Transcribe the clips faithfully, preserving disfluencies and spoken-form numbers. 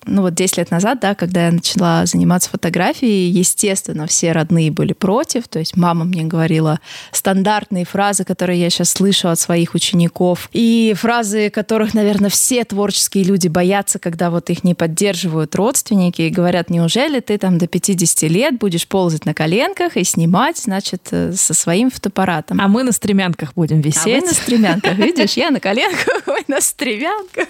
ну вот десять лет назад, да, когда я начала заниматься фотографией, естественно, все родные были против. То есть мама мне говорила стандартные фразы, которые я сейчас слышу от своих учеников. И фразы, которых, наверное, все творческие люди боятся, когда вот их не поддерживают родственники и говорят: неужели ты там до пятидесяти лет будешь ползать на коленках и снимать, значит, со своим фотоаппаратом? А мы на стремянках будем висеть. А мы на стремянках. Видишь, я на коленках, ой, на стремянках.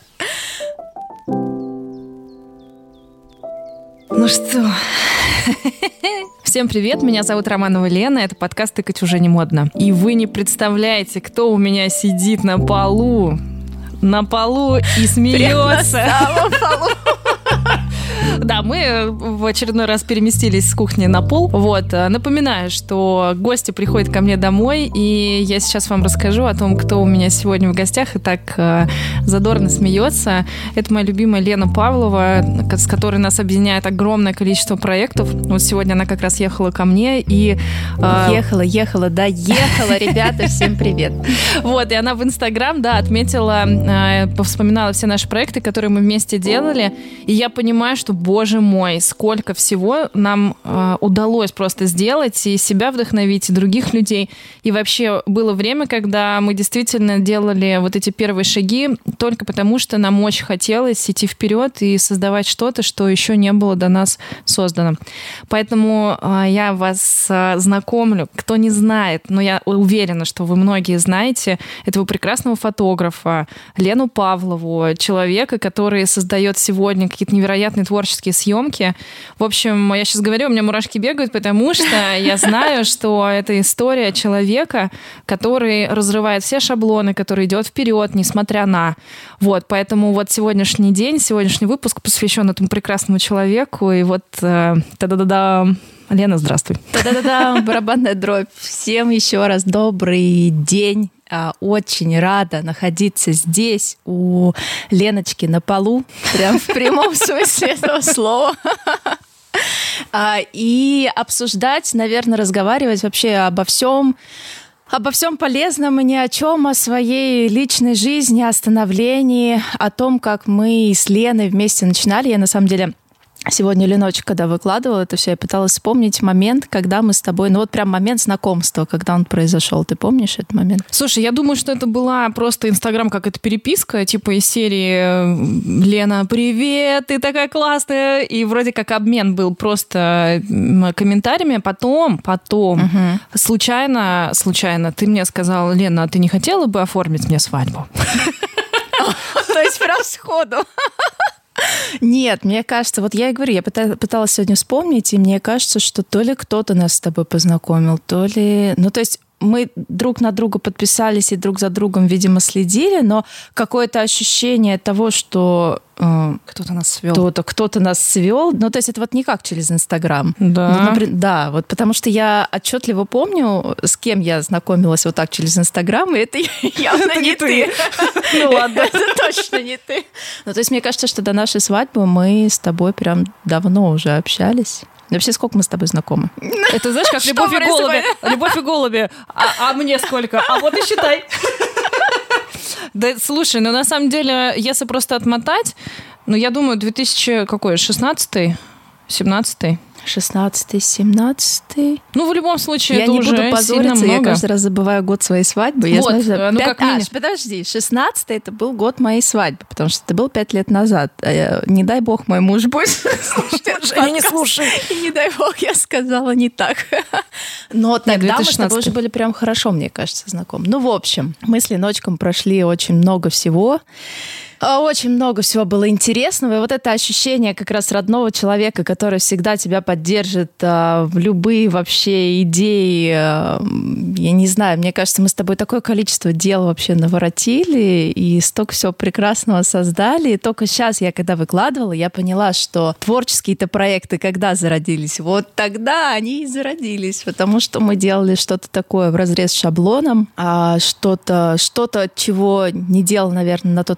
Ну что, всем привет, меня зовут Романова Лена, это подкаст «Тыкать уже не модно». И вы не представляете, кто у меня сидит на полу, на полу и смеется. Прямо на самом полу. Да, мы в очередной раз переместились с кухни на пол. Вот, напоминаю, что гости приходят ко мне домой, и я сейчас вам расскажу о том, кто у меня сегодня в гостях и так задорно смеется. Это моя любимая Лена Павлова, с которой нас объединяет огромное количество проектов. Вот сегодня она как раз ехала ко мне и... Ехала, ехала, да, ехала, ребята, всем привет. Вот, и она в Инстаграм, да, отметила, повспоминала все наши проекты, которые мы вместе делали, и я понимаю, что, боже мой, сколько всего нам э, удалось просто сделать, и себя вдохновить, и других людей. И вообще было время, когда мы действительно делали вот эти первые шаги только потому, что нам очень хотелось идти вперед и создавать что-то, что еще не было до нас создано. Поэтому э, я вас э, знакомлю. Кто не знает, но я уверена, что вы многие знаете этого прекрасного фотографа Лену Павлову, человека, который создает сегодня какие-то невероятные творческие съемки. В общем, я сейчас говорю, у меня мурашки бегают, потому что я знаю, что это история человека, который разрывает все шаблоны, который идет вперед, несмотря на... Вот, поэтому вот сегодняшний день, сегодняшний выпуск посвящен этому прекрасному человеку. И вот э, та-да-да-да. Лена, здравствуй. Та-да-да-да, барабанная дробь. Всем еще раз добрый день. Очень рада находиться здесь, у Леночки на полу, прям в прямом смысле этого слова. И обсуждать, наверное, разговаривать вообще обо всем, обо всем полезном и ни о чем, о своей личной жизни, о становлении, о том, как мы с Леной вместе начинали. Я, на самом деле... Сегодня Леночек, когда выкладывала это все, я пыталась вспомнить момент, когда мы с тобой... Ну вот прям момент знакомства, когда он произошел. Ты помнишь этот момент? Слушай, я думаю, что это была просто Инстаграм, как это переписка, типа из серии «Лена, привет, ты такая классная!» И вроде как обмен был просто комментариями. Потом, потом, угу. случайно, случайно ты мне сказала: «Лена, а ты не хотела бы оформить мне свадьбу?» То есть прям сходу. Нет, мне кажется, вот я и говорю, я пыталась сегодня вспомнить, и мне кажется, что то ли кто-то нас с тобой познакомил, то ли... Ну, то есть мы друг на друга подписались и друг за другом, видимо, следили, но какое-то ощущение того, что... Э, кто-то нас свел. Кто-то, кто-то нас свел. Ну, то есть это вот не как через Инстаграм. Да. Вот, например, да, вот потому что я отчетливо помню, с кем я знакомилась вот так через Инстаграм, и это явно не ты. Ну ладно. Это точно не ты. Ну, то есть мне кажется, что до нашей свадьбы мы с тобой прям давно уже общались. Вообще, сколько мы с тобой знакомы? Это, знаешь, как «Любовь и голуби». «Любовь и голуби». А, а мне сколько? А вот и считай. Да, слушай, ну на самом деле, если просто отмотать, ну я думаю, две тысячи какой, шестнадцатый, семнадцатый? шестнадцатый, семнадцатый. Ну, в любом случае, я это не уже буду позориться, я много. каждый раз забываю год своей свадьбы. Я вот, знаю, ну пять... как а, подожди, шестнадцатый это был год моей свадьбы, потому что это был пять лет назад. Не дай бог, мой муж будет слушать. Я не слушаю. И не дай бог, я сказала не так. Но тогда мы с тобой уже были прям хорошо, мне кажется, знакомы. Ну, в общем, мы с Леночком прошли очень много всего. Очень много всего было интересного. И вот это ощущение как раз родного человека, который всегда тебя поддержит а, в любые вообще идеи. А, я не знаю, мне кажется, мы с тобой такое количество дел вообще наворотили и столько всего прекрасного создали. И только сейчас я, когда выкладывала, я поняла, что творческие-то проекты когда зародились? Вот тогда они и зародились, потому что мы делали что-то такое вразрез с шаблоном, а что-то, что-то, чего не делал, наверное, на тот момент никто.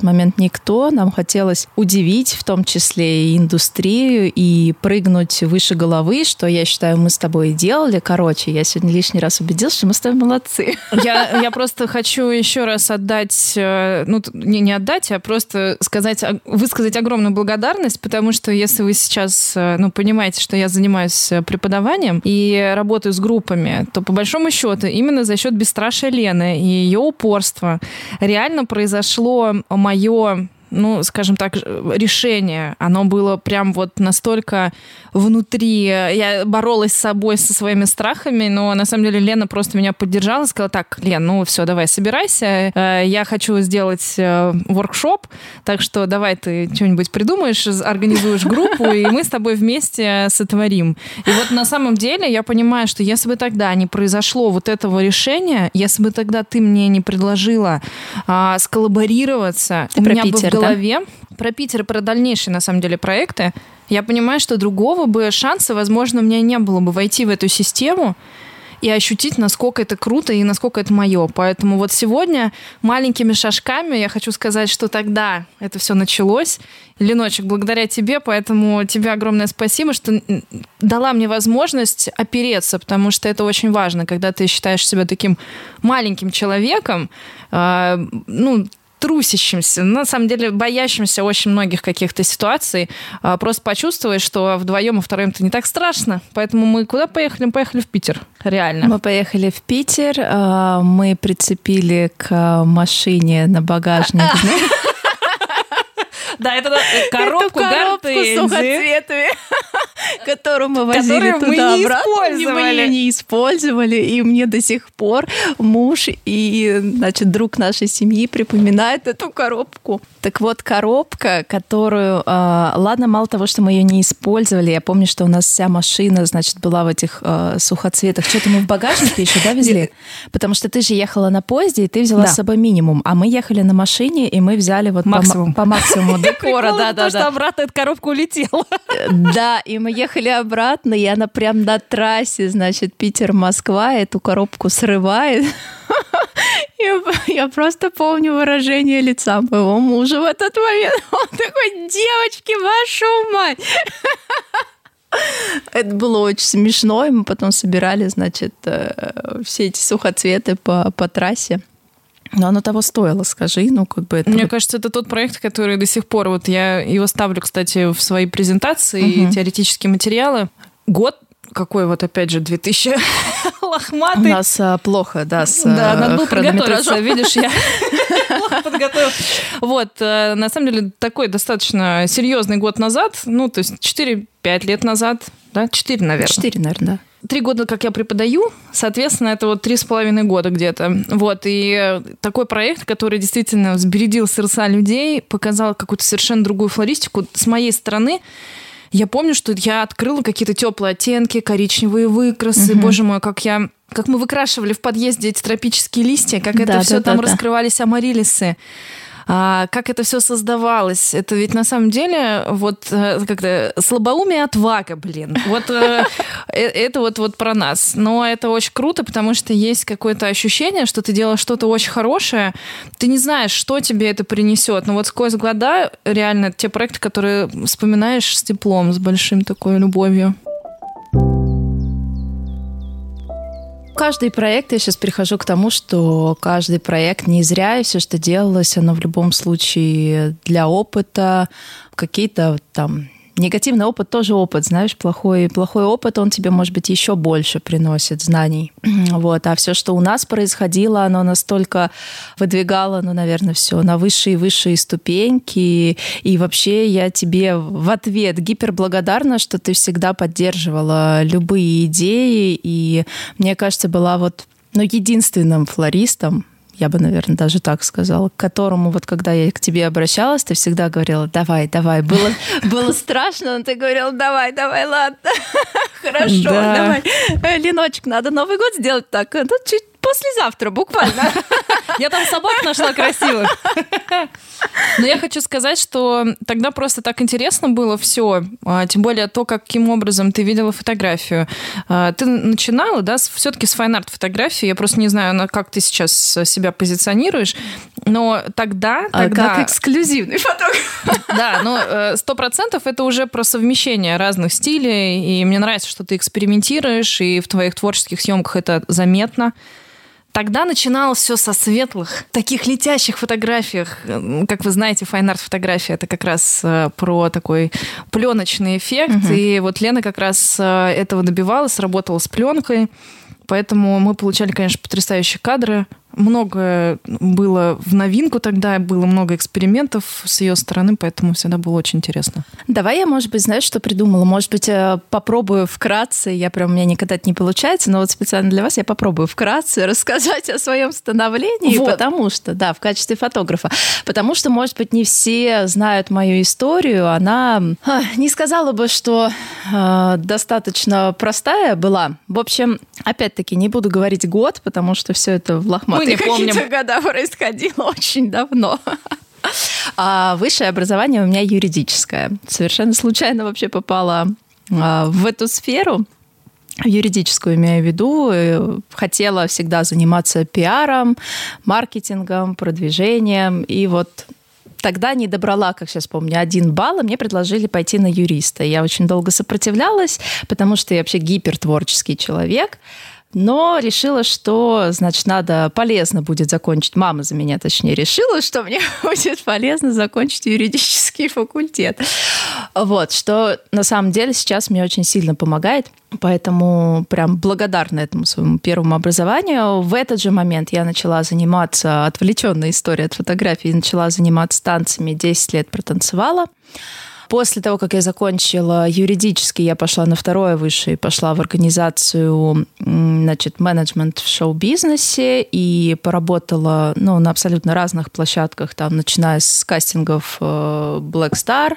никто. Нам хотелось удивить в том числе и индустрию, и прыгнуть выше головы, что, я считаю, мы с тобой и делали. Короче, я сегодня лишний раз убедилась, что мы с тобой молодцы. Я, я просто хочу еще раз отдать, ну, не, не отдать, а просто сказать, высказать огромную благодарность, потому что если вы сейчас, ну, понимаете, что я занимаюсь преподаванием и работаю с группами, то по большому счету именно за счет бесстрашия Лены и ее упорства реально произошло мое, ну, скажем так, решение. Оно было прям вот настолько внутри. Я боролась с собой, со своими страхами, но на самом деле Лена просто меня поддержала, сказала: так, Лен, ну все, давай, собирайся. Я хочу сделать воркшоп, так что давай ты что-нибудь придумаешь, организуешь группу, и мы с тобой вместе сотворим. И вот на самом деле я понимаю, что если бы тогда не произошло вот этого решения, если бы тогда ты мне не предложила а, сколлаборироваться, ты у меня Питер, бы в голове да? про Питер и про дальнейшие, на самом деле, проекты, я понимаю, что другого бы шанса, возможно, у меня не было бы войти в эту систему и ощутить, насколько это круто и насколько это мое. Поэтому вот сегодня маленькими шажками я хочу сказать, что тогда это все началось. Леночек, благодаря тебе, поэтому тебе огромное спасибо, что дала мне возможность опереться, потому что это очень важно, когда ты считаешь себя таким маленьким человеком, э, ну, трусящимся, на самом деле боящимся очень многих каких-то ситуаций, просто почувствовать, что вдвоем и втроем это не так страшно. Поэтому мы куда поехали? Мы поехали в Питер. Реально. Мы поехали в Питер, мы прицепили к машине на багажник. Да, это коробку, коробку с сухоцветами, которую мы возили туда-обратно. Мы ее не использовали, и мне до сих пор муж и, значит, друг нашей семьи припоминает эту коробку. Так вот, коробка, которую... Э, ладно, мало того, что мы ее не использовали, я помню, что у нас вся машина, значит, была в этих э, сухоцветах. Что-то мы в багажнике еще, да, везли? Потому что ты же ехала на поезде, и ты взяла да. с собой минимум. А мы ехали на машине, и мы взяли вот максимум. По, по максимуму декора. Да, да, то, что обратно эта коробка улетела. Да, и мы ехали обратно, и она прям на трассе, значит, Питер-Москва, эту коробку срывает. Я, я просто помню выражение лица моего мужа в этот момент. Он такой: девочки, вашу мать! Это было очень смешно, и мы потом собирали, значит, все эти сухоцветы по, по трассе. Но оно того стоило, скажи, ну как бы это... Мне кажется, это тот проект, который до сих пор, вот я его ставлю, кстати, в свои презентации угу. и теоретические материалы. Год какой вот, опять же, две тысячи лохматый. У нас а, плохо, да, с Да, надо было подготовиться, видишь, я плохо подготовилась. Вот, на самом деле, такой достаточно серьезный год назад, ну, то есть четыре-пять лет назад, да, четыре, наверное. четыре, наверное, да. Три года, как я преподаю, соответственно, это вот три с половиной года где-то. Вот, и такой проект, который действительно взбередил сердца людей, показал какую-то совершенно другую флористику. С моей стороны, я помню, что я открыла какие-то теплые оттенки, коричневые выкрасы. Угу. Боже мой, как я... Как мы выкрашивали в подъезде эти тропические листья, как да, это да, все да, там да. раскрывались амарилисы. А, как это все создавалось. Это ведь на самом деле вот как-то слабоумие, отвага, блин. Вот это вот, вот про нас. Но это очень круто, потому что есть какое-то ощущение, что ты делаешь что-то очень хорошее, ты не знаешь, что тебе это принесет. Но вот сквозь года реально те проекты, которые вспоминаешь с теплом, с большим такой любовью. Каждый проект, я сейчас прихожу к тому, что каждый проект не зря, и все, что делалось, оно в любом случае для опыта, какие-то там... Негативный опыт тоже опыт, знаешь, плохой, плохой опыт, он тебе, может быть, еще больше приносит знаний. Вот. А все, что у нас происходило, оно настолько выдвигало, ну, наверное, все на высшие и высшие ступеньки. И вообще я тебе в ответ гиперблагодарна, что ты всегда поддерживала любые идеи. И, мне кажется, была вот, ну, единственным флористом, я бы, наверное, даже так сказала, к которому вот когда я к тебе обращалась, ты всегда говорила: давай, давай. Было, было страшно, но ты говорила: давай, давай, ладно, хорошо, да. давай. Леночек, надо Новый год сделать так, ну, чуть послезавтра буквально. Я там собак нашла красивых. Но я хочу сказать, что тогда просто так интересно было все, тем более то, каким образом ты видела фотографию. Ты начинала, да, все-таки с файн-арт фотографии, я просто не знаю, как ты сейчас себя позиционируешь. Но тогда... А тогда... как эксклюзивный фотограф. Да, но сто процентов это уже про совмещение разных стилей, и мне нравится, что ты экспериментируешь, и в твоих творческих съемках это заметно. Тогда начиналось все со светлых, таких летящих фотографиях. Как вы знаете, файн-арт-фотография — это как раз про такой пленочный эффект. Угу. И вот Лена как раз этого добивалась, работала с пленкой. Поэтому мы получали, конечно, потрясающие кадры. Много было в новинку тогда, было много экспериментов с ее стороны, поэтому всегда было очень интересно. Давай я, может быть, знаешь, что придумала? Может быть, попробую вкратце, я прям, у меня никогда это не получается, но вот специально для вас я попробую вкратце рассказать о своем становлении, вот. Потому что, да, в качестве фотографа. Потому что, может быть, не все знают мою историю. Она, не сказала бы, что э, достаточно простая была. В общем, опять-таки, не буду говорить год, потому что все это в лохматых каких-то годах происходило очень давно. А высшее образование у меня юридическое. Совершенно случайно вообще попала в эту сферу, юридическую имею в виду. Хотела всегда заниматься пиаром, маркетингом, продвижением. И вот тогда не добрала, как сейчас помню, один балл, и мне предложили пойти на юриста. Я очень долго сопротивлялась, потому что я вообще гипертворческий человек. Но решила, что, значит, надо, полезно будет закончить, мама за меня, точнее, решила, что мне будет полезно закончить юридический факультет. Вот, что на самом деле сейчас мне очень сильно помогает, поэтому прям благодарна этому своему первому образованию. В этот же момент я начала заниматься, отвлеченная история от фотографии, начала заниматься танцами, десять лет протанцевала. После того, как я закончила юридический, я пошла на второе высшее, пошла в организацию, значит, менеджмент в шоу-бизнесе и поработала, ну, на абсолютно разных площадках, там, начиная с кастингов Black Star,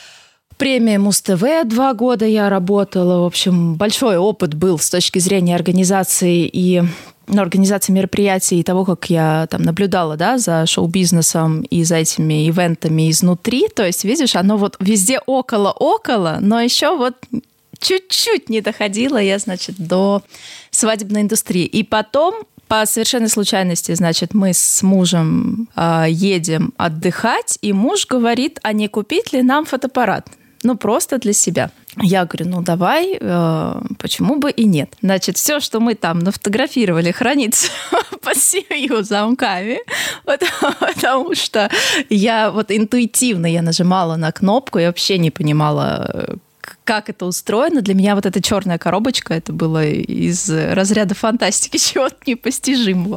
премия Муз-ТВ два года я работала. В общем, большой опыт был с точки зрения организации и ну, организации мероприятий и того, как я там наблюдала, да, за шоу-бизнесом и за этими ивентами изнутри. То есть, видишь, оно вот везде около-около, но еще вот чуть-чуть не доходила я, значит, до свадебной индустрии. И потом по совершенной случайности, значит, мы с мужем э, едем отдыхать, и муж говорит, а не купить ли нам фотоаппарат? Ну, просто для себя. Я говорю, ну, давай, э, почему бы и нет? Значит, все, что мы там нафотографировали, хранится под семью замками, потому, потому что я вот интуитивно я нажимала на кнопку, я вообще не понимала, как это устроено. Для меня вот эта черная коробочка, это было из разряда фантастики, чего-то непостижимого.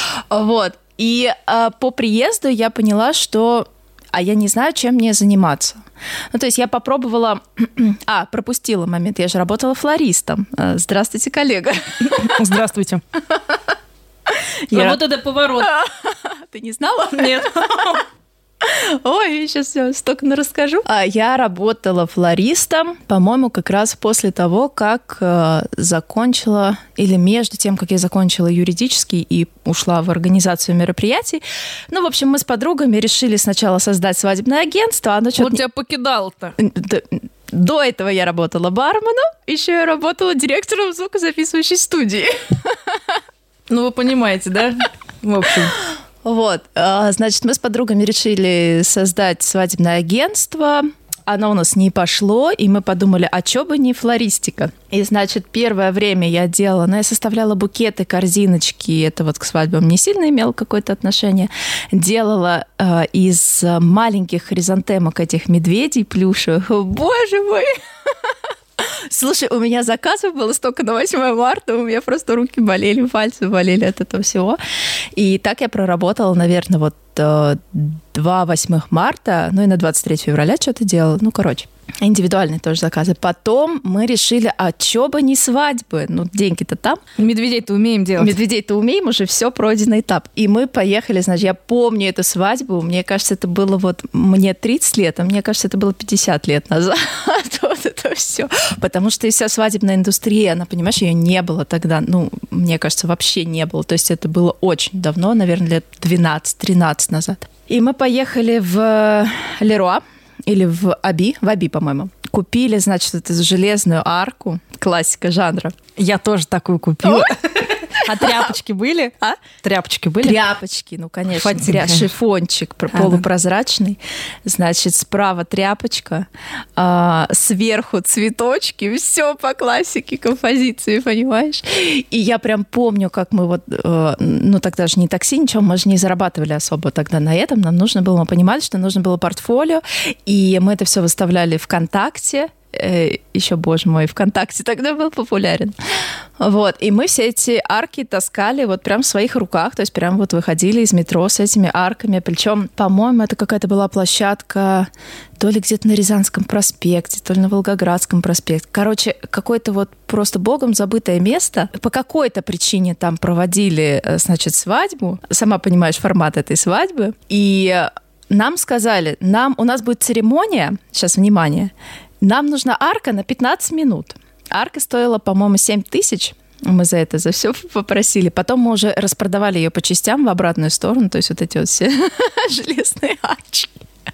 Вот. И э, по приезду я поняла, что а я не знаю, чем мне заниматься. Ну, то есть я попробовала... А, пропустила момент. Я же работала флористом. Здравствуйте, коллега. Здравствуйте. Я... Вот это поворот. Ты не знала? Нет. Ой, сейчас все столько расскажу. Я работала флористом, по-моему, как раз после того, как закончила, или между тем, как я закончила юридический и ушла в организацию мероприятий. Ну, в общем, мы с подругами решили сначала создать свадебное агентство. Оно вот тебя покидало-то. До этого я работала барменом, еще я работала директором звукозаписывающей студии. Ну, вы понимаете, да? В общем... Вот, значит, мы с подругами решили создать свадебное агентство. Оно у нас не пошло, и мы подумали, а чё бы не флористика? И, значит, первое время я делала, ну, я составляла букеты, корзиночки, это вот к свадьбам не сильно имело какое-то отношение. Делала э, из маленьких хризантемок этих медведей плюшевых. Боже мой! Слушай, у меня заказов было столько на восьмое марта, у меня просто руки болели, пальцы болели от этого всего. И так я проработала, наверное, вот два восьмых марта, ну и на двадцать третьего февраля что-то делала. Ну, короче, индивидуальные тоже заказы. Потом мы решили, а чё бы не свадьбы? Ну, деньги-то там. Медведей-то умеем делать. Медведей-то умеем, уже все пройденный этап. И мы поехали, значит, я помню эту свадьбу, мне кажется, это было вот мне тридцать лет, а мне кажется, это было пятьдесят лет назад. Вот это все. Потому что и вся свадебная индустрия, она, понимаешь, ее не было тогда, ну, мне кажется, вообще не было. То есть это было очень давно, наверное, лет двенадцать-тринадцать назад. И мы поехали в Леруа, или в Аби, в Аби, по-моему. Купили, значит, эту железную арку, классика жанра. Я тоже такую купила. А тряпочки были? А? Тряпочки были? Тряпочки, ну, конечно. Тря... Шифончик а, полупрозрачный. Да. Значит, справа тряпочка, а, сверху цветочки. Все по классике композиции, понимаешь? И я прям помню, как мы вот... Э, ну, тогда же не такси, ничего, мы же не зарабатывали особо тогда на этом. Нам нужно было, мы понимали, что нужно было портфолио. И мы это все выставляли ВКонтакте. Еще, боже мой, ВКонтакте тогда был популярен. Вот. И мы все эти арки таскали вот прям в своих руках, то есть прям вот выходили из метро с этими арками. Причем, по-моему, это какая-то была площадка то ли где-то на Рязанском проспекте, то ли на Волгоградском проспекте. Короче, какое-то вот просто богом забытое место. По какой-то причине там проводили, значит, свадьбу. Сама понимаешь формат этой свадьбы. И нам сказали, нам, у нас будет церемония, сейчас, внимание, нам нужна арка на пятнадцать минут. Арка стоила, по-моему, семь тысяч. Мы за это, за все попросили. Потом мы уже распродавали ее по частям в обратную сторону. То есть вот эти вот все железные арчи.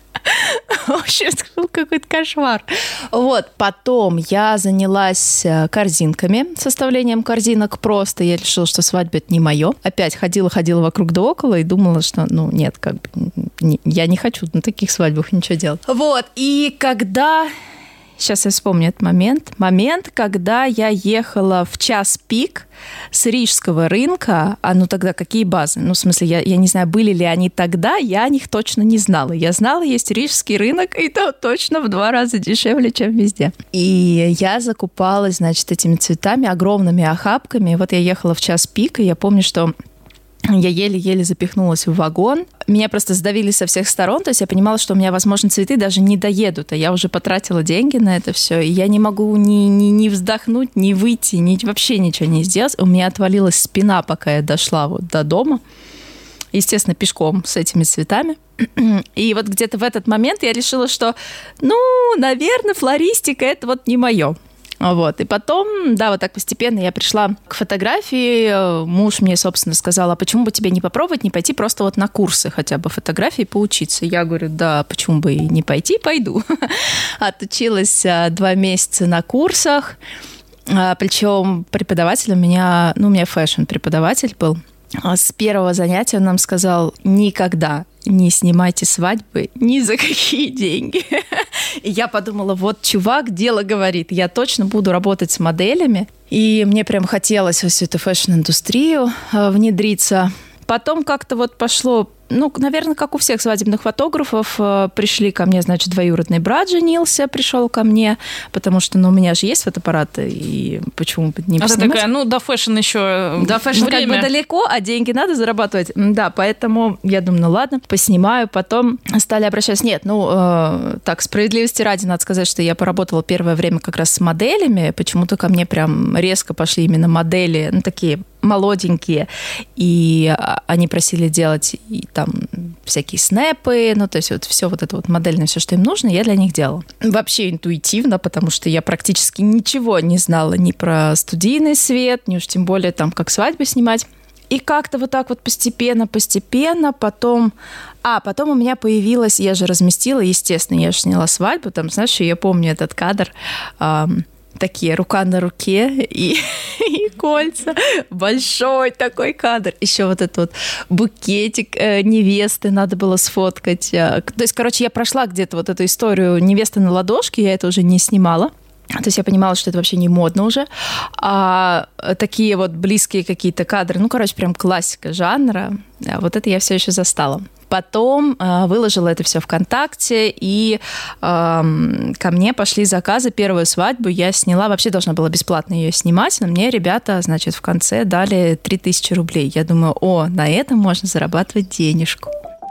В общем, это был какой-то кошмар. Вот. Потом я занялась корзинками, составлением корзинок просто. Я решила, что свадьба — это не мое. Опять ходила-ходила вокруг да около и думала, что, ну, нет, как бы, не, я не хочу на таких свадьбах ничего делать. Вот. И когда... Сейчас я вспомню этот момент. Момент, когда я ехала в час пик с Рижского рынка. А ну тогда какие базы? Ну, в смысле, я, я не знаю, были ли они тогда, я о них точно не знала. Я знала, есть Рижский рынок, и то точно в два раза дешевле, чем везде. И я закупалась, значит, этими цветами, огромными охапками. Вот я ехала в час пик, и я помню, что... Я еле-еле запихнулась в вагон. Меня просто сдавили со всех сторон. То есть я понимала, что у меня, возможно, цветы даже не доедут. А я уже потратила деньги на это все. И я не могу ни, ни, ни вздохнуть, ни выйти, ни, вообще ничего не сделать. У меня отвалилась спина, пока я дошла вот до дома. Естественно, пешком с этими цветами. И вот где-то в этот момент я решила, что, ну, наверное, флористика – это вот не мое. Вот. И потом, да, вот так постепенно я пришла к фотографии. Муж мне, собственно, сказал, а почему бы тебе не попробовать, не пойти просто вот на курсы хотя бы фотографии поучиться? Я говорю, да, почему бы и не пойти, пойду. Отучилась два месяца на курсах. Причем преподаватель у меня, ну, у меня фэшн-преподаватель был. С первого занятия он нам сказал, никогда не снимайте свадьбы ни за какие деньги. И я подумала, вот чувак дело говорит, я точно буду работать с моделями. И мне прям хотелось во всю эту фэшн-индустрию внедриться. Потом как-то вот пошло, ну, наверное, как у всех свадебных фотографов, пришли ко мне, значит, двоюродный брат женился, пришел ко мне, потому что, ну, у меня же есть фотоаппарат, и почему бы не поснимать? А ты такая, ну, до фэшн еще До фэшн как бы далеко, а деньги надо зарабатывать. Да, поэтому я думаю, ну, ладно, поснимаю. Потом стали обращаться. Нет, ну, э, так, справедливости ради, надо сказать, что я поработала первое время как раз с моделями. Почему-то ко мне прям резко пошли именно модели, ну, такие молоденькие, и они просили делать и там всякие снэпы, ну, то есть вот все вот это вот модельное, все, что им нужно, я для них делала. Вообще интуитивно, потому что я практически ничего не знала ни про студийный свет, ни уж тем более там, как свадьбы снимать. И как-то вот так вот постепенно-постепенно потом... А, потом у меня появилась, я же разместила, естественно, я же сняла свадьбу, там, знаешь, я помню этот кадр, эм, такие рука на руке и, и кольца. Большой такой кадр. Еще вот этот вот букетик э, невесты надо было сфоткать. То есть, короче, я прошла где-то вот эту историю невесты на ладошке, я это уже не снимала. То есть я понимала, что это вообще не модно уже. А такие вот близкие какие-то кадры, ну, короче, прям классика жанра. Вот это я все еще застала. Потом э, выложила это все ВКонтакте, и э, ко мне пошли заказы. Первую свадьбу я сняла, вообще должна была бесплатно ее снимать, но мне ребята, значит, в конце дали три тысячи рублей. Я думаю, о, на этом можно зарабатывать денежку.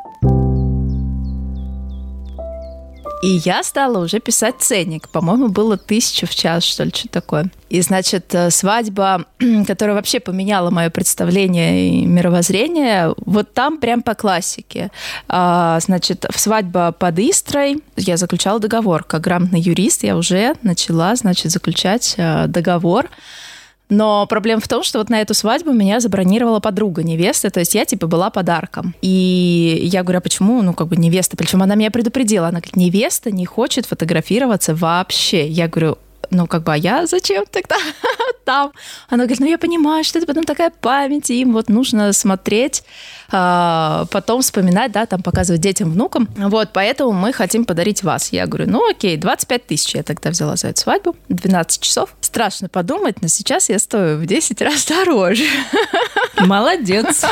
И я стала уже писать ценник. По-моему, было тысяча в час, что ли, что такое. И, значит, свадьба, которая вообще поменяла мое представление и мировоззрение, вот там прям по классике. А, значит, свадьба под Истрой. Я заключала договор. Как грамотный юрист я уже начала, значит, заключать договор. Но проблема в том, что вот на эту свадьбу меня забронировала подруга невесты, то есть я типа была подарком. И я говорю, а почему, ну как бы невеста, причем она меня предупредила, она говорит, невеста не хочет фотографироваться вообще. Я говорю, ну, как бы, а я зачем тогда там? Она говорит, ну, я понимаю, что это потом такая память, и им вот нужно смотреть, потом вспоминать, да, там, показывать детям, внукам. Вот, поэтому мы хотим подарить вас. Я говорю, ну, окей, двадцать пять тысяч я тогда взяла за эту свадьбу, двенадцать часов. Страшно подумать, но сейчас я стою в десять раз дороже. Молодец.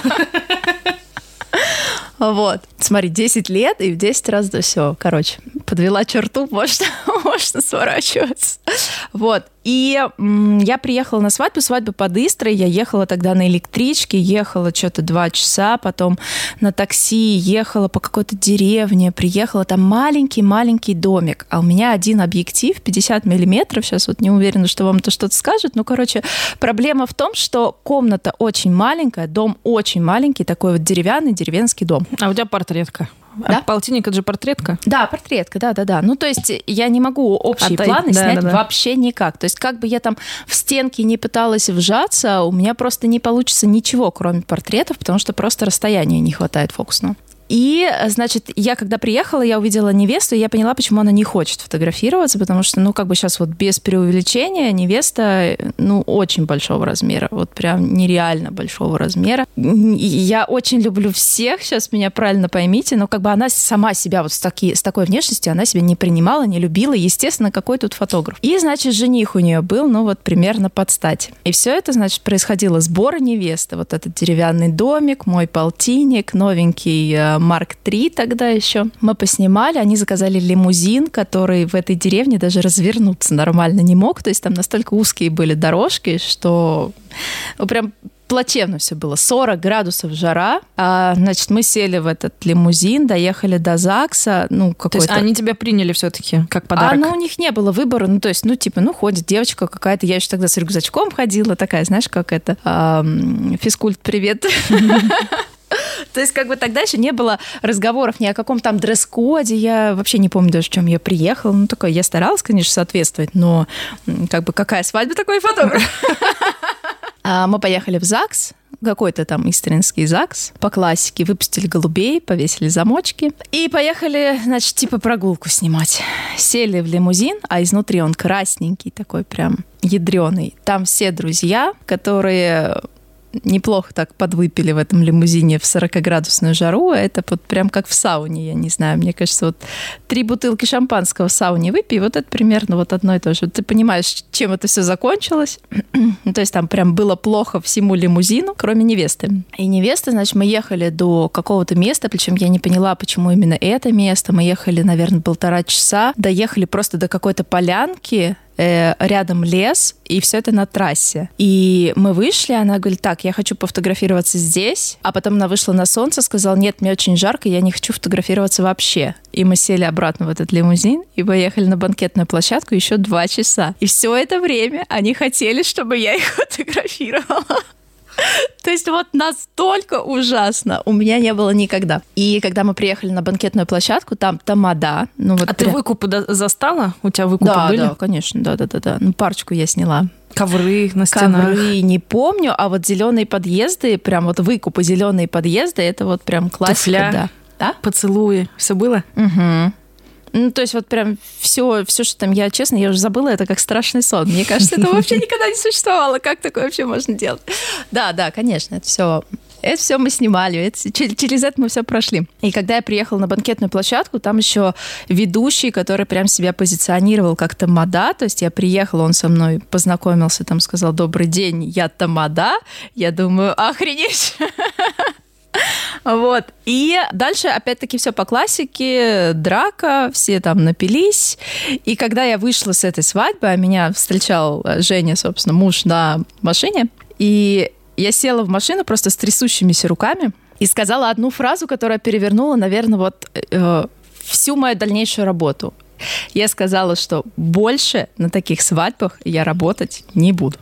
Вот. Смотри, десять лет и в десять раз, да все, короче, подвела черту, можно, можно сворачиваться. Вот. И м, я приехала на свадьбу, свадьба под Истрой, я ехала тогда на электричке, ехала что-то два часа, потом на такси, ехала по какой-то деревне, приехала, там маленький-маленький домик, а у меня один объектив, пятьдесят миллиметров, сейчас вот не уверена, что вам это что-то скажет, ну, короче, проблема в том, что комната очень маленькая, дом очень маленький, такой вот деревянный, деревенский дом. А у тебя портретка? Да? А полтинник — это же портретка? Да, портретка, да-да-да. Ну, то есть я не могу общие а планы да, снять да, да. вообще никак. То есть как бы я там в стенки не пыталась вжаться, у меня просто не получится ничего, кроме портретов, потому что просто расстояния не хватает фокусного. И, значит, я когда приехала, я увидела невесту, и я поняла, почему она не хочет фотографироваться, потому что, ну, как бы сейчас вот без преувеличения невеста, ну, очень большого размера, вот прям нереально большого размера. И я очень люблю всех, сейчас меня правильно поймите, но как бы она сама себя вот с, таки, с такой внешностью, она себя не принимала, не любила, естественно, какой тут фотограф. И, значит, жених у нее был, ну, вот примерно под стать. И все это, значит, происходило сбор невесты, вот этот деревянный домик, мой полтинник, новенький Марк три тогда еще. Мы поснимали, они заказали лимузин, который в этой деревне даже развернуться нормально не мог. То есть там настолько узкие были дорожки, что прям плачевно все было. сорок градусов жара. А, значит, мы сели в этот лимузин, доехали до ЗАГСа. Ну, какой-то... То есть они тебя приняли все-таки как подарок? А, ну, у них не было выбора. Ну, то есть, ну, типа, ну, ходит девочка какая-то. Я еще тогда с рюкзачком ходила. Такая, знаешь, как это... Физкульт, привет. То есть, как бы тогда еще не было разговоров ни о каком там дресс-коде. Я вообще не помню даже, в чем я приехала. Ну, такое, я старалась, конечно, соответствовать, но как бы какая свадьба, такой фотограф. Мы поехали в ЗАГС, какой-то там истринский ЗАГС, по классике, выпустили голубей, повесили замочки и поехали, значит, типа прогулку снимать. Сели в лимузин, а изнутри он красненький, такой прям ядреный. Там все друзья, которые... неплохо так подвыпили в этом лимузине в сорокаградусную жару. Это вот прям как в сауне, я не знаю. Мне кажется, вот три бутылки шампанского в сауне выпей, вот это примерно вот одно и то же. Ты понимаешь, чем это все закончилось. То есть там прям было плохо всему лимузину, кроме невесты. И невеста, значит, мы ехали до какого-то места, причем я не поняла, почему именно это место. Мы ехали, наверное, полтора часа, доехали просто до какой-то полянки, рядом лес, и все это на трассе. И мы вышли, она говорит, так, я хочу пофотографироваться здесь, а потом она вышла на солнце, сказала, нет, мне очень жарко, я не хочу фотографироваться вообще. И мы сели обратно в этот лимузин и поехали на банкетную площадку еще два часа. И все это время они хотели, чтобы я их фотографировала. То есть вот настолько ужасно у меня не было никогда. И когда мы приехали на банкетную площадку, там тамада. Ну, вот а прям... ты выкупы застала? У тебя выкупы да, были? Да, конечно, да-да-да. Ну, парочку я сняла. Ковры на стенах? Ковры не помню, а вот зеленые подъезды, прям вот выкупы зеленые подъезды, это вот прям классика. Туфля, да. Да? Поцелуи, все было? Угу. Ну, то есть вот прям все, все, что там, я, честно, я уже забыла, это как страшный сон. Мне кажется, это вообще никогда не существовало. Как такое вообще можно делать? Да, да, конечно, это все... Это все мы снимали, это, через это мы все прошли. И когда я приехала на банкетную площадку, там еще ведущий, который прям себя позиционировал как тамада. То есть я приехала, он со мной познакомился, там сказал, добрый день, я тамада. Я думаю, охренеть. Вот. И дальше, опять-таки, все по классике, драка, все там напились. И когда я вышла с этой свадьбы, а меня встречал Женя, собственно, муж на машине, и я села в машину просто с трясущимися руками и сказала одну фразу, которая перевернула, наверное, вот э, всю мою дальнейшую работу. Я сказала, что больше на таких свадьбах я работать не буду.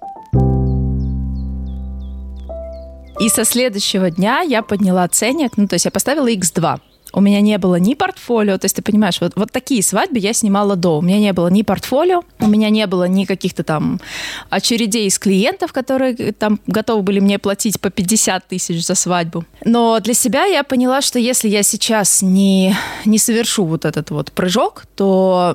И со следующего дня я подняла ценник, ну, то есть я поставила икс два. У меня не было ни портфолио, то есть ты понимаешь, вот, вот такие свадьбы я снимала до. У меня не было ни портфолио, у меня не было ни каких-то там очередей из клиентов, которые там готовы были мне платить по пятьдесят тысяч за свадьбу. Но для себя я поняла, что если я сейчас не, не совершу вот этот вот прыжок, то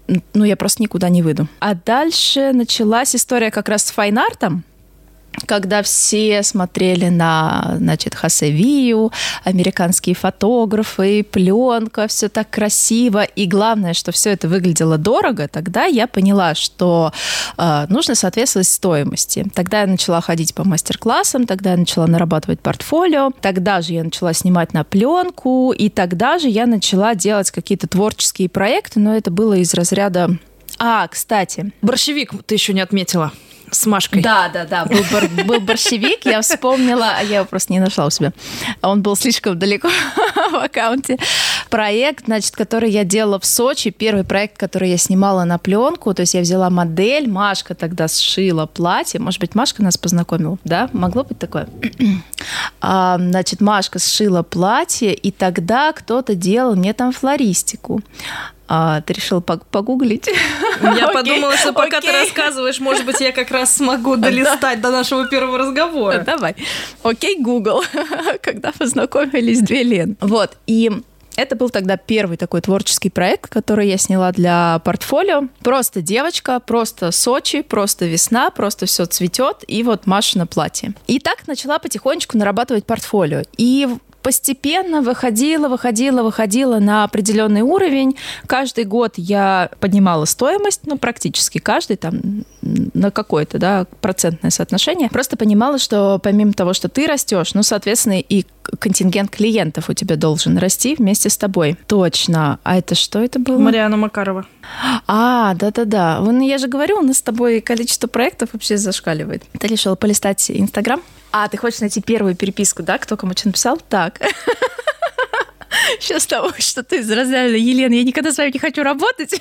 ну, я просто никуда не выйду. А дальше началась история как раз с файн-артом, когда все смотрели на, значит, Хосе Вию, американские фотографы, пленка, все так красиво. И главное, что все это выглядело дорого, тогда я поняла, что э, нужно соответствовать стоимости. Тогда я начала ходить по мастер-классам, тогда я начала нарабатывать портфолио, тогда же я начала снимать на пленку, и тогда же я начала делать какие-то творческие проекты, но это было из разряда... А, кстати... Борщевик ты еще не отметила. С Машкой. Да, да, да, был, бор, был борщевик, я вспомнила, а я его просто не нашла у себя. Он был слишком далеко в аккаунте. Проект, значит, который я делала в Сочи, первый проект, который я снимала на пленку, то есть я взяла модель, Машка тогда сшила платье, может быть, Машка нас познакомила, да? Могло быть такое? а, значит, Машка сшила платье, и тогда кто-то делал мне там флористику. А, ты решила погуглить? Я подумала, что пока ты рассказываешь, может быть, я как раз смогу долистать до нашего первого разговора. Давай. Окей, Google. Когда познакомились две Лены. Вот. И это был тогда первый такой творческий проект, который я сняла для портфолио. Просто девочка, просто Сочи, просто весна, просто все цветет, и вот Маша на платье. И так начала потихонечку нарабатывать портфолио. И постепенно выходила, выходила, выходила на определенный уровень. Каждый год я поднимала стоимость, ну, практически каждый, там, на какое-то, да, процентное соотношение. Просто понимала, что помимо того, что ты растешь, ну, соответственно, и контингент клиентов у тебя должен расти вместе с тобой. Точно. А это что это было? Марианна Макарова. А, да-да-да. Вон, я же говорю, у нас с тобой количество проектов вообще зашкаливает. Ты решила полистать Инстаграм? А, ты хочешь найти первую переписку, да? Кто кому что написал? Так. Сейчас того, что ты из разряда Елена, я никогда с вами не хочу работать.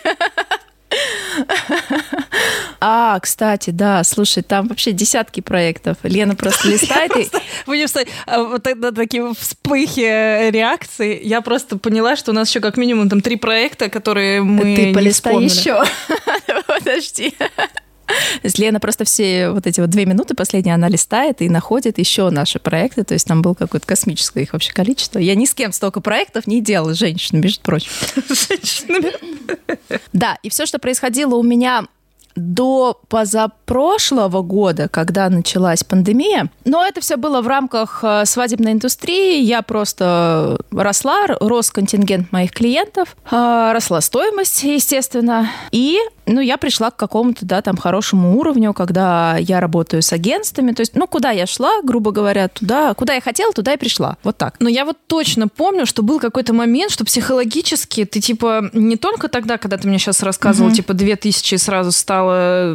А, кстати, да, слушай, там вообще десятки проектов. Лена просто листает и... Вы не встать, вот тогда такие вспыхи реакции. Я просто поняла, что у нас еще как минимум там три проекта, которые мы Ты полистай не еще. Подожди. То есть Лена просто все вот эти вот две минуты последние она листает и находит еще наши проекты. То есть там было какое-то космическое их вообще количество. Я ни с кем столько проектов не делала с женщинами, между прочим. С женщинами. Да, и все, что происходило у меня до позапрошлого года, когда началась пандемия. Но это все было в рамках свадебной индустрии. Я просто росла, рос контингент моих клиентов, росла стоимость, естественно. И ну, я пришла к какому-то, да, там, хорошему уровню, когда я работаю с агентствами. То есть, ну, куда я шла, грубо говоря, туда, куда я хотела, туда и пришла. Вот так. Но я вот точно помню, что был какой-то момент, что психологически ты, типа, не только тогда, когда ты мне сейчас рассказывал, угу. типа, две тысячи сразу стало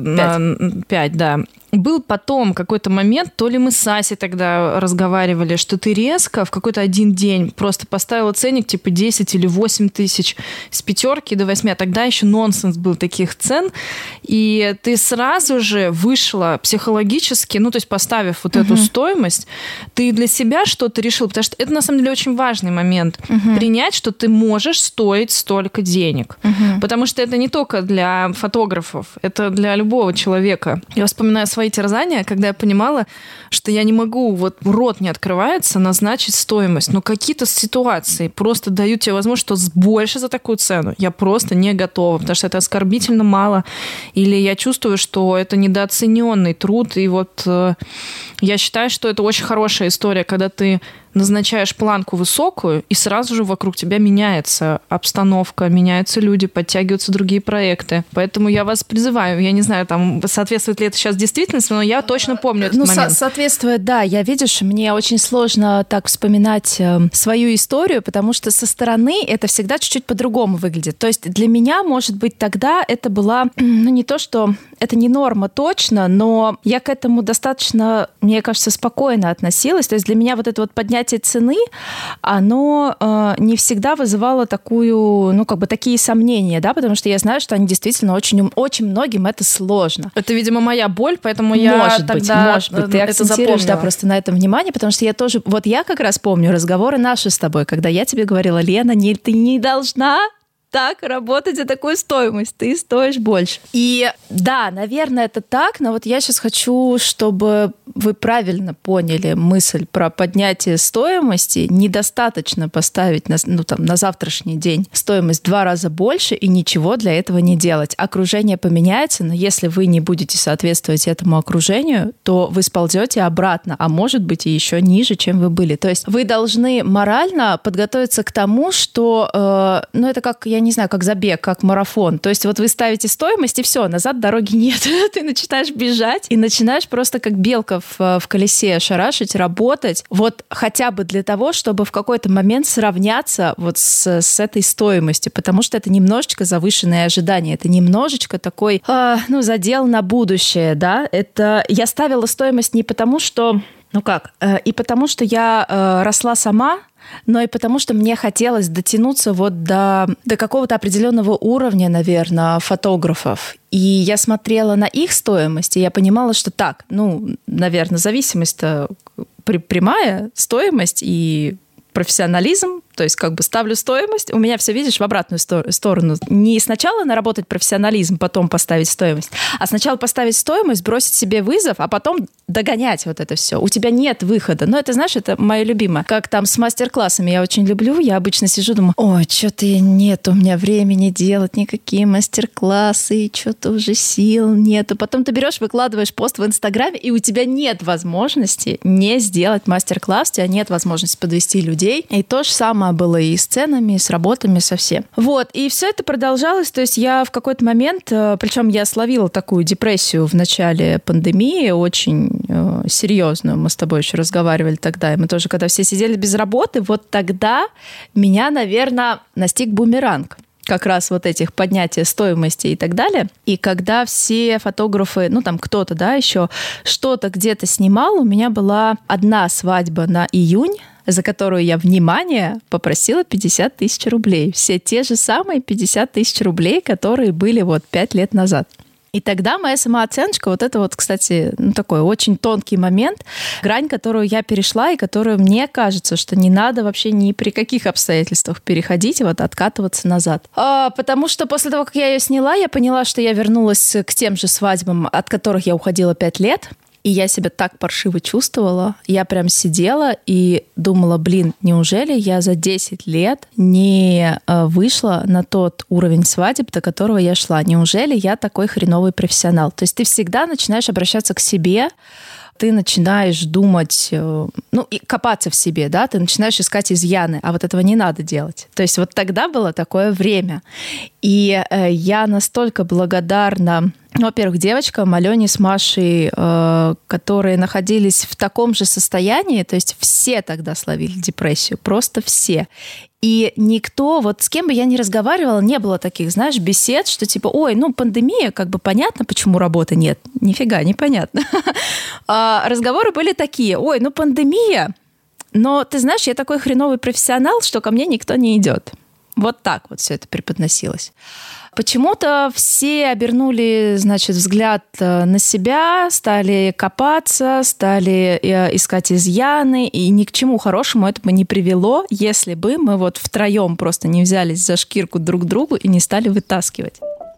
на пять, да. Был потом какой-то момент, то ли мы с Асей тогда разговаривали, что ты резко в какой-то один день просто поставила ценник типа десять или восемь тысяч с пятерки до восьми, а тогда еще нонсенс был таких цен, и ты сразу же вышла психологически, ну то есть поставив вот uh-huh. эту стоимость, ты для себя что-то решила, потому что это на самом деле очень важный момент, uh-huh. принять, что ты можешь стоить столько денег, uh-huh. потому что это не только для фотографов, это для любого человека. Я вспоминаю свои терзания, когда я понимала, что я не могу, вот рот не открывается, назначить стоимость. Но какие-то ситуации просто дают тебе возможность, что больше за такую цену я просто не готова, потому что это оскорбительно мало. Или я чувствую, что это недооцененный труд. И вот э, я считаю, что это очень хорошая история, когда ты назначаешь планку высокую, и сразу же вокруг тебя меняется обстановка, меняются люди, подтягиваются другие проекты. Поэтому я вас призываю, я не знаю, там соответствует ли это сейчас действительности, но я точно помню этот ну, момент. Со- соответствует, да. Я, видишь, мне очень сложно так вспоминать э, свою историю, потому что со стороны это всегда чуть-чуть по-другому выглядит. То есть для меня, может быть, тогда это была, ну, не то, что это не норма точно, но я к этому достаточно, мне кажется, спокойно относилась. То есть для меня вот это вот поднятие цены, оно э, не всегда вызывало такую, ну, как бы такие сомнения, да, потому что я знаю, что они действительно очень, очень многим это сложно. Это, видимо, моя боль, поэтому я может тогда быть, может быть, ты акцентируешь, да, просто на этом внимание, потому что я тоже, вот я как раз помню разговоры наши с тобой, когда я тебе говорила: Лена, не, ты не должна так работать за такую стоимость, ты стоишь больше. И да, наверное, это так, но вот я сейчас хочу, чтобы вы правильно поняли мысль про поднятие стоимости. Недостаточно поставить на, ну, там, на завтрашний день стоимость в два раза больше и ничего для этого не делать. Окружение поменяется, но если вы не будете соответствовать этому окружению, то вы сползете обратно, а может быть и еще ниже, чем вы были. То есть вы должны морально подготовиться к тому, что, э, ну это как, я не знаю, как забег, как марафон. То есть вот вы ставите стоимость, и все, назад дороги нет. Ты начинаешь бежать и начинаешь просто как белка в, в колесе шарашить, работать, вот хотя бы для того, чтобы в какой-то момент сравняться вот с, с этой стоимостью, потому что это немножечко завышенные ожидания, это немножечко такой, э, ну, задел на будущее, да. Это я ставила стоимость не потому, что, ну как, э, и потому что я э, росла сама, но и потому, что мне хотелось дотянуться вот до, до какого-то определенного уровня, наверное, фотографов. И я смотрела на их стоимость, и я понимала, что так, ну, наверное, зависимость-то прямая, стоимость и профессионализм, то есть как бы ставлю стоимость, у меня все, видишь, в обратную сто- сторону. Не сначала наработать профессионализм, потом поставить стоимость, а сначала поставить стоимость, бросить себе вызов, а потом догонять вот это все. У тебя нет выхода. Но это, знаешь, это мое любимое. Как там с мастер-классами я очень люблю, я обычно сижу, думаю, ой, что-то нет у меня времени делать никакие мастер-классы, что-то уже сил нету. Потом ты берешь, выкладываешь пост в Инстаграме, и у тебя нет возможности не сделать мастер-класс, у тебя нет возможности подвести людей. И то же самое было и с ценами, и с работами, со всем. Вот, и все это продолжалось, то есть я в какой-то момент, причем я словила такую депрессию в начале пандемии, очень э, серьезную, мы с тобой еще разговаривали тогда, и мы тоже, когда все сидели без работы, вот тогда меня, наверное, настиг бумеранг. Как раз вот этих поднятия стоимости и так далее. И когда все фотографы, ну там кто-то, да, еще что-то где-то снимал, у меня была одна свадьба на июнь, за которую я, внимание, попросила пятьдесят тысяч рублей. Все те же самые пятьдесят тысяч рублей, которые были вот пять лет назад. И тогда моя самооценочка, вот это вот, кстати, ну, такой очень тонкий момент, грань, которую я перешла, и которую мне кажется, что не надо вообще ни при каких обстоятельствах переходить и вот откатываться назад. А, потому что после того, как я ее сняла, я поняла, что я вернулась к тем же свадьбам, от которых я уходила пять лет. И я себя так паршиво чувствовала. Я прям сидела и думала, блин, неужели я за десять лет не вышла на тот уровень свадеб, до которого я шла? Неужели я такой хреновый профессионал? То есть ты всегда начинаешь обращаться к себе, ты начинаешь думать, ну, и копаться в себе, да, ты начинаешь искать изъяны, а вот этого не надо делать. То есть вот тогда было такое время. И э, я настолько благодарна, ну, во-первых, девочкам, Алене с Машей, э, которые находились в таком же состоянии, то есть все тогда словили депрессию, просто все. И никто, вот с кем бы я ни разговаривала, не было таких, знаешь, бесед, что типа, ой, ну, пандемия, как бы понятно, почему работы нет. Нифига, непонятно. А разговоры были такие, ой, ну, пандемия, но ты знаешь, я такой хреновый профессионал, что ко мне никто не идет. Вот так вот все это преподносилось. Почему-то все обернули, значит, взгляд на себя, стали копаться, стали искать изъяны, и ни к чему хорошему это бы не привело, если бы мы вот втроем просто не взялись за шкирку друг к другу и не стали вытаскивать.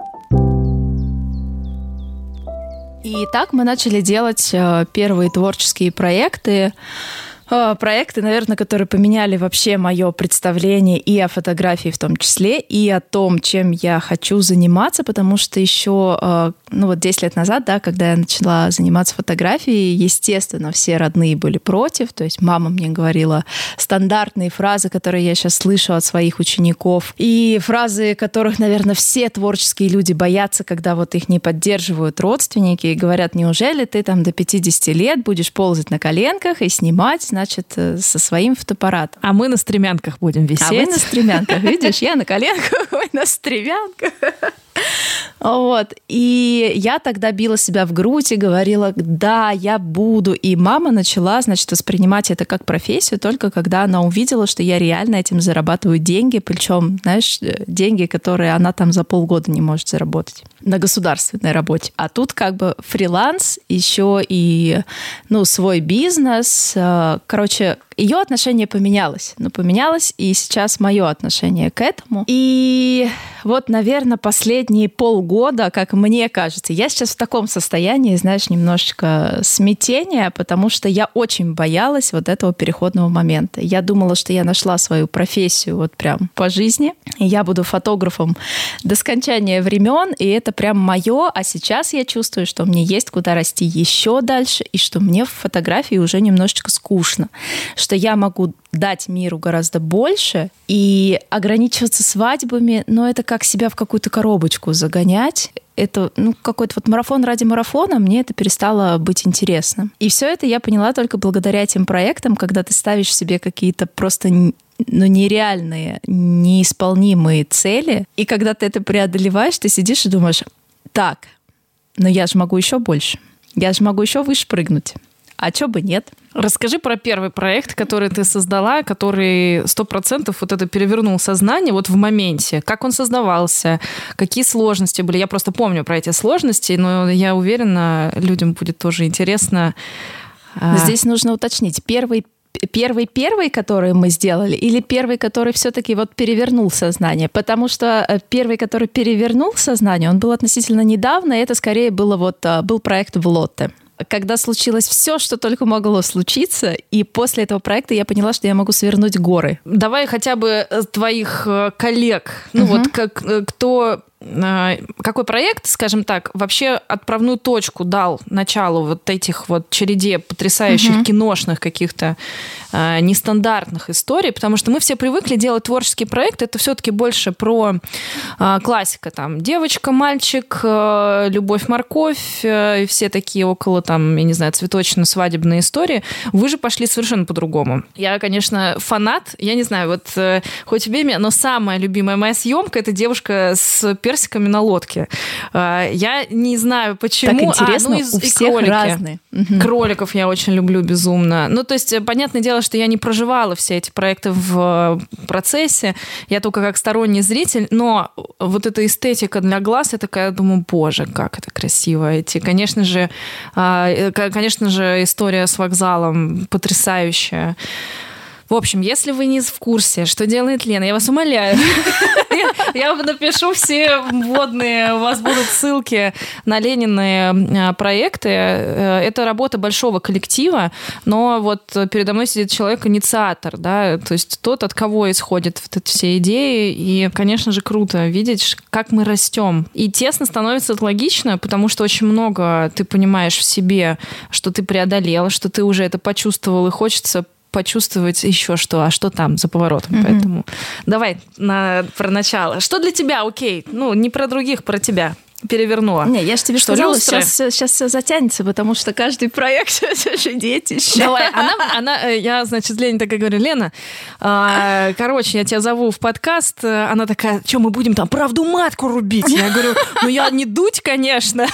И так мы начали делать первые творческие проекты. Проекты, наверное, которые поменяли вообще мое представление и о фотографии в том числе, и о том, чем я хочу заниматься, потому что еще, ну вот десять лет назад, да, когда я начала заниматься фотографией, естественно, все родные были против, то есть мама мне говорила стандартные фразы, которые я сейчас слышу от своих учеников, и фразы, которых, наверное, все творческие люди боятся, когда вот их не поддерживают родственники и говорят, неужели ты там до пятидесяти лет будешь ползать на коленках и снимать, значит, со своим фотоаппаратом. А мы на стремянках будем висеть. А вы на стремянках, видишь, я на коленках, вы на стремянках. Вот. И я тогда била себя в грудь и говорила, да, я буду. И мама начала, значит, воспринимать это как профессию только когда она увидела, что я реально этим зарабатываю деньги, причем, знаешь, деньги, которые она там за полгода не может заработать на государственной работе. А тут как бы фриланс, еще и, ну, свой бизнес. Короче, Ее отношение поменялось. Но поменялось и сейчас мое отношение к этому. И вот, наверное, последние полгода, как мне кажется, я сейчас в таком состоянии, знаешь, немножечко смятения, потому что я очень боялась вот этого переходного момента. Я думала, что я нашла свою профессию вот прям по жизни, и я буду фотографом до скончания времен, и это прям мое, а сейчас я чувствую, что мне есть куда расти еще дальше, и что мне в фотографии уже немножечко скучно, что я могу дать миру гораздо больше и ограничиваться свадьбами, но это как себя в какую-то коробочку загонять. Это ну, какой-то вот марафон ради марафона, мне это перестало быть интересно. И все это я поняла только благодаря этим проектам, когда ты ставишь себе какие-то просто ну, нереальные, неисполнимые цели, и когда ты это преодолеваешь, ты сидишь и думаешь, так, но я же могу еще больше, я же могу еще выше прыгнуть. А чё бы нет? Расскажи про первый проект, который ты создала, который сто процентов вот это перевернул сознание вот в моменте. Как он создавался, какие сложности были. Я просто помню про эти сложности, но я уверена, людям будет тоже интересно. Здесь нужно уточнить. Первый Первый первый, который мы сделали, или первый, который все-таки вот перевернул сознание? Потому что первый, который перевернул сознание, он был относительно недавно, и это скорее было вот, был проект в Лотте. Когда случилось все, что только могло случиться, и после этого проекта я поняла, что я могу свернуть горы. Давай хотя бы твоих коллег, ну uh-huh. вот как, кто... Какой проект, скажем так, вообще отправную точку дал началу вот этих вот череде потрясающих uh-huh. киношных каких-то э, нестандартных историй, потому что мы все привыкли делать творческий проект, это все-таки больше про э, классика, там, девочка, мальчик, э, любовь, морковь, э, и все такие около, там, я не знаю, цветочно-свадебные истории. Вы же пошли совершенно по-другому. Я, конечно, фанат, я не знаю, вот э, хоть убей меня, но самая любимая моя съемка — это девушка с персиками на лодке. Я не знаю, почему. Так интересно, а, ну, из, у всех кролики. разные. Кроликов я очень люблю безумно. Ну, то есть, понятное дело, что я не проживала все эти проекты в процессе. Я только как сторонний зритель, но вот эта эстетика для глаз, я такая думаю, боже, как это красиво. Эти, конечно же, конечно же, история с вокзалом потрясающая. В общем, если вы не в курсе, что делает Лена, я вас умоляю, я напишу все вводные, у вас будут ссылки на Ленины проекты. Это работа большого коллектива, но вот передо мной сидит человек-инициатор, да, то есть тот, от кого исходят вот эти все идеи. И, конечно же, круто видеть, как мы растем. И тесно становится это логично, потому что очень много ты понимаешь в себе, что ты преодолела, что ты уже это почувствовал, и хочется почувствовать еще что, а что там за поворотом. Mm-hmm. Поэтому давай на, про начало. Что для тебя окей? Ну, не про других, про тебя. Перевернула. Не, я же тебе что, сказала, сейчас, сейчас все затянется, потому что каждый проект — это же детище. Давай, она, она, я, значит, Лене такая говорю, Лена, а, короче, я тебя зову в подкаст, она такая, что, мы будем там правду матку рубить? Я говорю, ну я не дуть, конечно.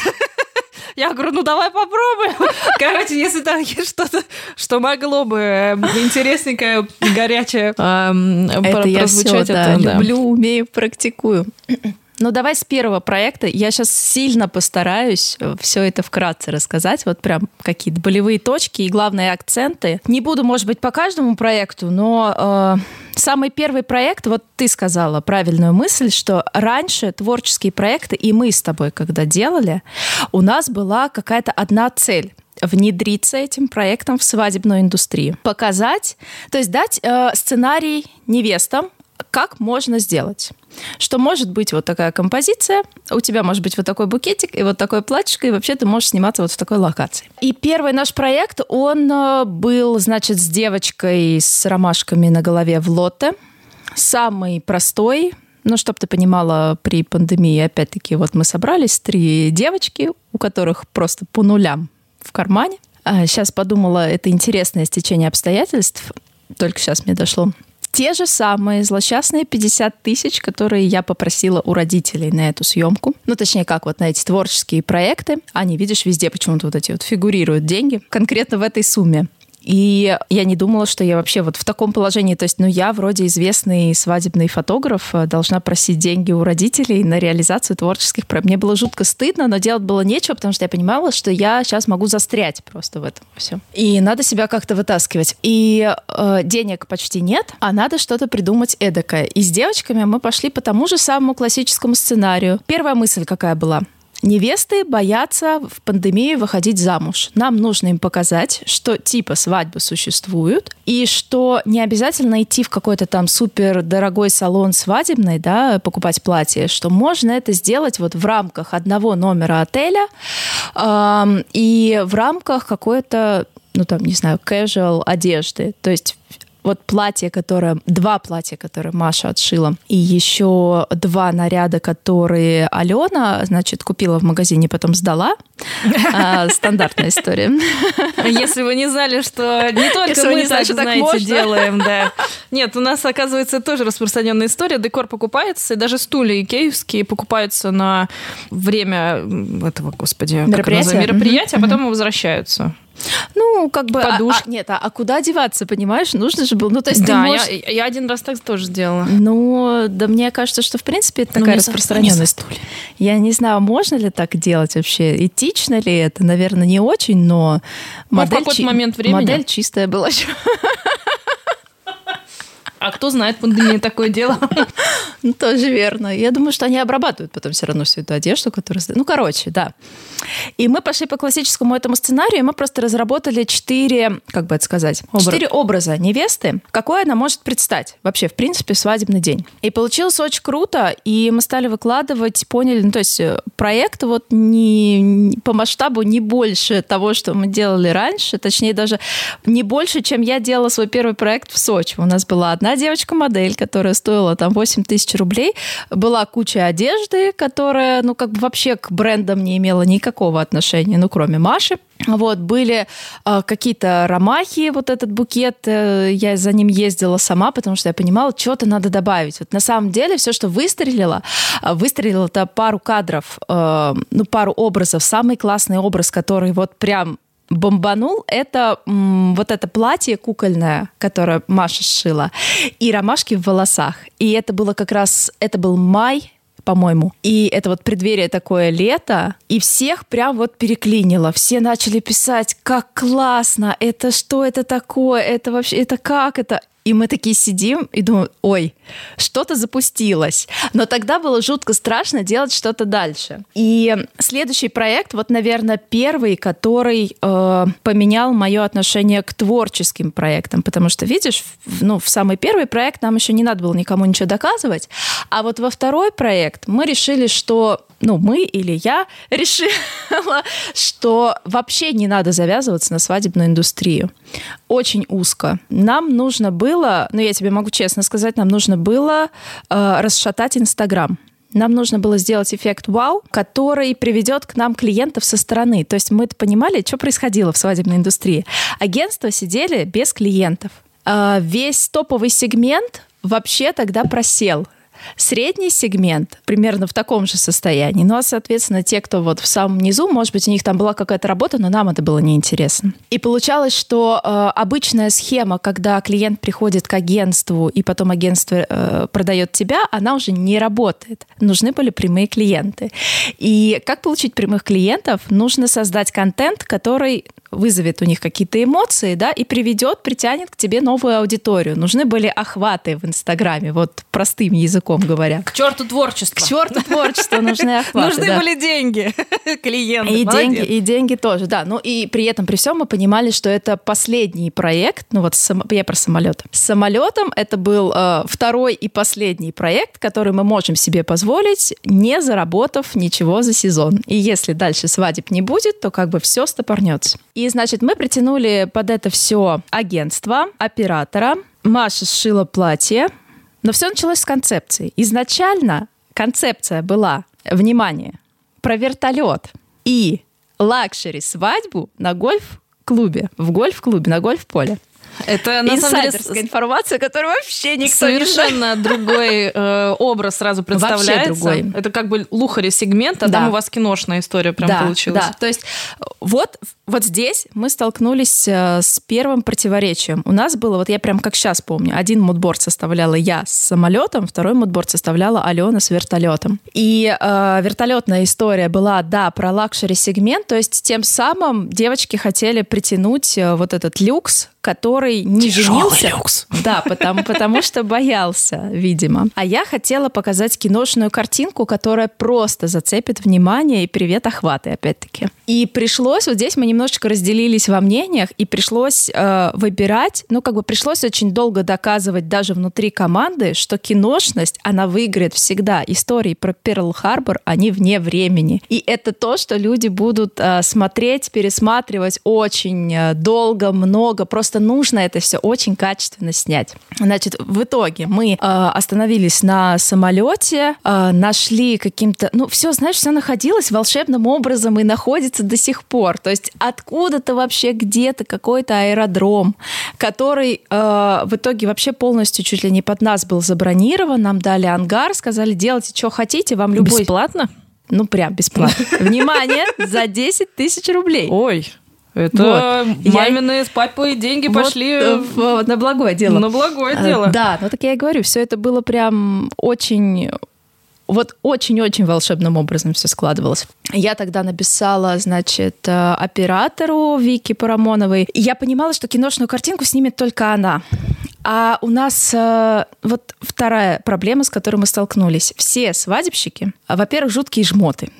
Я говорю, ну давай попробуем. Короче, если там есть что-то, что могло бы интересненькое, горячее это я все, да, люблю, умею, практикую. Ну, давай с первого проекта. Я сейчас сильно постараюсь все это вкратце рассказать. Вот прям какие-то болевые точки и главные акценты. Не буду, может быть, по каждому проекту, но э, самый первый проект, вот ты сказала правильную мысль, что раньше творческие проекты, и мы с тобой, когда делали, у нас была какая-то одна цель — внедриться этим проектом в свадебную индустрию. Показать, то есть дать э, сценарий невестам, как можно сделать. Что может быть вот такая композиция, у тебя может быть вот такой букетик и вот такое платьишко, и вообще ты можешь сниматься вот в такой локации. И первый наш проект, он был, значит, с девочкой с ромашками на голове в Лотте. Самый простой. Ну, чтобы ты понимала, при пандемии, опять-таки, вот мы собрались, три девочки, у которых просто по нулям в кармане. А сейчас подумала, это интересное стечение обстоятельств. Только сейчас мне дошло. Те же самые злосчастные пятьдесят тысяч, которые я попросила у родителей на эту съемку. Ну, точнее, как вот на эти творческие проекты. Они, видишь, везде почему-то вот эти вот фигурируют деньги. Конкретно в этой сумме. И я не думала, что я вообще вот в таком положении. То есть, ну, я вроде известный свадебный фотограф, должна просить деньги у родителей на реализацию творческих проектов. Мне было жутко стыдно, но делать было нечего, потому что я понимала, что я сейчас могу застрять просто в этом всем. И надо себя как-то вытаскивать. И э, денег почти нет, а надо что-то придумать эдакое. И с девочками мы пошли по тому же самому классическому сценарию. Первая мысль какая была? Невесты боятся в пандемию выходить замуж. Нам нужно им показать, что типа свадьбы существуют, и что не обязательно идти в какой-то там супер дорогой салон свадебный, да, покупать платье, что можно это сделать вот в рамках одного номера отеля э, и в рамках какой-то, ну там, не знаю, casual одежды. То есть вот платье, которое, два платья, которые Маша отшила, и еще два наряда, которые Алена, значит, купила в магазине, потом сдала. Стандартная история. Если вы не знали, что не только мы так, знаете, делаем, да. Нет, у нас, оказывается, тоже распространенная история. Декор покупается, и даже стулья икеевские покупаются на время этого, господи, мероприятия, мероприятия, а потом возвращаются. Ну, как бы... Подушка. А, а, нет, а, а куда деваться, понимаешь? Нужно же было... Ну, то есть да, ты можешь... я, я один раз так тоже сделала. Ну, да мне кажется, что, в принципе, это такая ну, распространенность. Я не знаю, можно ли так делать вообще? Этично ли это? Наверное, не очень, но... Ну, модель в какой-то чи... момент времени. Модель чистая была. А кто знает, пандемия такое дело? Ну, тоже верно. Я думаю, что они обрабатывают потом все равно всю эту одежду, которую... Ну, короче, да. И мы пошли по классическому этому сценарию, и мы просто разработали четыре, как бы это сказать, Образ. четыре образа невесты, какой она может предстать вообще, в принципе, в свадебный день. И получилось очень круто, и мы стали выкладывать, поняли, ну, то есть проект вот не, по масштабу не больше того, что мы делали раньше, точнее, даже не больше, чем я делала свой первый проект в Сочи. У нас была одна девочка-модель, которая стоила там восемь тысяч рублей. Была куча одежды, которая, ну, как бы вообще к брендам не имела никакого отношения, ну, кроме Маши. Вот, были э, какие-то ромахи, вот этот букет, э, я за ним ездила сама, потому что я понимала, что-то надо добавить. Вот на самом деле все, что выстрелило, э, выстрелило-то пару кадров, э, ну, пару образов. Самый классный образ, который вот прям бомбанул, это м, вот это платье кукольное, которое Маша сшила, и ромашки в волосах. И это было как раз, это был май, по-моему. И это вот преддверие такое лето, и всех прям вот переклинило. Все начали писать, как классно, это что это такое, это вообще, это как это... И мы такие сидим и думаем, ой, что-то запустилось. Но тогда было жутко страшно делать что-то дальше. И следующий проект, вот, наверное, первый, который э, поменял мое отношение к творческим проектам. Потому что, видишь, в, ну, в самый первый проект нам еще не надо было никому ничего доказывать. А вот во второй проект мы решили, что... Ну, мы или я решила, что вообще не надо завязываться на свадебную индустрию. Очень узко. Нам нужно было, ну, я тебе могу честно сказать, нам нужно было э, расшатать Инстаграм. Нам нужно было сделать эффект вау, который приведет к нам клиентов со стороны. То есть мы понимали, что происходило в свадебной индустрии. Агентства сидели без клиентов. Э, весь топовый сегмент вообще тогда просел. Средний сегмент примерно в таком же состоянии. Ну, а, соответственно, те, кто вот в самом низу, может быть, у них там была какая-то работа, но нам это было неинтересно. И получалось, что э, обычная схема, когда клиент приходит к агентству, и потом агентство э, продает тебя, она уже не работает. Нужны были прямые клиенты. И как получить прямых клиентов? Нужно создать контент, который вызовет у них какие-то эмоции, да, и приведет, притянет к тебе новую аудиторию. Нужны были охваты в Инстаграме, вот простым языком говоря. К черту творчество. К черту творчество нужны охваты. Нужны да. были деньги, клиенты. И деньги, и деньги тоже, да. Ну и при этом, при всем мы понимали, что это последний проект, ну вот сам, я про самолет. С самолетом это был э, второй и последний проект, который мы можем себе позволить, не заработав ничего за сезон. И если дальше свадеб не будет, то как бы все стопорнется. И, значит, мы притянули под это все агентство, оператора. Маша сшила платье. Но все началось с концепции. Изначально концепция была, внимание, про вертолет и лакшери-свадьбу на гольф-клубе, в гольф-клубе, на гольф-поле. Это на инсайдерская самом деле информация, которую вообще никто не знает. Совершенно другой э, образ сразу представляется. Вообще другой. Это как бы лухари сегмент, а да. там у вас киношная история прям да, получилась. Да, то есть вот, вот здесь мы столкнулись с первым противоречием. У нас было, вот я прям как сейчас помню, один мудборд составляла я с самолетом, второй мудборд составляла Алена с вертолетом. И э, вертолетная история была, да, про лакшери-сегмент, то есть тем самым девочки хотели притянуть вот этот люкс, который не Тяжелый женился. люкс. Да, потому, потому что боялся, видимо. А я хотела показать киношную картинку, которая просто зацепит внимание, и привет, охваты, опять-таки. И пришлось, вот здесь мы немножечко разделились во мнениях, и пришлось э, выбирать, ну, как бы пришлось очень долго доказывать даже внутри команды, что киношность, она выиграет всегда. Истории про Перл-Харбор, они вне времени. И это то, что люди будут э, смотреть, пересматривать очень э, долго, много, просто нужно это все очень качественно снять. Значит, в итоге мы э, остановились на самолете, э, нашли каким-то... Ну, все, знаешь, все находилось волшебным образом и находится до сих пор. То есть откуда-то вообще где-то какой-то аэродром, который э, в итоге вообще полностью чуть ли не под нас был забронирован. Нам дали ангар, сказали, делайте, что хотите, вам любой... Бесплатно? Ну, прям бесплатно. Внимание, за десять тысяч рублей. Ой, это вот. мамины я... с папой деньги вот, пошли в... на благое дело. На благое дело. А, да, ну так я и говорю, все это было прям очень... Вот очень-очень волшебным образом все складывалось. Я тогда написала, значит, оператору Вике Парамоновой. И я понимала, что киношную картинку снимет только она. А у нас э, вот вторая проблема, с которой мы столкнулись. Все свадебщики, во-первых, жуткие жмоты.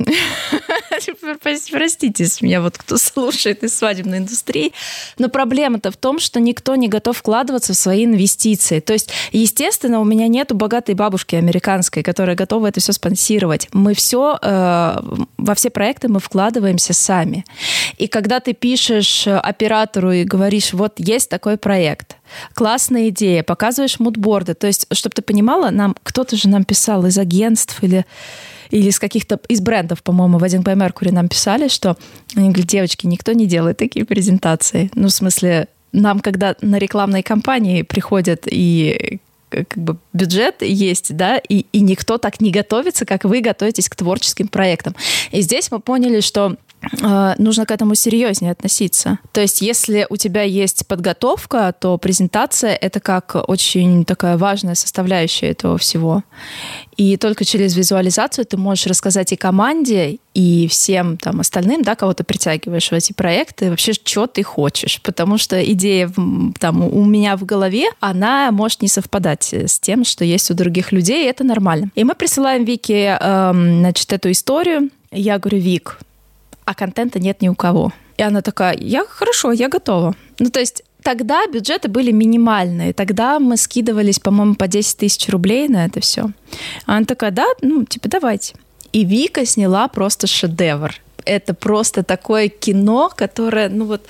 Простите с меня, вот кто слушает из свадебной индустрии. Но проблема-то в том, что никто не готов вкладываться в свои инвестиции. То есть, естественно, у меня нету богатой бабушки американской, которая готова это все спонсировать. Мы все, э, во все проекты мы вкладываемся сами. И когда ты пишешь оператору и говоришь, вот есть такой проект, классная идея, показываешь мудборды. То есть, чтобы ты понимала, нам кто-то же нам писал из агентств или, или из каких-то из брендов, по-моему, в один пи Mercury нам писали, что они говорят, девочки, никто не делает такие презентации. Ну, в смысле, нам, когда на рекламной кампании приходят и как бы бюджет есть, да, и, и никто так не готовится, как вы готовитесь к творческим проектам. И здесь мы поняли, что э, нужно к этому серьезнее относиться. То есть, если у тебя есть подготовка, то презентация — это как очень такая важная составляющая этого всего. И только через визуализацию ты можешь рассказать и команде, и всем там остальным, да, кого ты притягиваешь в эти проекты, вообще, что ты хочешь. Потому что идея там, у меня в голове, она может не совпадать с тем, что есть у других людей, и это нормально. И мы присылаем Вике, эм, значит, эту историю. Я говорю, Вик, а контента нет ни у кого. И она такая, я хорошо, я готова. Ну, то есть тогда бюджеты были минимальные. Тогда мы скидывались, по-моему, по десять тысяч рублей на это все. А она такая, да, ну, типа, давайте. И Вика сняла просто шедевр. Это просто такое кино, которое, ну вот,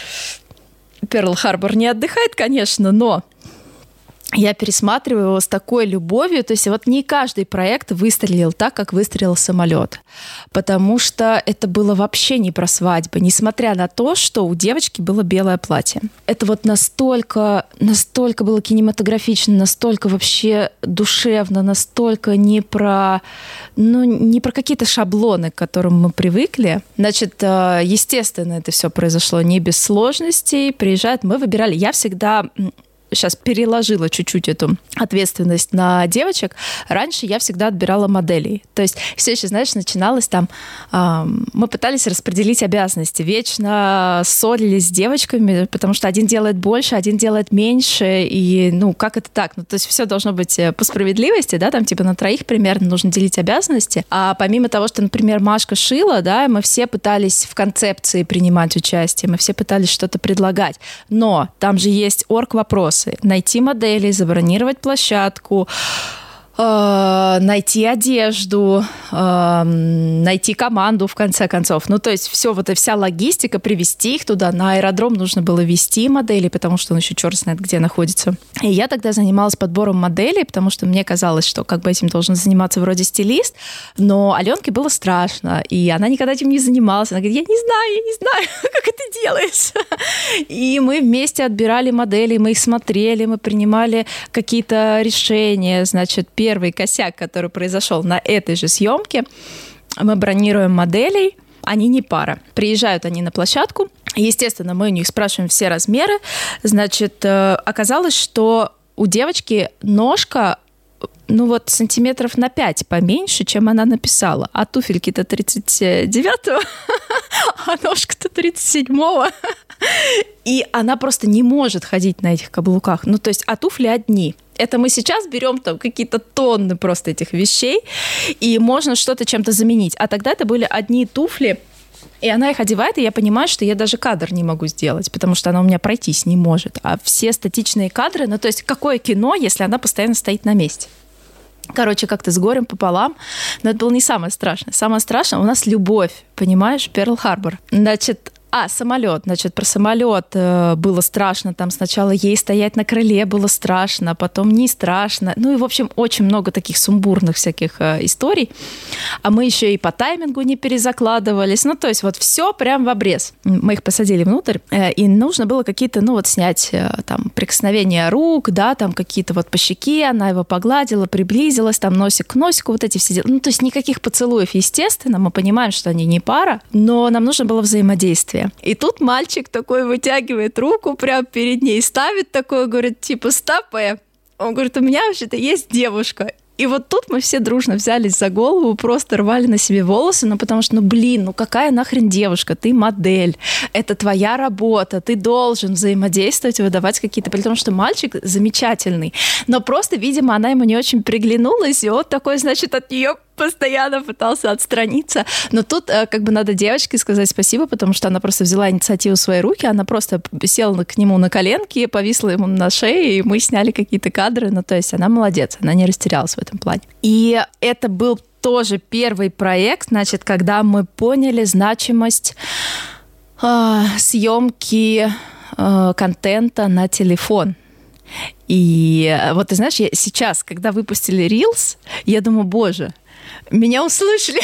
Перл-Харбор не отдыхает, конечно, но я пересматриваю его с такой любовью. То есть вот не каждый проект выстрелил так, как выстрелил самолет. Потому что это было вообще не про свадьбы, несмотря на то, что у девочки было белое платье. Это вот настолько, настолько было кинематографично, настолько вообще душевно, настолько не про, ну, не про какие-то шаблоны, к которым мы привыкли. Значит, естественно, это все произошло не без сложностей. Приезжает, мы выбирали. Я всегда... сейчас переложила чуть-чуть эту ответственность на девочек. Раньше я всегда отбирала моделей. То есть все еще, знаешь, начиналось там... Э, мы пытались распределить обязанности. Вечно ссорились с девочками, потому что один делает больше, один делает меньше. И, ну, как это так? Ну, то есть все должно быть по справедливости, да, там типа на троих примерно нужно делить обязанности. А помимо того, что, например, Машка шила, да, мы все пытались в концепции принимать участие, мы все пытались что-то предлагать. Но там же есть орг-вопросы. Найти модели, забронировать площадку, э, найти одежду, э, найти команду, в конце концов. Ну, то есть все, вот и вся логистика, привезти их туда. На аэродром нужно было везти модели, потому что он еще черт знает, где находится. И я тогда занималась подбором моделей, потому что мне казалось, что как бы этим должен заниматься вроде стилист, но Аленке было страшно, и она никогда этим не занималась. Она говорит, я не знаю, я не знаю, как это делается. И мы вместе отбирали модели, мы их смотрели, мы принимали какие-то решения. Значит, первый косяк, который произошел на этой же съемке, мы бронируем моделей, они не пара. Приезжают они на площадку, естественно, мы у них спрашиваем все размеры. Значит, оказалось, что у девочки ножка, ну вот сантиметров на пять поменьше, чем она написала. А туфельки-то тридцать девятого, а ножка-то тридцать седьмого. И она просто не может ходить на этих каблуках. Ну, то есть, а туфли одни. Это мы сейчас берем там какие-то тонны просто этих вещей, и можно что-то чем-то заменить. А тогда это были одни туфли, и она их одевает, и я понимаю, что я даже кадр не могу сделать, потому что она у меня пройтись не может. А все статичные кадры, ну, то есть, какое кино, если она постоянно стоит на месте? Короче, как-то с горем пополам. Но это было не самое страшное. Самое страшное у нас любовь, понимаешь, Перл-Харбор. Значит, А, самолет. Значит, про самолет э, было страшно. Там сначала ей стоять на крыле было страшно, потом не страшно. Ну и, в общем, очень много таких сумбурных всяких э, историй. А мы еще и по таймингу не перезакладывались. Ну, то есть вот все прям в обрез. Мы их посадили внутрь, э, и нужно было какие-то, ну вот, снять э, там прикосновения рук, да, там какие-то вот по щеке, она его погладила, приблизилась, там носик к носику, вот эти все дела. Ну, то есть никаких поцелуев, естественно. Мы понимаем, что они не пара, но нам нужно было взаимодействие. И тут мальчик такой вытягивает руку прямо перед ней, ставит такой, говорит, типа, стопэ. Он говорит, у меня вообще-то есть девушка. И вот тут мы все дружно взялись за голову, просто рвали на себе волосы, ну потому что, ну блин, ну какая нахрен девушка, ты модель, это твоя работа, ты должен взаимодействовать, выдавать какие-то, при том, что мальчик замечательный, но просто, видимо, она ему не очень приглянулась, и он такой, значит, от нее постоянно пытался отстраниться. Но тут как бы надо девочке сказать спасибо, потому что она просто взяла инициативу в свои руки, она просто села к нему на коленки, повисла ему на шее, и мы сняли какие-то кадры. Ну, то есть она молодец, она не растерялась в этом плане. И это был тоже первый проект, значит, когда мы поняли значимость э, съемки э, контента на телефон. И вот ты знаешь, я сейчас, когда выпустили Reels, я думаю, боже, меня услышали.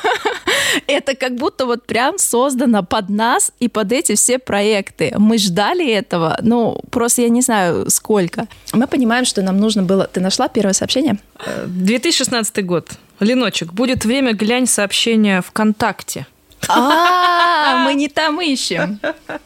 Это как будто вот прям создано под нас и под эти все проекты. Мы ждали этого, ну, просто я не знаю, сколько. Мы понимаем, что нам нужно было... Ты нашла первое сообщение? две тысячи шестнадцатый год. Леночек, будет время, глянь сообщение ВКонтакте. А, мы не там ищем.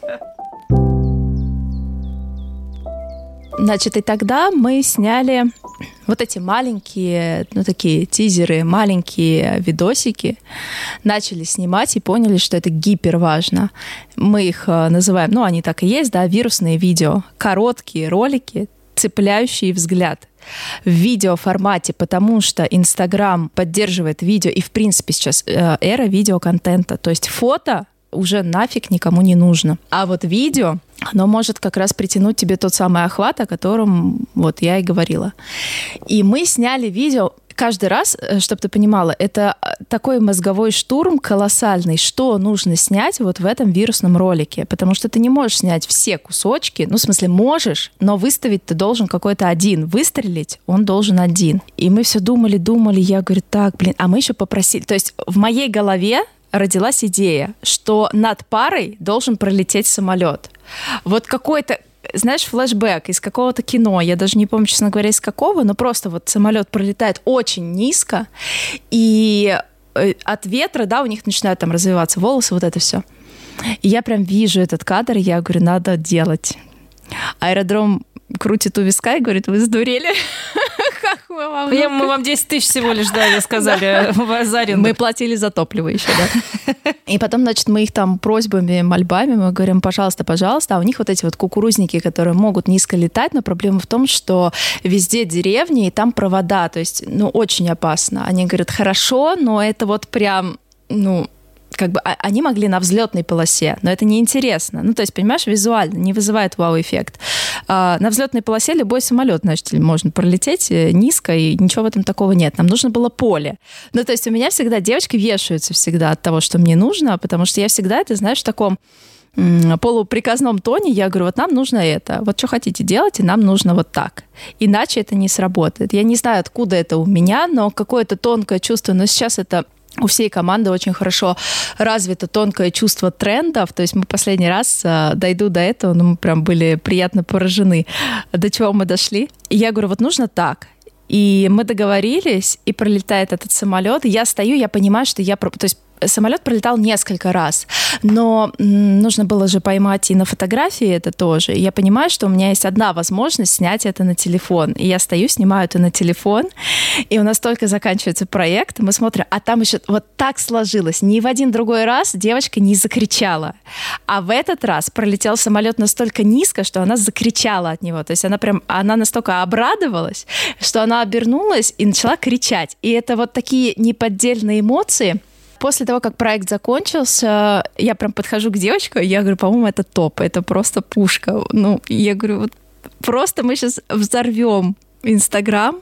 Значит, и тогда мы сняли вот эти маленькие, ну, такие тизеры, маленькие видосики, начали снимать и поняли, что это гиперважно. Мы их называем, ну, они так и есть, да, вирусные видео, короткие ролики, цепляющие взгляд в видеоформате, потому что Инстаграм поддерживает видео, и, в принципе, сейчас э, эра видеоконтента, то есть фото уже нафиг никому не нужно. А вот видео, оно может как раз притянуть тебе тот самый охват, о котором вот я и говорила. И мы сняли видео каждый раз, чтобы ты понимала, это такой мозговой штурм колоссальный, что нужно снять вот в этом вирусном ролике, потому что ты не можешь снять все кусочки, ну, в смысле, можешь, но выставить ты должен какой-то один, выстрелить он должен один. И мы все думали, думали, я говорю, так, блин, а мы еще попросили, то есть в моей голове родилась идея, что над парой должен пролететь самолет. Вот какой-то, знаешь, флешбэк из какого-то кино, я даже не помню, честно говоря, из какого, но просто вот самолет пролетает очень низко, и от ветра, да, у них начинают там развиваться волосы, вот это все. И я прям вижу этот кадр, и я говорю, надо делать. Аэродром крутит у виска и говорит, вы сдурели? Как мы вам? Я, мы вам десять тысяч всего лишь дали, сказали, в аренду. Мы платили за топливо еще, да. И потом, значит, мы их там просьбами, мольбами, мы говорим, пожалуйста, пожалуйста. А у них вот эти вот кукурузники, которые могут низко летать, но проблема в том, что везде деревни, и там провода, то есть, ну, очень опасно. Они говорят, хорошо, но это вот прям, ну... как бы они могли на взлетной полосе, но это неинтересно. Ну, то есть, понимаешь, визуально не вызывает вау-эффект. на взлетной полосе любой самолет, значит, можно пролететь низко, и ничего в этом такого нет. Нам нужно было поле. Ну, то есть у меня всегда девочки вешаются всегда от того, что мне нужно, потому что я всегда, ты знаешь, в таком полуприказном тоне я говорю, вот нам нужно это, вот что хотите делайте, нам нужно вот так. Иначе это не сработает. Я не знаю, откуда это у меня, но какое-то тонкое чувство, но сейчас это у всей команды очень хорошо развито тонкое чувство трендов. То есть мы последний раз, дойду до этого, ну, мы прям были приятно поражены, до чего мы дошли. И я говорю, вот нужно так. И мы договорились, и пролетает этот самолет. Я стою, я понимаю, что я... То есть самолет пролетал несколько раз, но нужно было же поймать и на фотографии это тоже. И я понимаю, что у меня есть одна возможность снять это на телефон. И я стою, снимаю это на телефон, и у нас только заканчивается проект, мы смотрим, а там еще вот так сложилось. Ни в один другой раз девочка не закричала. А в этот раз пролетел самолет настолько низко, что она закричала от него. То есть она прям, она настолько обрадовалась, что она обернулась и начала кричать. И это вот такие неподдельные эмоции. После того, как проект закончился, я прям подхожу к девочке, я говорю, по-моему, это топ, это просто пушка. Ну, я говорю, вот просто мы сейчас взорвем Инстаграм,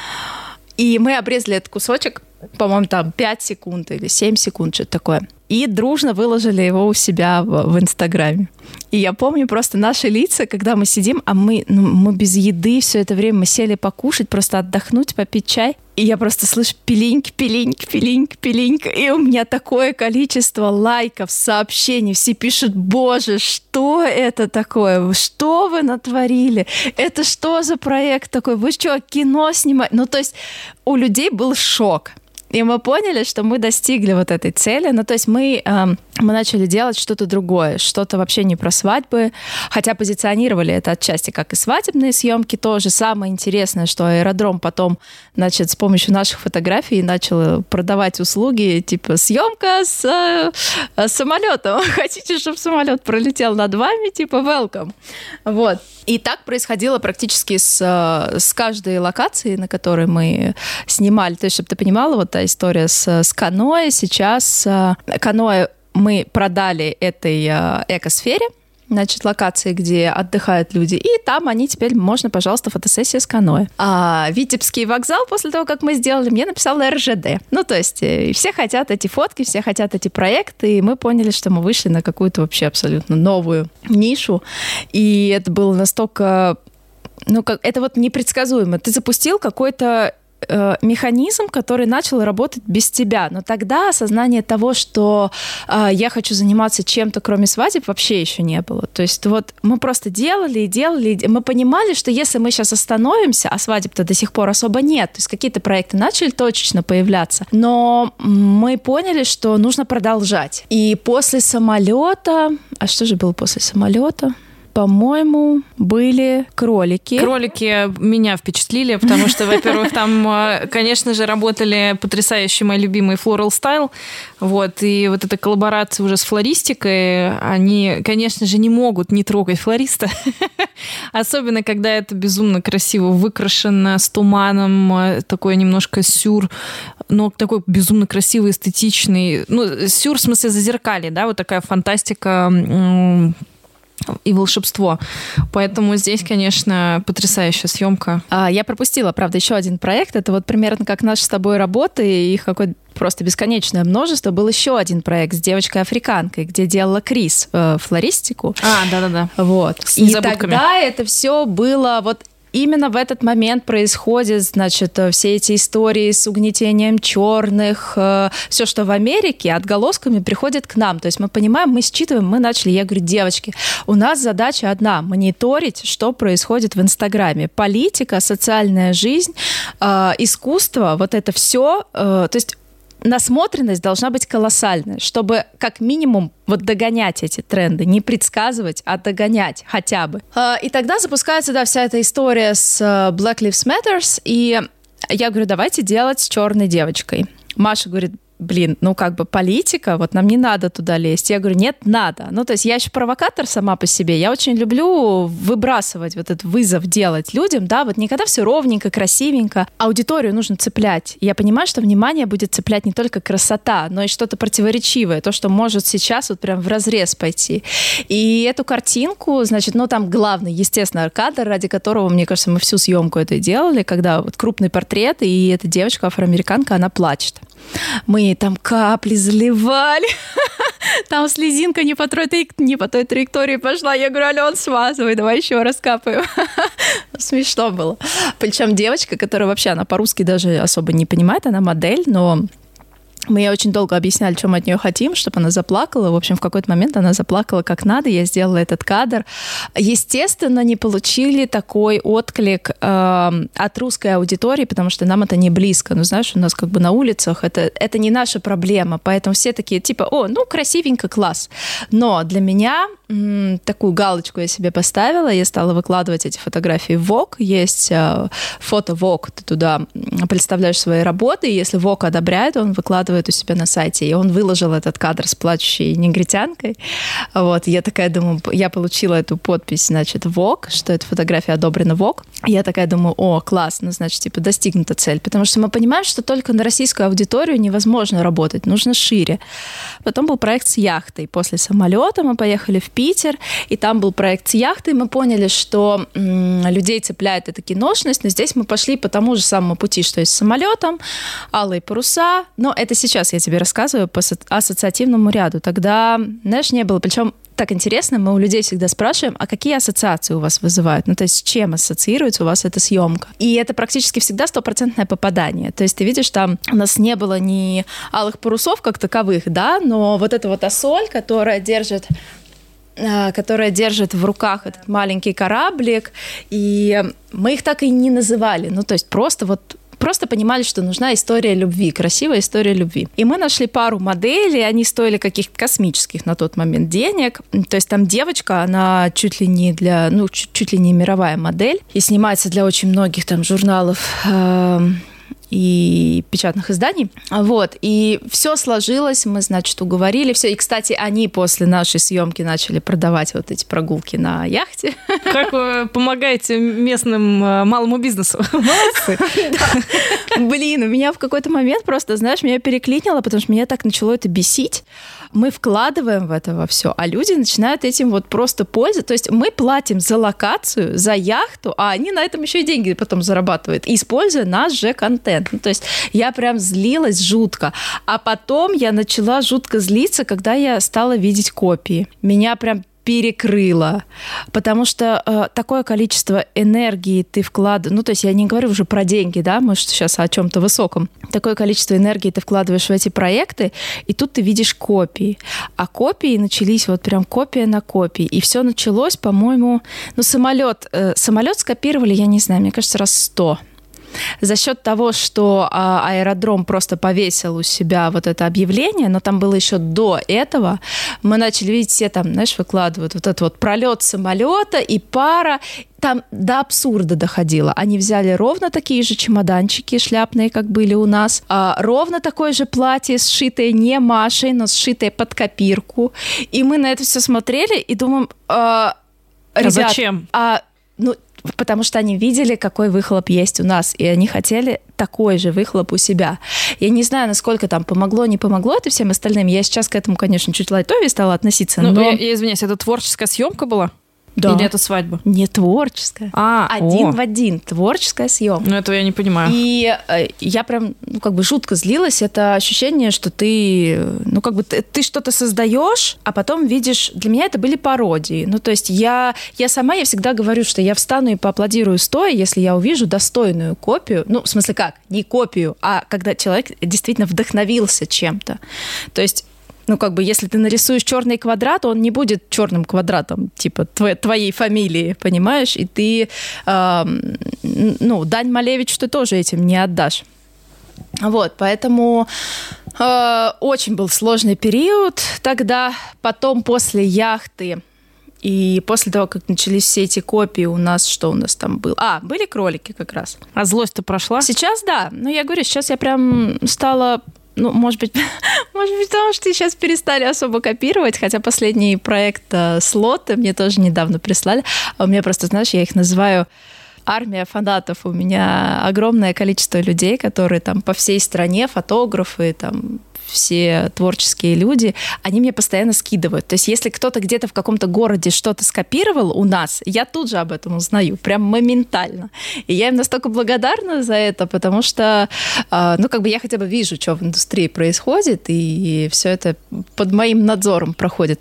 и мы обрезали этот кусочек, по-моему, там пять секунд или семь секунд, что-то такое. И дружно выложили его у себя в, в Инстаграме. И я помню просто наши лица, когда мы сидим, а мы, ну, мы без еды все это время, мы сели покушать, просто отдохнуть, попить чай. И я просто слышу пилиньк, пилиньк, пилиньк, пилиньк. И у меня такое количество лайков, сообщений. Все пишут, боже, что это такое? Что вы натворили? Это что за проект такой? Вы что, кино снимаете? Ну, то есть у людей был шок. И мы поняли, что мы достигли вот этой цели. Ну, то есть мы, э, мы начали делать что-то другое, что-то вообще не про свадьбы, хотя позиционировали это отчасти как и свадебные съемки тоже. Самое интересное, что аэродром потом, значит, с помощью наших фотографий начал продавать услуги, типа съемка с э, самолетом. Хотите, чтобы самолет пролетел над вами? Типа welcome. Вот. И так происходило практически с, с каждой локацией, на которой мы снимали. То есть, чтобы ты понимала, вот та история с, с каноэ. Сейчас каноэ мы продали этой экосфере, значит, локации, где отдыхают люди, и там они теперь, можно, пожалуйста, фотосессия с каноэ. А Витебский вокзал, после того, как мы сделали, мне написал эр жэ дэ. Ну, то есть все хотят эти фотки, все хотят эти проекты, и мы поняли, что мы вышли на какую-то вообще абсолютно новую нишу, и это было настолько... Ну, как, это вот непредсказуемо. Ты запустил какой-то механизм, который начал работать без тебя. Но тогда осознание того, что э, я хочу заниматься чем-то, кроме свадеб, вообще еще не было. То есть вот мы просто делали и делали. И мы понимали, что если мы сейчас остановимся, а свадеб-то до сих пор особо нет, то есть какие-то проекты начали точечно появляться, но мы поняли, что нужно продолжать. И после самолета... А что же было после самолета? По-моему, были кролики. Кролики меня впечатлили, потому что, во-первых, там, конечно же, работали потрясающие мои любимые Floral Style. Вот, и вот эта коллаборация уже с флористикой, они, конечно же, не могут не трогать флориста. Особенно, когда это безумно красиво выкрашено, с туманом, такой немножко сюр, но такой безумно красивый, эстетичный. Ну, сюр в смысле зазеркалье, да, вот такая фантастика и волшебство. Поэтому здесь, конечно, потрясающая съемка. А, я пропустила, правда, еще один проект. Это вот примерно как наши с тобой работы, и их какое-то просто бесконечное множество. Был еще один проект с девочкой-африканкой, где делала Крис э, флористику. А, да-да-да. Вот. С и тогда это все было вот именно в этот момент происходят, значит, все эти истории с угнетением черных, все, что в Америке, отголосками приходит к нам. То есть мы понимаем, мы считываем, мы начали, я говорю, девочки, у нас задача одна – мониторить, что происходит в Инстаграме. Политика, социальная жизнь, искусство, вот это все, то есть насмотренность должна быть колоссальной, чтобы как минимум вот догонять эти тренды, не предсказывать, а догонять хотя бы. И тогда запускается, да, вся эта история с Black Lives Matter, и я говорю, давайте делать с черной девочкой. Маша говорит, блин, ну как бы политика, вот нам не надо туда лезть. Я говорю, нет, надо. Ну то есть я еще провокатор сама по себе, я очень люблю выбрасывать вот этот вызов делать людям, да, вот никогда все ровненько, красивенько. Аудиторию нужно цеплять. Я понимаю, что внимание будет цеплять не только красота, но и что-то противоречивое, то, что может сейчас вот прям вразрез пойти. И эту картинку, значит, ну там главный, естественно, кадр, ради которого, мне кажется, мы всю съемку это делали, когда вот крупный портрет, и эта девочка, афроамериканка, она плачет. Мы там капли заливали, там слезинка не по, той, не по той траектории пошла. Я говорю, Алён, смазывай, давай еще раз капаем. Смешно было. Причем девочка, которая вообще, она по-русски даже особо не понимает, она модель, но... Мы ей очень долго объясняли, что мы от нее хотим, чтобы она заплакала. В общем, в какой-то момент она заплакала как надо. Я сделала этот кадр. Естественно, не получили такой отклик э, от русской аудитории, потому что нам это не близко. Ну, знаешь, у нас как бы на улицах это, это не наша проблема. Поэтому все такие типа, о, ну, красивенько, класс. Но для меня м, такую галочку я себе поставила. Я стала выкладывать эти фотографии в Vogue. Есть э, фото Vogue. Ты туда представляешь свои работы. И если Vogue одобряет, он выкладывает у себя на сайте, и он выложил этот кадр с плачущей негритянкой. Вот, я такая думаю, я получила эту подпись, значит, Vogue, что эта фотография одобрена Vogue. Я такая думаю, о, классно, значит, типа, достигнута цель. Потому что мы понимаем, что только на российскую аудиторию невозможно работать, нужно шире. Потом был проект с яхтой. После самолета мы поехали в Питер, и там был проект с яхтой. Мы поняли, что м- людей цепляет эта киношность, но здесь мы пошли по тому же самому пути, что и с самолетом, алые паруса, но это сейчас я тебе рассказываю по ассоциативному ряду. Тогда, знаешь, не было. Причем так интересно, мы у людей всегда спрашиваем, а какие ассоциации у вас вызывают? Ну, то есть с чем ассоциируется у вас эта съемка? И это практически всегда стопроцентное попадание. То есть ты видишь, там у нас не было ни алых парусов как таковых, да, но вот эта вот Ассоль, которая держит которая держит в руках этот маленький кораблик, и мы их так и не называли. Ну, то есть просто вот просто понимали, что нужна история любви, красивая история любви. И мы нашли пару моделей, они стоили каких-то космических на тот момент денег. То есть там девочка, она чуть ли не для, ну, чуть, чуть ли не мировая модель, и снимается для очень многих там журналов э- и печатных изданий. Вот. И все сложилось, мы, значит, уговорили все. И, кстати, они после нашей съемки начали продавать вот эти прогулки на яхте. Как вы помогаете местным малому бизнесу? Молодцы. Блин, у меня в какой-то момент просто, знаешь, меня переклинило, потому что меня так начало это бесить. Мы вкладываем в это во все, а люди начинают этим вот просто пользоваться. То есть мы платим за локацию, за яхту, а они на этом еще и деньги потом зарабатывают, используя наш же контент. Ну, то есть я прям злилась жутко. А потом я начала жутко злиться, когда я стала видеть копии. Меня прям перекрыло, потому что э, такое количество энергии ты вкладываешь, ну, то есть я не говорю уже про деньги, да, мы сейчас о чем-то высоком, такое количество энергии ты вкладываешь в эти проекты, и тут ты видишь копии, а копии начались вот прям копия на копии, и все началось, по-моему, ну, самолет, э, самолет скопировали, я не знаю, мне кажется, раз сто. За счет того, что а, аэродром просто повесил у себя вот это объявление, но там было еще до этого, мы начали видеть, все там, знаешь, выкладывают вот этот вот пролет самолета и пара, там до абсурда доходило. Они взяли ровно такие же чемоданчики шляпные, как были у нас, а, ровно такое же платье, сшитое не Машей, но сшитое под копирку. И мы на это все смотрели и думаем, а, ребят, а зачем? А, ну, потому что они видели, какой выхлоп есть у нас, и они хотели такой же выхлоп у себя. Я не знаю, насколько там помогло, не помогло это всем остальным. Я сейчас к этому, конечно, чуть лайтовее стала относиться. Ну, но... я, я извиняюсь, это творческая съемка была? Да. Или это свадьба? Не творческая. А, один о. в один. Творческая съемка. Ну, этого я не понимаю. И э, я прям, ну, как бы жутко злилась. Это ощущение, что ты, ну, как бы ты, ты что-то создаешь, а потом видишь... Для меня это были пародии. Ну, то есть я, я сама, я всегда говорю, что я встану и поаплодирую стоя, если я увижу достойную копию. Ну, в смысле как? Не копию, а когда человек действительно вдохновился чем-то. То есть ну, как бы, если ты нарисуешь черный квадрат, он не будет черным квадратом, типа, твоей, твоей фамилии, понимаешь? И ты, э, ну, дань Малевичу ты тоже этим не отдашь. Вот, поэтому э, очень был сложный период тогда. Потом после яхты и после того, как начались все эти копии, у нас, что у нас там было? А, были кролики как раз. А злость-то прошла? Сейчас, да. Ну, я говорю, сейчас я прям стала... Ну, может быть, может быть, потому что сейчас перестали особо копировать, хотя последний проект э, «Слоты» мне тоже недавно прислали. А у меня просто, знаешь, я их называю армия фанатов. У меня огромное количество людей, которые там по всей стране, фотографы, там, все творческие люди, они мне постоянно скидывают. То есть если кто-то где-то в каком-то городе что-то скопировал у нас, я тут же об этом узнаю, прям моментально. И я им настолько благодарна за это, потому что, ну, как бы я хотя бы вижу, что в индустрии происходит, и все это под моим надзором проходит.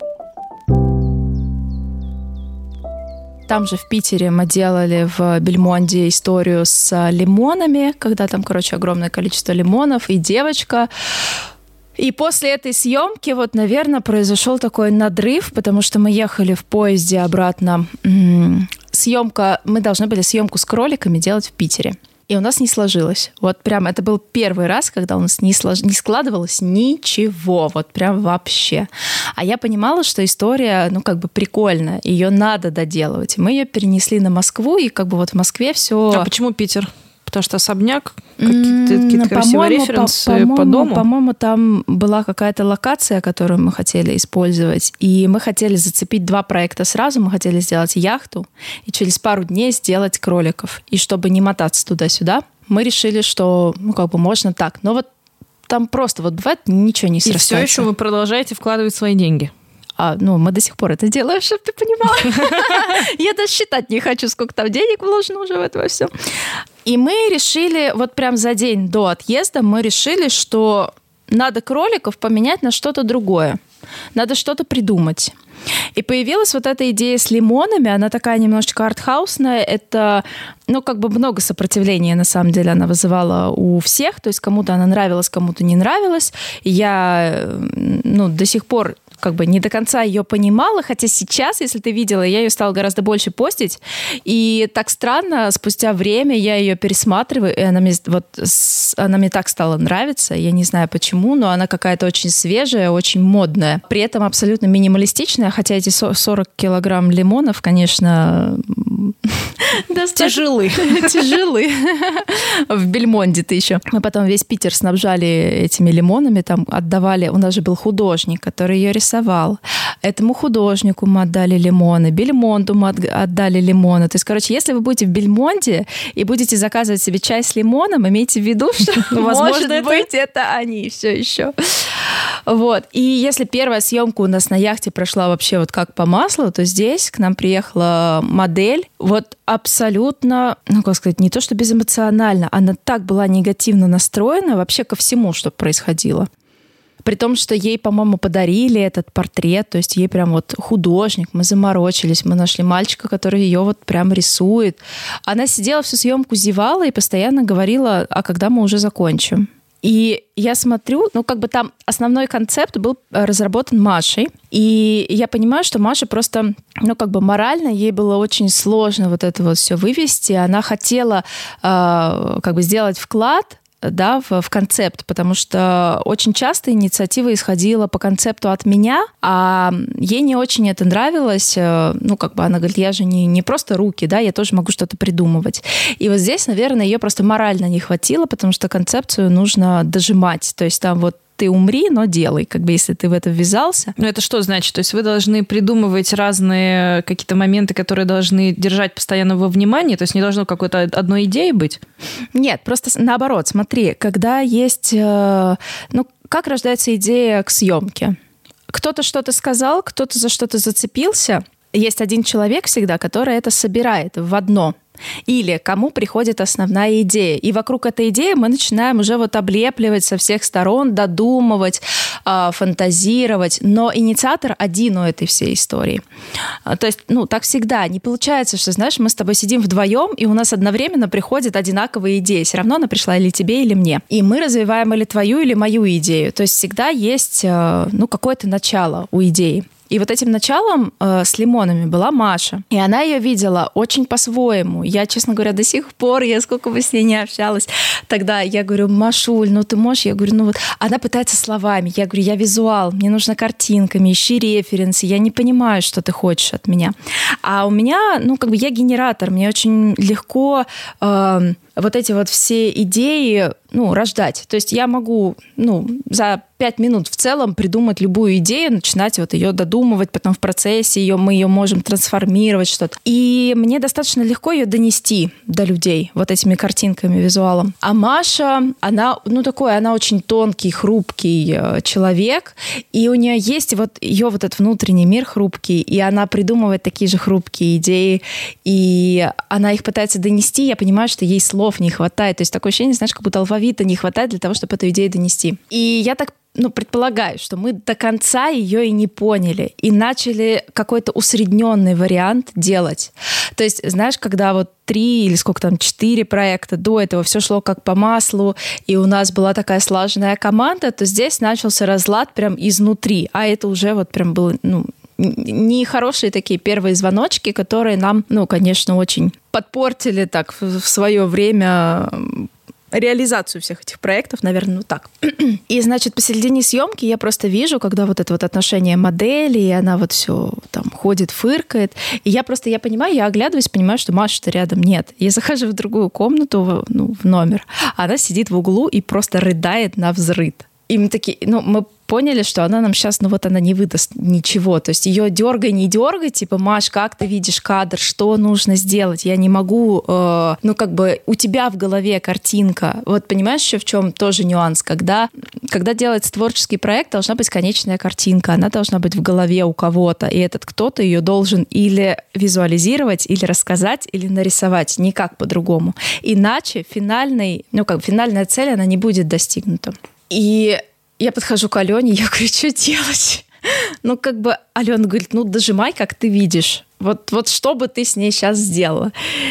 Там же в Питере мы делали в Бельмонде историю с лимонами, когда там, короче, огромное количество лимонов, и девочка. И после этой съемки, вот, наверное, произошел такой надрыв, потому что мы ехали в поезде обратно. Съемка, мы должны были съемку с кроликами делать в Питере. И у нас не сложилось. Вот прям это был первый раз, когда у нас не, слож... не складывалось ничего. Вот прям вообще. А я понимала, что история, ну, как бы прикольная. Ее надо доделывать. И мы ее перенесли на Москву, и как бы вот в Москве все... А почему Питер? Потому что особняк, какие-то, какие-то красивые референсы по, по дому. По-моему, там была какая-то локация, которую мы хотели использовать. И мы хотели зацепить два проекта сразу. Мы хотели сделать яхту и через пару дней сделать кроликов. И чтобы не мотаться туда-сюда, мы решили, что, ну, как бы можно так. Но вот там просто вот бывает ничего не срастается. И все еще вы продолжаете вкладывать свои деньги. А, ну, мы до сих пор это делаем, чтобы ты понимала. Я даже считать не хочу, сколько там денег вложено уже в это во все. И мы решили, вот прям за день до отъезда, мы решили, что надо кроликов поменять на что-то другое. Надо что-то придумать. И появилась вот эта идея с лимонами, она такая немножечко артхаусная, это, ну, как бы много сопротивления, на самом деле, она вызывала у всех, то есть кому-то она нравилась, кому-то не нравилась. И я, ну, до сих пор как бы не до конца ее понимала, хотя сейчас, если ты видела, я ее стала гораздо больше постить, и так странно, спустя время я ее пересматриваю, и она мне, вот, она мне так стала нравиться, я не знаю почему, но она какая-то очень свежая, очень модная, при этом абсолютно минималистичная, хотя эти сорок килограмм лимонов, конечно, тяжелы. Тяжелы. В Бельмонде-то еще. Мы потом весь Питер снабжали этими лимонами, там отдавали, у нас же был художник, который ее рисовал. Этому художнику мы отдали лимоны, Бельмонду мы отдали лимоны. То есть, короче, если вы будете в Бельмонде и будете заказывать себе чай с лимоном, имейте в виду, что, может быть, это они все еще. Вот. И если первая съемка у нас на яхте прошла вообще вот как по маслу, то здесь к нам приехала модель, вот абсолютно, ну, как сказать, не то что безэмоционально, она так была негативно настроена вообще ко всему, что происходило. При том, что ей, по-моему, подарили этот портрет, то есть ей прям вот художник, мы заморочились, мы нашли мальчика, который ее вот прям рисует. Она сидела всю съемку, зевала и постоянно говорила, а когда мы уже закончим. И я смотрю, ну, как бы там основной концепт был разработан Машей, и я понимаю, что Маша просто, ну, как бы морально ей было очень сложно вот это вот все вывести. Она хотела э, как бы сделать вклад, да, в, в концепт, потому что очень часто инициатива исходила по концепту от меня, а ей не очень это нравилось. Ну, как бы она говорит, я же не, не просто руки, да, я тоже могу что-то придумывать. И вот здесь, наверное, ее просто морально не хватило, потому что концепцию нужно дожимать. То есть там вот ты умри, но делай, как бы, если ты в это ввязался. Ну, это что значит? То есть вы должны придумывать разные какие-то моменты, которые должны держать постоянно во внимании? То есть не должно какой-то одной идеи быть? Нет, просто наоборот. Смотри, когда есть... Ну, как рождается идея к съемке? Кто-то что-то сказал, кто-то за что-то зацепился. Есть один человек всегда, который это собирает в одно. Или кому приходит основная идея. И вокруг этой идеи мы начинаем уже вот облепливать со всех сторон, додумывать, фантазировать. Но инициатор один у этой всей истории. То есть, ну, так всегда. Не получается, что, знаешь, мы с тобой сидим вдвоем, и у нас одновременно приходят одинаковые идеи. Все равно она пришла или тебе, или мне. И мы развиваем или твою, или мою идею. То есть всегда есть, ну, какое-то начало у идеи. И вот этим началом э, с лимонами была Маша. И она ее видела очень по-своему. Я, честно говоря, до сих пор, я сколько бы с ней не общалась, тогда я говорю, Машуль, ну ты можешь? Я говорю, ну вот. Она пытается словами. Я говорю, я визуал, мне нужно картинками, ищи референсы. Я не понимаю, что ты хочешь от меня. А у меня, ну как бы я генератор. Мне очень легко... Э, вот эти вот все идеи, ну, рождать. То есть я могу, ну, за пять минут в целом придумать любую идею, начинать вот ее додумывать, потом в процессе ее, мы ее можем трансформировать, что-то. И мне достаточно легко ее донести до людей вот этими картинками, визуалом. А Маша, она, ну, такой, она очень тонкий, хрупкий человек, и у нее есть вот ее вот этот внутренний мир хрупкий, и она придумывает такие же хрупкие идеи, и она их пытается донести, я понимаю, что ей слов не хватает. То есть такое ощущение, знаешь, как будто алфавита не хватает для того, чтобы эту идею донести. И я так ну, предполагаю, что мы до конца ее и не поняли, и начали какой-то усредненный вариант делать. То есть, знаешь, когда вот три или сколько там, четыре проекта до этого все шло как по маслу, и у нас была такая слаженная команда, то здесь начался разлад прям изнутри, а это уже вот прям было, ну, нехорошие такие первые звоночки, которые нам, ну, конечно, очень подпортили так в свое время реализацию всех этих проектов, наверное, ну так. И, значит, посередине съемки я просто вижу, когда вот это вот отношение модели, и она вот все там ходит, фыркает, и я просто, я понимаю, я оглядываюсь, понимаю, что Маши-то рядом нет. Я захожу в другую комнату, ну, в номер, она сидит в углу и просто рыдает навзрыд. И мы такие, ну, мы поняли, что она нам сейчас, ну вот она не выдаст ничего. То есть ее дергай, не дергай, типа, Маш, как ты видишь кадр, что нужно сделать? Я не могу, э, ну как бы у тебя в голове картинка. Вот понимаешь еще в чем тоже нюанс? Когда, когда делается творческий проект, должна быть конечная картинка, она должна быть в голове у кого-то, и этот кто-то ее должен или визуализировать, или рассказать, или нарисовать, никак по-другому. Иначе финальный, ну как финальная цель, она не будет достигнута. И я подхожу к Алене, я говорю, что делать? Ну, как бы Алена говорит, ну, дожимай, как ты видишь. Вот, вот что бы ты с ней сейчас сделала?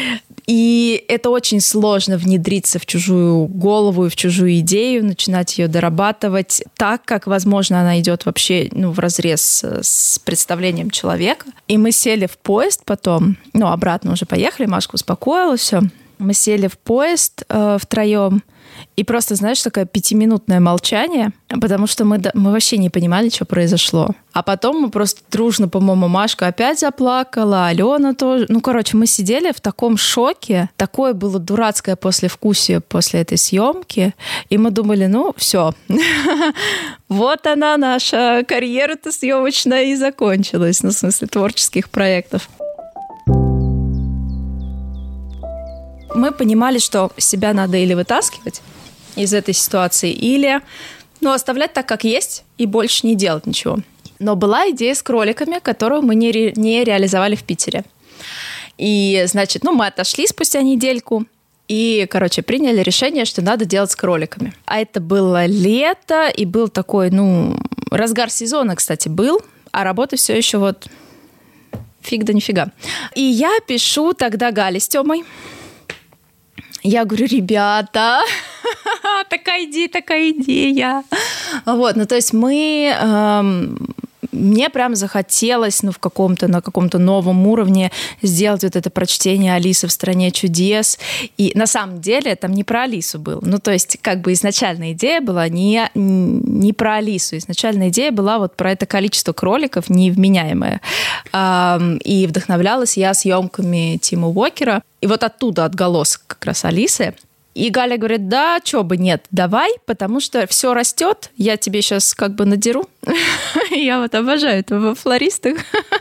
И это очень сложно внедриться в чужую голову и в чужую идею, начинать ее дорабатывать так, как, возможно, она идет вообще, ну, вразрез с представлением человека. И мы сели в поезд потом, ну, обратно уже поехали, Машка успокоилась, все. Мы сели в поезд э, втроем, и просто, знаешь, такое пятиминутное молчание, потому что мы, мы вообще не понимали, что произошло. А потом мы просто дружно, по-моему, Машка опять заплакала, Алена тоже. Ну, короче, мы сидели в таком шоке. Такое было дурацкое послевкусие после этой съемки. И мы думали, ну, все. Вот она, наша карьера-то съемочная и закончилась. Ну, в смысле, творческих проектов. Мы понимали, что себя надо или вытаскивать из этой ситуации, или ну, оставлять так, как есть, и больше не делать ничего. Но была идея с кроликами, которую мы не, ре- не реализовали в Питере. И, значит, ну, мы отошли спустя недельку, и, короче, приняли решение, что надо делать с кроликами. А это было лето, и был такой, ну, разгар сезона, кстати, был, а работы все еще вот фиг да нифига. И я пишу тогда Гале с Тёмой. Я говорю, ребята, такая идея, такая идея. Вот, ну то есть мы, эм, мне прям захотелось, ну в каком-то, на каком-то новом уровне сделать вот это прочтение Алисы в стране чудес. И на самом деле там не про Алису было. Ну то есть как бы изначальная идея была не, не про Алису. Изначальная идея была вот про это количество кроликов невменяемое. Эм, и вдохновлялась я съемками Тима Уокера. И вот оттуда отголосок как раз Алисы. И Галя говорит, да, чё бы нет, давай, потому что все растет, я тебе сейчас как бы надеру. Я вот обожаю это во флористах.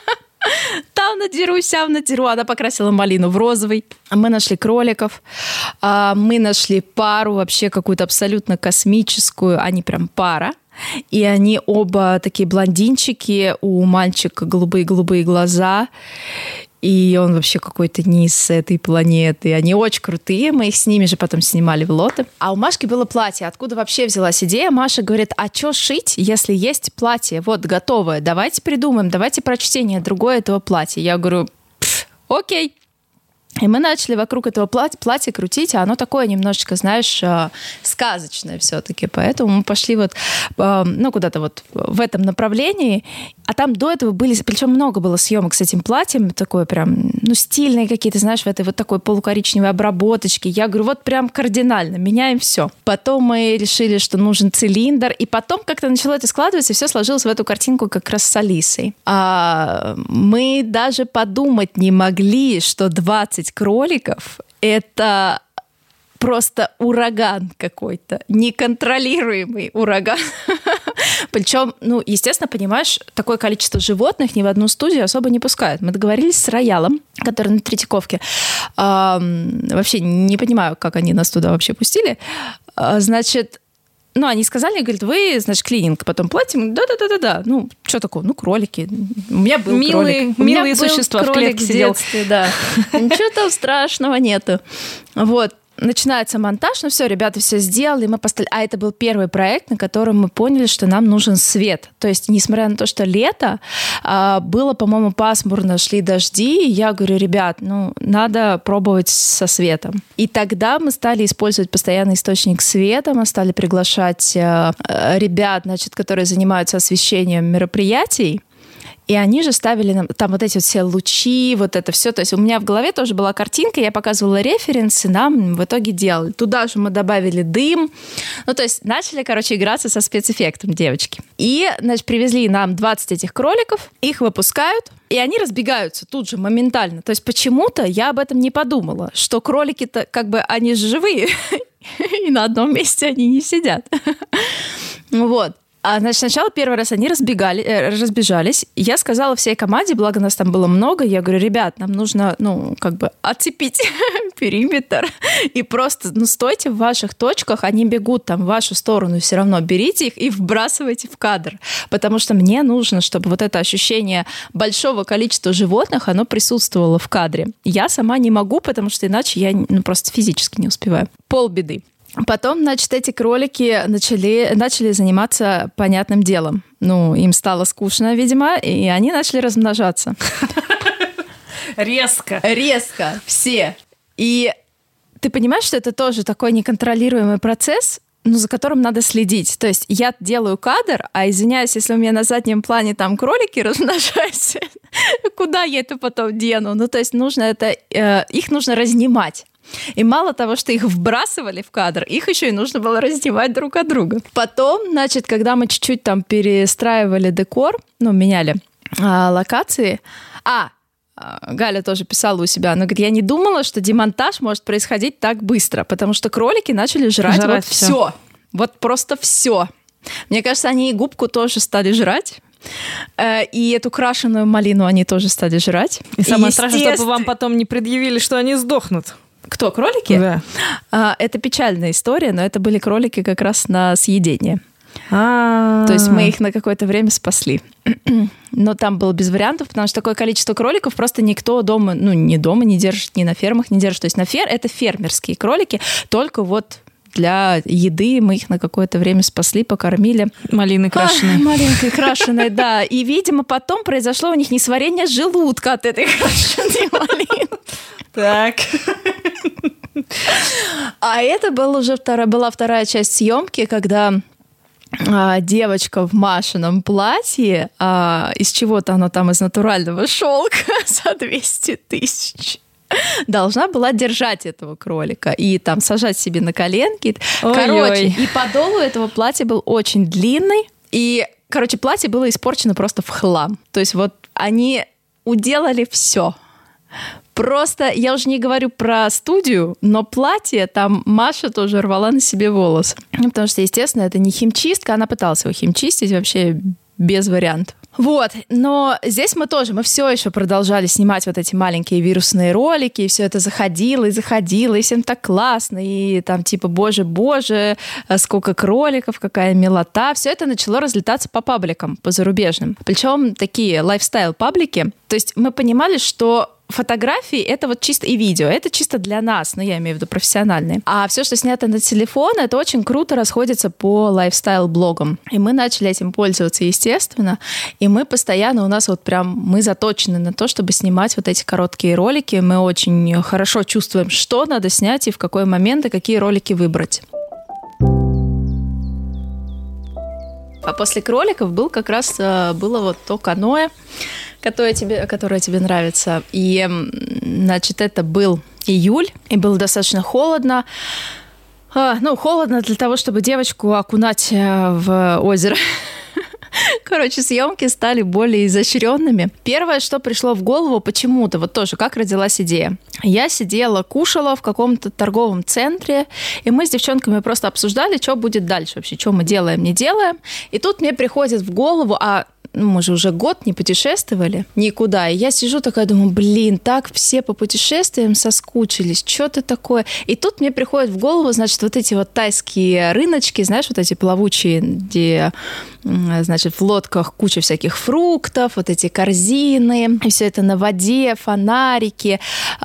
Там надеру, сям надеру. Она покрасила малину в розовый. Мы нашли кроликов. Мы нашли пару вообще какую-то абсолютно космическую. Они прям пара. И они оба такие блондинчики. У мальчика голубые-голубые глаза. И он вообще какой-то не с этой планеты. Они очень крутые, мы их с ними же потом снимали в лоты. А у Машки было платье. Откуда вообще взялась идея? Маша говорит, а что шить, если есть платье? Вот, готовое. Давайте придумаем, давайте прочтение другое этого платья. Я говорю, окей. И мы начали вокруг этого платья, платья крутить, а оно такое немножечко, знаешь, сказочное все-таки. Поэтому мы пошли вот, ну, куда-то вот в этом направлении. А там до этого были, причем много было съемок с этим платьем, такое прям, ну, стильные какие-то, знаешь, в этой вот такой полукоричневой обработочке. Я говорю, вот прям кардинально, меняем все. Потом мы решили, что нужен цилиндр, и потом как-то начало это складываться, и все сложилось в эту картинку как раз с Алисой. А мы даже подумать не могли, что двадцать кроликов — это просто ураган какой-то, неконтролируемый ураган. Причем, ну, естественно, понимаешь, такое количество животных ни в одну студию особо не пускают. Мы договорились с Роялом, который на Третьяковке. Эм, вообще не понимаю, как они нас туда вообще пустили. Э, значит, ну, они сказали, говорят, вы, значит, клининг потом платим. Да-да-да-да-да. Ну, что такое? Ну, кролики. У меня был милые, кролик. Милые У меня существа в клетке сидел. Да. Ничего там страшного нету. Вот. Начинается монтаж, ну все, ребята все сделали, мы поставили... А это был первый проект, на котором мы поняли, что нам нужен свет. То есть, несмотря на то, что лето, было, по-моему, пасмурно, шли дожди, и я говорю, ребят, ну, надо пробовать со светом. И тогда мы стали использовать постоянный источник света, мы стали приглашать ребят, значит, которые занимаются освещением мероприятий. И они же ставили нам там вот эти вот все лучи, вот это все. То есть у меня в голове тоже была картинка, я показывала референсы, нам в итоге делали. Туда же мы добавили дым. Ну, то есть начали, короче, играться со спецэффектом девочки. И, значит, привезли нам двадцать этих кроликов, их выпускают, и они разбегаются тут же, моментально. То есть почему-то я об этом не подумала, что кролики-то как бы они же живые, и на одном месте они не сидят. Вот. А, значит, сначала первый раз они разбегали, э, разбежались. Я сказала всей команде, благо нас там было много, я говорю, ребят, нам нужно, ну, как бы оцепить периметр и просто, ну, стойте в ваших точках, они бегут там в вашу сторону, все равно берите их и вбрасывайте в кадр, потому что мне нужно, чтобы вот это ощущение большого количества животных, оно присутствовало в кадре. Я сама не могу, потому что иначе я, ну, просто физически не успеваю. Полбеды. Потом, значит, эти кролики начали, начали заниматься понятным делом. Ну, им стало скучно, видимо, и они начали размножаться. Резко. Резко. Все. И ты понимаешь, что это тоже такой неконтролируемый процесс, ну, за которым надо следить. То есть я делаю кадр, а, извиняюсь, если у меня на заднем плане там кролики размножаются, куда я это потом дену? Ну, то есть нужно это, э, их нужно разнимать. И мало того, что их вбрасывали в кадр, их еще и нужно было раздевать друг от друга. Потом, значит, когда мы чуть-чуть там перестраивали декор, ну, меняли а, локации... А, Галя тоже писала у себя, она говорит, я не думала, что демонтаж может происходить так быстро, потому что кролики начали жрать, жрать вот все. все. Вот просто все. Мне кажется, они и губку тоже стали жрать. И эту крашеную малину они тоже стали жрать. И самое страшное, чтобы вам потом не предъявили, что они сдохнут. Кто, кролики? Да. Это печальная история, но это были кролики как раз на съедение. А-а-а. То есть мы их на какое-то время спасли. Но там было без вариантов, потому что такое количество кроликов просто никто дома, ну, ни дома не держит, ни на фермах не держит. То есть на фер... это фермерские кролики, только вот для еды мы их на какое-то время спасли, покормили. Малиной крашеной. А, малинкой крашеной, да. И, видимо, потом произошло у них несварение желудка от этой крашеной малины. Так. А это была уже вторая, была вторая часть съемки, когда а, девочка в Машином платье, а, из чего-то оно там из натурального шелка за двести тысяч, должна была держать этого кролика и там сажать себе на коленки. Ой-ой. Короче, и подол у этого платья был очень длинный, и, короче, платье было испорчено просто в хлам. То есть вот они уделали все. Просто, я уже не говорю про студию, но платье, там Маша тоже рвала на себе волосы. Ну, потому что, естественно, это не химчистка, она пыталась его химчистить вообще без вариантов. Вот, но здесь мы тоже, мы все еще продолжали снимать вот эти маленькие вирусные ролики, и все это заходило и заходило, и всем так классно, и там типа, боже-боже, сколько кроликов, какая милота. Все это начало разлетаться по пабликам, по зарубежным. Причем такие лайфстайл-паблики. То есть мы понимали, что фотографии — это вот чисто и видео, это чисто для нас, ну, я имею в виду профессиональные. А все, что снято на телефон, это очень круто расходится по лайфстайл-блогам. И мы начали этим пользоваться, естественно, и мы постоянно, у нас вот прям, мы заточены на то, чтобы снимать вот эти короткие ролики, мы очень хорошо чувствуем, что надо снять и в какой момент, и какие ролики выбрать. А после кроликов был как раз, было вот то каноэ, которое тебе, которое тебе нравится. И, значит, это был июль, и было достаточно холодно. Ну, холодно для того, чтобы девочку окунать в озеро. Короче, съемки стали более изощренными. Первое, что пришло в голову почему-то, вот тоже, как родилась идея. Я сидела, кушала в каком-то торговом центре, и мы с девчонками просто обсуждали, что будет дальше вообще, что мы делаем, не делаем. И тут мне приходит в голову, а ну, мы же уже год не путешествовали никуда. И я сижу такая, думаю, блин, так все по путешествиям соскучились, что-то такое. И тут мне приходит в голову, значит, вот эти вот тайские рыночки, знаешь, вот эти плавучие, где, значит, в лодках куча всяких фруктов, вот эти корзины, и все это на воде, фонарики.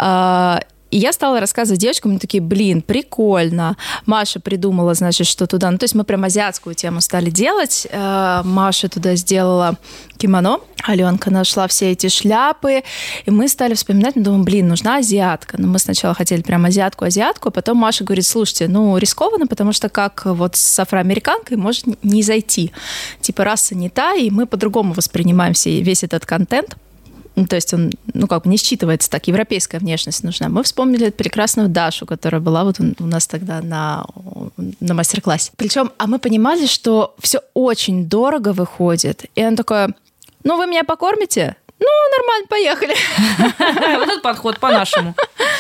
И я стала рассказывать девочкам, они такие, блин, прикольно. Маша придумала, значит, что туда... Ну, то есть мы прям азиатскую тему стали делать. Маша туда сделала кимоно. Аленка нашла все эти шляпы. И мы стали вспоминать, мы думаем, блин, нужна азиатка. Но мы сначала хотели прям азиатку-азиатку, а потом Маша говорит, слушайте, ну, рискованно, потому что как вот с афроамериканкой может не зайти. Типа раса не та, и мы по-другому воспринимаем все, весь этот контент. Ну, то есть он, ну, как бы не считывается так, европейская внешность нужна. Мы вспомнили прекрасную Дашу, которая была вот у нас тогда на, на мастер-классе. Причем, а мы понимали, что все очень дорого выходит. И она такая, ну, вы меня покормите? Ну, нормально, поехали. Вот этот подход по-нашему.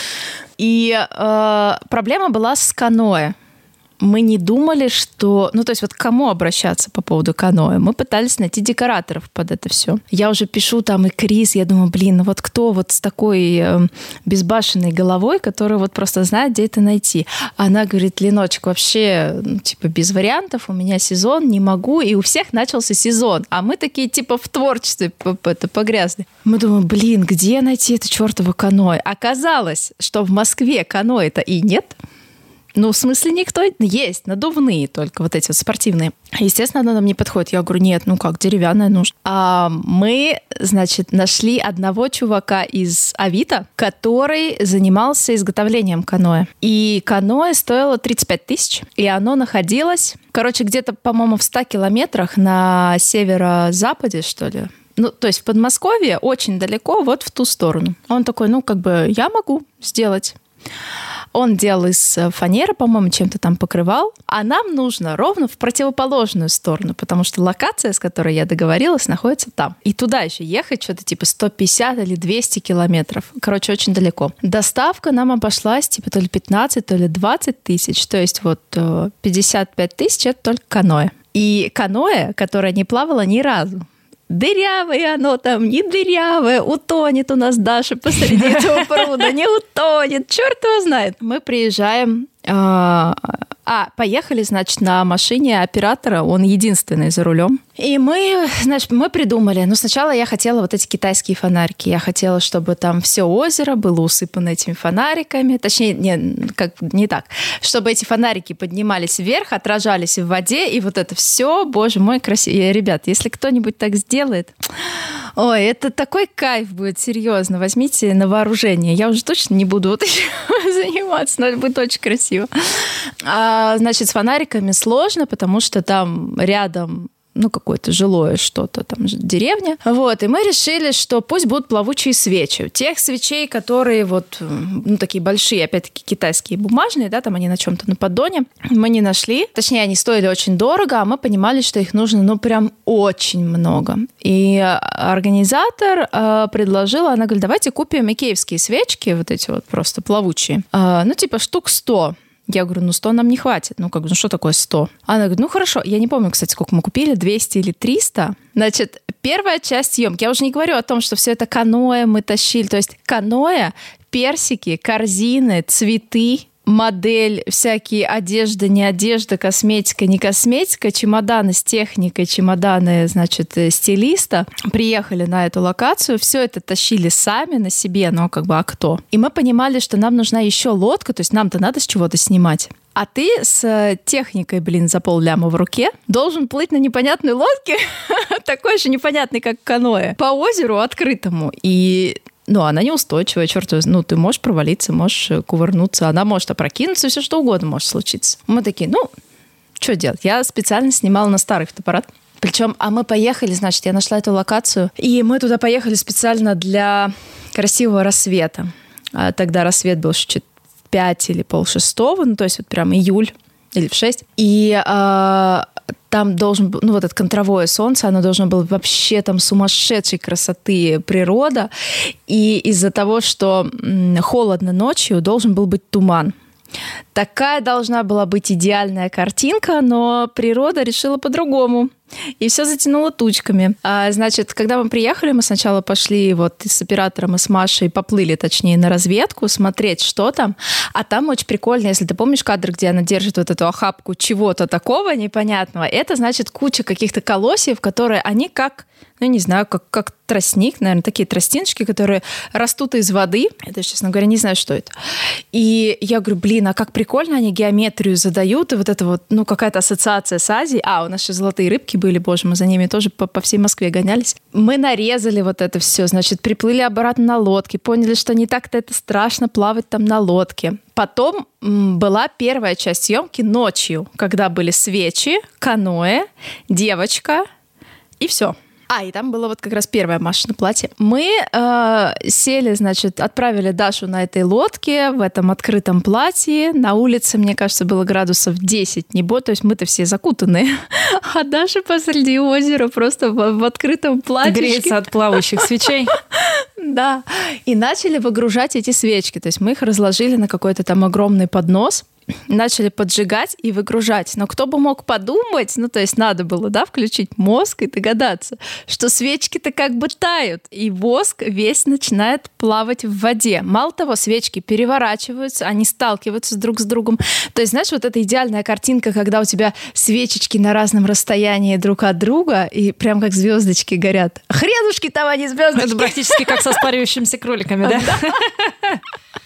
И проблема была с каноэ. Мы не думали, что... Ну, то есть вот к кому обращаться по поводу каноэ? Мы пытались найти декораторов под это все. Я уже пишу там и Крис, я думаю, блин, ну вот кто вот с такой э, безбашенной головой, который вот просто знает, где это найти? Она говорит, Леночек, вообще, ну, типа, без вариантов, у меня сезон, не могу, и у всех начался сезон. А мы такие, типа, в творчестве это погрязли. Мы думаем, блин, где найти это чертово каноэ? Оказалось, что в Москве каноэ-то и нет. Ну, в смысле, никто есть, надувные только, вот эти вот спортивные. Естественно, она нам не подходит. Я говорю, нет, ну как, деревянная нужна. А мы, значит, нашли одного чувака из Авито, который занимался изготовлением каноэ. И каноэ стоило тридцать пять тысяч, и оно находилось, короче, где-то, по-моему, в ста километрах на северо-западе, что ли. Ну, то есть в Подмосковье, очень далеко, вот в ту сторону. Он такой, ну, как бы, я могу сделать. Он делал из фанеры, по-моему, чем-то там покрывал, а нам нужно ровно в противоположную сторону, потому что локация, с которой я договорилась, находится там. И туда еще ехать что-то типа сто пятьдесят или двести километров. Короче, очень далеко. Доставка нам обошлась типа то ли пятнадцать, то ли двадцать тысяч, то есть вот пятьдесят пять тысяч — это только каноэ. И каноэ, которое не плавало ни разу. Дырявое оно там, не дырявое, утонет у нас Даша посреди этого пруда, не утонет, черт его знает. Мы приезжаем, а, а, поехали, значит, на машине оператора, он единственный за рулем. И мы, значит, мы придумали, ну, сначала я хотела вот эти китайские фонарики, я хотела, чтобы там все озеро было усыпано этими фонариками, точнее, не, как, не так, чтобы эти фонарики поднимались вверх, отражались в воде, и вот это все, боже мой, красиво. Ребят, если кто-нибудь так сделает, ой, это такой кайф будет, серьезно, возьмите на вооружение, я уже точно не буду вот этим заниматься, но это будет очень красиво. А, значит, с фонариками сложно, потому что там рядом ну, какое-то жилое что-то, там, деревня. Вот, и мы решили, что пусть будут плавучие свечи. Тех свечей, которые вот, ну, такие большие, опять-таки, китайские, бумажные, да, там они на чем-то на поддоне, мы не нашли. Точнее, они стоили очень дорого, а мы понимали, что их нужно, ну, прям очень много. И организатор э, предложил, она говорит, давайте купим икеевские свечки, вот эти вот просто плавучие, э, ну, типа штук сто. Я говорю, ну сто нам не хватит. Ну как, ну что такое сто? Она говорит, ну хорошо. Я не помню, кстати, сколько мы купили, двести или триста. Значит, первая часть съемки. Я уже не говорю о том, что все это каноэ мы тащили. То есть каноэ, персики, корзины, цветы, модель, всякие одежда, не одежда, косметика, не косметика, чемоданы с техникой, чемоданы, значит, стилиста. Приехали на эту локацию, все это тащили сами на себе, но как бы, а кто? И мы понимали, что нам нужна еще лодка, то есть нам-то надо с чего-то снимать. А ты с техникой, блин, за полляма в руке должен плыть на непонятной лодке, такой же непонятный, как каноэ, по озеру открытому. И ну, она неустойчивая, черт, ну, ты можешь провалиться, можешь кувырнуться, она может опрокинуться, все что угодно может случиться. Мы такие, ну, что делать? Я специально снимала на старый фотоаппарат. Причем, а мы поехали, значит, я нашла эту локацию, и мы туда поехали специально для красивого рассвета. А тогда рассвет был чуть пять или полшестого, ну, то есть вот прям июль. или в шесть. И э, там должен был, ну вот это контровое солнце, оно должно было вообще там сумасшедшей красоты природа. И из-за того, что м, холодно ночью, должен был быть туман. Такая должна была быть идеальная картинка, но природа решила по-другому. И все затянуло тучками. А, значит, когда мы приехали, мы сначала пошли вот с оператором и с Машей, поплыли, точнее, на разведку, смотреть, что там. А там очень прикольно, если ты помнишь кадр, где она держит вот эту охапку чего-то такого непонятного, это, значит, куча каких-то колосьев, которые, они как, ну, не знаю, как, как тростник, наверное, такие тростиночки, которые растут из воды. Это, честно говоря, не знаю, что это. И я говорю, блин, а как прикольно они геометрию задают, и вот это вот, ну, какая-то ассоциация с Азией. А, у нас еще золотые рыбки были, боже, мы за ними тоже по, по всей Москве гонялись. Мы нарезали вот это все, значит, приплыли обратно на лодке, поняли, что не так-то это страшно плавать там на лодке. Потом м, была первая часть съемки ночью, когда были свечи, каноэ, девочка и все. А, и там было вот как раз первое Машино платье. Мы э, сели, значит, отправили Дашу на этой лодке в этом открытом платье. На улице, мне кажется, было градусов десять, не больше. То есть мы-то все закутанные. А Даша посреди озера просто в, в открытом платье. Греется от плавающих свечей. Да. И начали выгружать эти свечки. То есть мы их разложили на какой-то там огромный поднос. Начали поджигать и выгружать. Но кто бы мог подумать, ну, то есть надо было, да, включить мозг и догадаться, что свечки-то как бы тают, и воск весь начинает плавать в воде. Мало того, свечки переворачиваются, они сталкиваются друг с другом. То есть, знаешь, вот эта идеальная картинка, когда у тебя свечечки на разном расстоянии друг от друга, и прям как звездочки горят. Хренушки там, они звездочки. Это практически как со спаривающимися кроликами, да?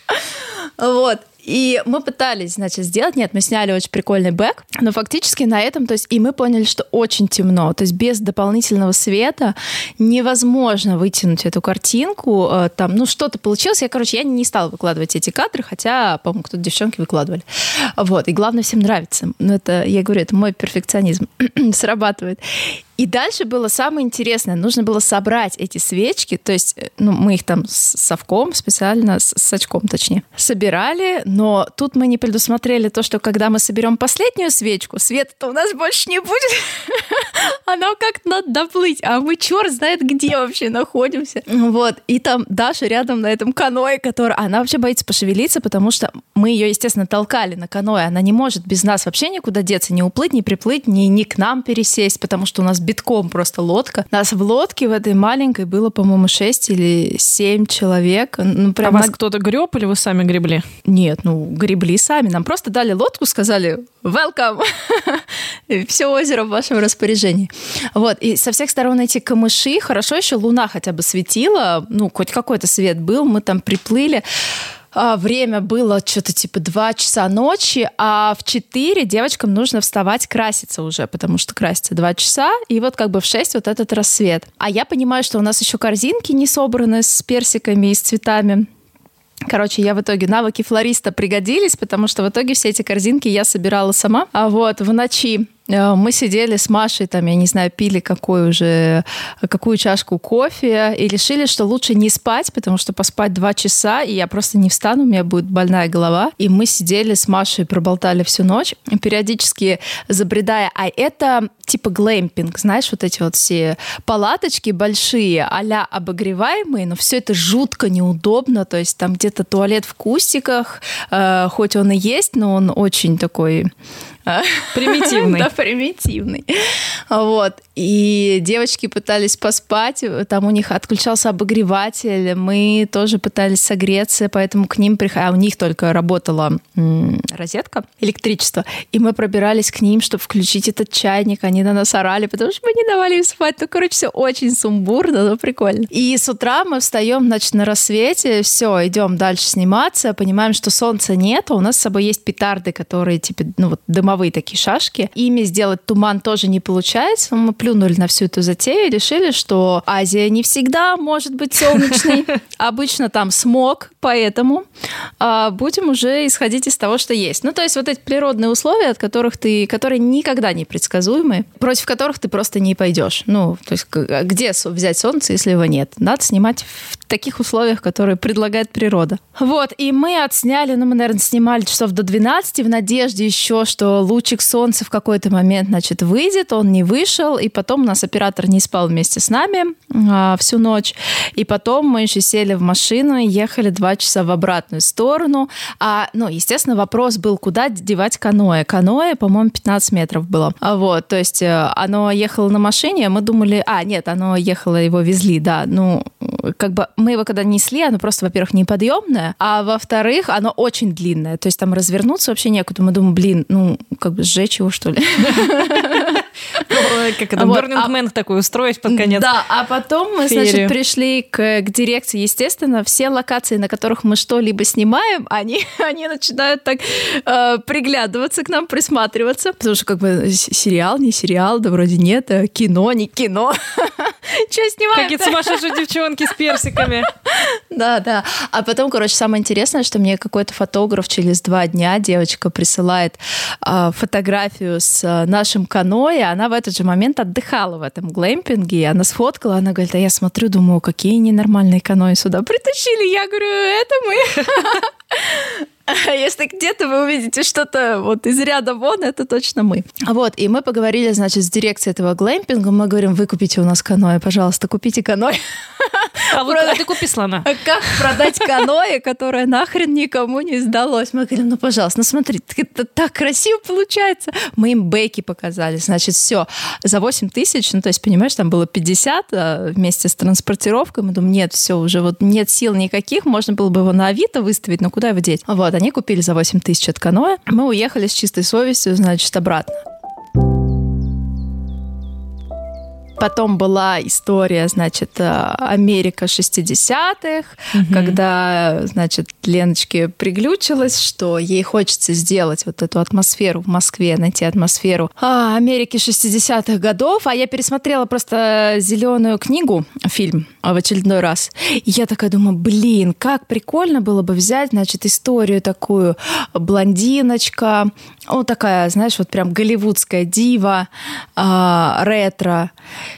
Вот. И мы пытались, значит, сделать, нет, мы сняли очень прикольный бэк, но фактически на этом, то есть, и мы поняли, что очень темно, то есть без дополнительного света невозможно вытянуть эту картинку, там, ну, что-то получилось, я, короче, я не стала выкладывать эти кадры, хотя, по-моему, кто-то девчонки выкладывали, вот, и главное, всем нравится, но это, я говорю, это мой перфекционизм срабатывает. И дальше было самое интересное. Нужно было собрать эти свечки, то есть, ну, мы их там с совком специально, с, с очком точнее, собирали, но тут мы не предусмотрели то, что когда мы соберем последнюю свечку, света-то у нас больше не будет. Она как-то надо доплыть, а мы черт знает где вообще находимся. Вот, и там Даша рядом на этом каноэ, которая, она вообще боится пошевелиться, потому что мы ее, естественно, толкали на каноэ, она не может без нас вообще никуда деться, не уплыть, не приплыть, ни, ни к нам пересесть, потому что у нас битком просто лодка. Нас в лодке в этой маленькой было, по-моему, шесть или семь человек. Ну, прям а вас на... кто-то греб или вы сами гребли? Нет, ну, гребли сами. Нам просто дали лодку, сказали «Welcome!» Все озеро в вашем распоряжении. Вот. И со всех сторон эти камыши. Хорошо еще луна хотя бы светила. Ну, хоть какой-то свет был. Мы там приплыли. А время было что-то типа два часа ночи, а в четыре девочкам нужно вставать краситься уже, потому что краситься два часа, и вот как бы в шесть вот этот рассвет. А я понимаю, что у нас еще корзинки не собраны с персиками и с цветами. Короче, я в итоге навыки флориста пригодились, потому что в итоге все эти корзинки я собирала сама. А вот в ночи мы сидели с Машей, там, я не знаю, пили какой уже, какую чашку кофе и решили, что лучше не спать, потому что поспать два часа, и я просто не встану, у меня будет больная голова. И мы сидели с Машей, проболтали всю ночь, периодически забредая. А это типа глэмпинг, знаешь, вот эти вот все палаточки большие, а-ля обогреваемые, но все это жутко неудобно, то есть там где-то туалет в кустиках, э, хоть он и есть, но он очень такой... Примитивный. Да, примитивный. Вот. И девочки пытались поспать, там у них отключался обогреватель, мы тоже пытались согреться, поэтому к ним приходили, а у них только работала м- розетка, электричество, и мы пробирались к ним, чтобы включить этот чайник, они на нас орали, потому что мы не давали им спать. Ну, короче, все очень сумбурно, но прикольно. И с утра мы встаем, значит, на рассвете, все, идем дальше сниматься, понимаем, что солнца нет, а у нас с собой есть петарды, которые, типа, ну вот, дымовые такие шашки. Ими сделать туман тоже не получается. Мы плюнули на всю эту затею и решили, что Азия не всегда может быть солнечной. Обычно там смог, поэтому а, будем уже исходить из того, что есть. Ну, то есть вот эти природные условия, от которых ты, которые никогда не предсказуемы, против которых ты просто не пойдешь. Ну, то есть где взять солнце, если его нет? Надо снимать в таких условиях, которые предлагает природа. Вот, и мы отсняли, ну, мы, наверное, снимали часов до двенадцати в надежде еще, что лучик солнца в какой-то момент, значит, выйдет, он не вышел, и потом у нас оператор не спал вместе с нами а, всю ночь, и потом мы еще сели в машину и ехали два часа в обратную сторону, а, ну, естественно, вопрос был, куда девать каноэ. Каноэ, по-моему, пятнадцать метров было, а, вот, то есть оно ехало на машине, мы думали, а, нет, оно ехало, его везли, да, ну, как бы мы его когда несли, оно просто, во-первых, неподъемное, а во-вторых, оно очень длинное, то есть там развернуться вообще некуда. Мы думаем, блин, ну, как бы сжечь его, что ли? Как это, Burning Man такой устроить под конец. Да, а потом мы, значит, пришли к дирекции. Естественно, все локации, на которых мы что-либо снимаем, они начинают так приглядываться к нам, присматриваться. Потому что как бы сериал, не сериал, да вроде нет, кино, не кино. Что снимаем? Какие-то сумасшедшие девчонки с персиками. Да, да. А потом, короче, самое интересное, что мне какой-то фотограф через два дня, девочка присылает э, фотографию с э, нашим каноэ. Она в этот же момент отдыхала в этом глэмпинге. Она сфоткала, она говорит, а я смотрю, думаю, какие ненормальные каноэ сюда притащили. Я говорю, это мы. Если где-то вы увидите что-то вот из ряда вон, это точно мы. Вот, и мы поговорили, значит, с дирекцией этого глэмпинга. Мы говорим, вы купите у нас каноэ, пожалуйста, купите каноэ. А вот Прода... ты купи слона. Как продать каноэ, которое нахрен никому не сдалось? Мы говорим, ну, пожалуйста, ну смотри, это так красиво получается. Мы им бэки показали, значит, все за восемь тысяч, ну, то есть, понимаешь, там было пятьдесят вместе с транспортировкой. Мы думаем, нет, все, уже вот нет сил никаких, можно было бы его на Авито выставить, но куда его деть? Вот, они купили за восемь тысяч от каноэ. Мы уехали с чистой совестью, значит, обратно. Потом была история, значит, Америка шестидесятых, угу. когда, значит, Леночке приглючилось, что ей хочется сделать вот эту атмосферу в Москве, найти атмосферу а, Америки шестидесятых годов. А я пересмотрела просто «Зеленую книгу», фильм, в очередной раз. И я такая думаю, блин, как прикольно было бы взять, значит, историю такую, блондиночка, вот такая, знаешь, вот прям голливудская дива, а, ретро,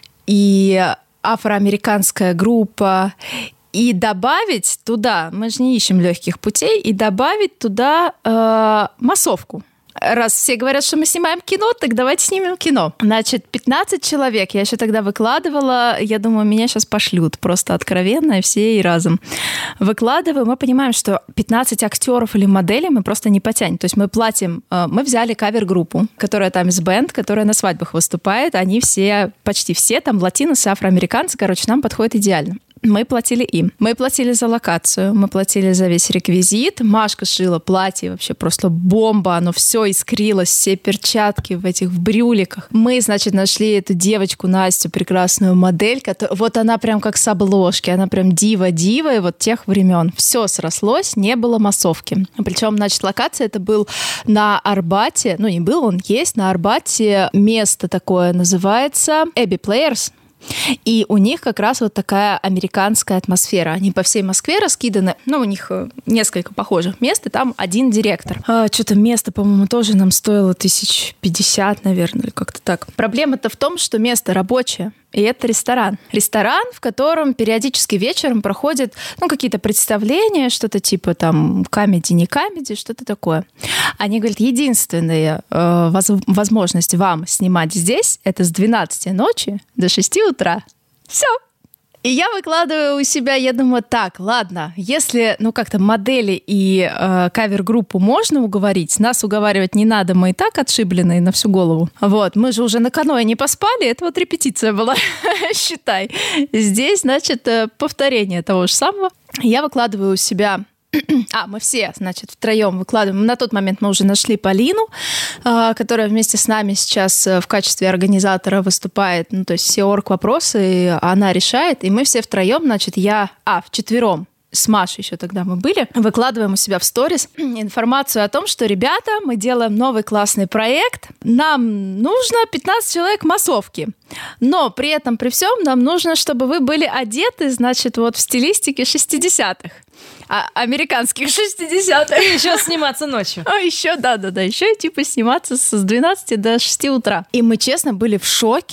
и афроамериканская группа, и добавить туда, мы же не ищем легких путей, и добавить туда э, массовку. Раз все говорят, что мы снимаем кино, так давайте снимем кино. Значит, пятнадцать человек. Я еще тогда выкладывала. Я думаю, меня сейчас пошлют. Просто откровенно, все и разом. Выкладываю. Мы понимаем, что пятнадцать актеров или моделей мы просто не потянем. То есть мы платим... Мы взяли кавер-группу, которая там из бэнд, которая на свадьбах выступает. Они все, почти все, там латиносы, афроамериканцы. Короче, нам подходит идеально. Мы платили им. Мы платили за локацию, мы платили за весь реквизит. Машка шила платье, вообще просто бомба. Оно все искрилось, все перчатки в этих в брюликах. Мы, значит, нашли эту девочку Настю, прекрасную модель. Которая, вот она прям как с обложки, она прям дива-дива, и вот тех времен. Все срослось, не было массовки. Причем, значит, локация это был на Арбате. Ну, не был, он есть. На Арбате место такое называется Abbey Players. И у них как раз вот такая американская атмосфера. Они по всей Москве раскиданы. Ну, у них несколько похожих мест, и там один директор. А, что-то место, по-моему, тоже нам стоило тысяч пятьдесят, наверное, или как-то так. Проблема-то в том, что место рабочее. И это ресторан. Ресторан, в котором периодически вечером проходят ну, какие-то представления, что-то типа там камеди, не камеди, что-то такое. Они говорят, единственная э, воз- возможность вам снимать здесь это с двенадцати ночи до шести утра. Все. И я выкладываю у себя, я думаю, так, ладно, если, ну, как-то модели и э, кавер-группу можно уговорить, нас уговаривать не надо, мы и так отшибленные на всю голову. Вот, мы же уже на каноэ не поспали, это вот репетиция была, считай. Здесь, значит, повторение того же самого. Я выкладываю у себя... А, мы все, значит, втроем выкладываем. На тот момент мы уже нашли Полину, которая вместе с нами сейчас в качестве организатора выступает. Ну, то есть все орг-вопросы она решает. И мы все втроем, значит, я... А, вчетвером. С Машей еще тогда мы были, выкладываем у себя в сторис информацию о том, что, ребята, мы делаем новый классный проект, нам нужно пятнадцать человек массовки, но при этом, при всем, нам нужно, чтобы вы были одеты, значит, вот в стилистике шестидесятых. А, американских шестидесятых. И еще сниматься ночью. А еще, да-да-да, еще типа сниматься с двенадцати до шести утра. И мы, честно, были в шоке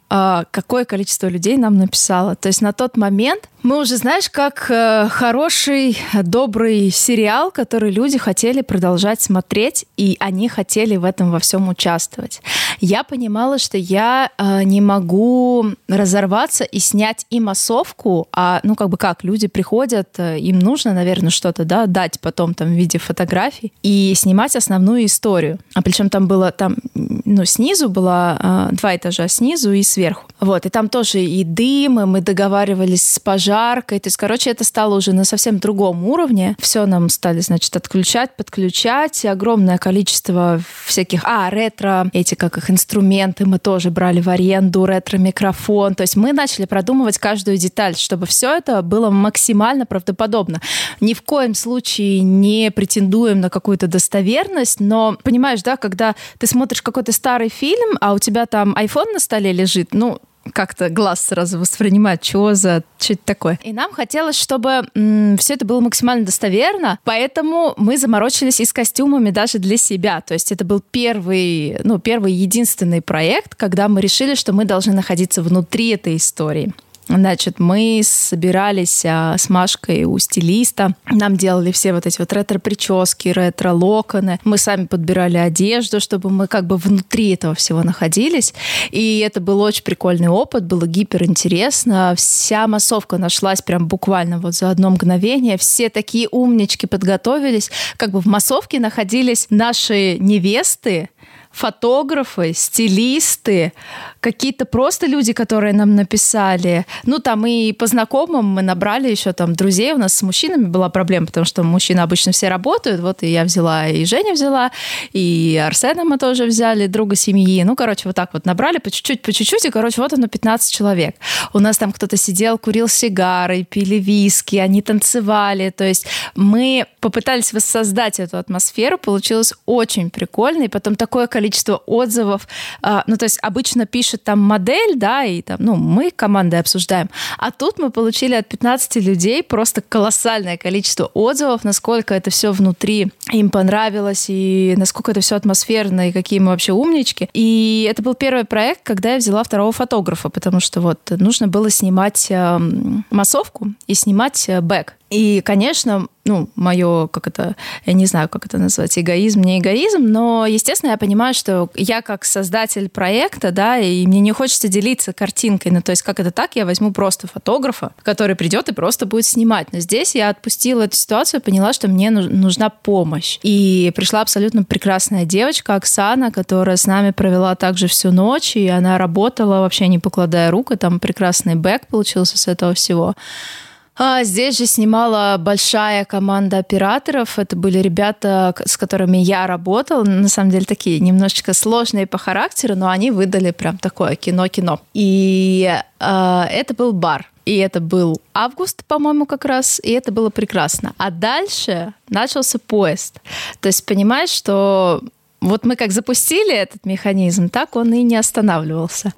какое количество людей нам написало. То есть на тот момент мы уже, знаешь, как э, хороший, добрый сериал, который люди хотели продолжать смотреть, и они хотели в этом во всем участвовать. Я понимала, что я э, не могу разорваться и снять и массовку, а, ну, как бы как, люди приходят, э, им нужно, наверное, что-то, да, дать потом там в виде фотографий и снимать основную историю. А причем там было, там, ну, снизу было э, два этажа снизу и сверху. Вот, и там тоже и дым, и мы договаривались с пожаром, жарко. То есть, короче, это стало уже на совсем другом уровне. Все нам стали, значит, отключать, подключать. И огромное количество всяких... А, ретро, эти, как их, инструменты мы тоже брали в аренду, ретро-микрофон. То есть мы начали продумывать каждую деталь, чтобы все это было максимально правдоподобно. Ни в коем случае не претендуем на какую-то достоверность, но, понимаешь, да, когда ты смотришь какой-то старый фильм, а у тебя там iPhone на столе лежит, ну, как-то глаз сразу воспринимает, что за, что это такое. И нам хотелось, чтобы м, все это было максимально достоверно, поэтому мы заморочились и с костюмами даже для себя. То есть это был первый, ну, первый единственный проект, когда мы решили, что мы должны находиться внутри этой истории. Значит, мы собирались а, с Машкой у стилиста. Нам делали все вот эти вот ретро-прически, ретро-локоны. Мы сами подбирали одежду, чтобы мы как бы внутри этого всего находились. И это был очень прикольный опыт, было гиперинтересно. Вся массовка нашлась прям буквально вот за одно мгновение. Все такие умнички подготовились. Как бы в массовке находились наши невесты, фотографы, стилисты, какие-то просто люди, которые нам написали. Ну, там и по знакомым мы набрали еще там друзей. У нас с мужчинами была проблема, потому что мужчины обычно все работают. Вот и я взяла, и Женя взяла, и Арсена мы тоже взяли, друга семьи. Ну, короче, вот так вот набрали по чуть-чуть, по чуть-чуть, и, короче, вот оно пятнадцать человек. У нас там кто-то сидел, курил сигары, пили виски, они танцевали. То есть мы попытались воссоздать эту атмосферу. Получилось очень прикольно. И потом такое количество отзывов. Ну, то есть обычно пишет там модель, да, и там, ну, мы командой обсуждаем. А тут мы получили от пятнадцати людей просто колоссальное количество отзывов, насколько это все внутри им понравилось, и насколько это все атмосферно, и какие мы вообще умнички. И это был первый проект, когда я взяла второго фотографа, потому что вот нужно было снимать массовку и снимать бэк. И, конечно, ну, мое, как это, я не знаю, как это назвать, эгоизм, не эгоизм, но, естественно, я понимаю, что я как создатель проекта, да, и мне не хочется делиться картинкой, ну, то есть как это так, я возьму просто фотографа, который придет и просто будет снимать. Но здесь я отпустила эту ситуацию, поняла, что мне нужна помощь. И пришла абсолютно прекрасная девочка, Оксана, которая с нами провела также всю ночь, и она работала вообще не покладая рук, и там прекрасный бэк получился с этого всего. А здесь же снимала большая команда операторов. Это были ребята, с которыми я работала. На самом деле такие немножечко сложные по характеру, но они выдали прям такое кино-кино. И э, это был бар. И это был август, по-моему, как раз. И это было прекрасно. А дальше начался поезд. То есть понимаешь, что вот мы как запустили этот механизм, так он и не останавливался.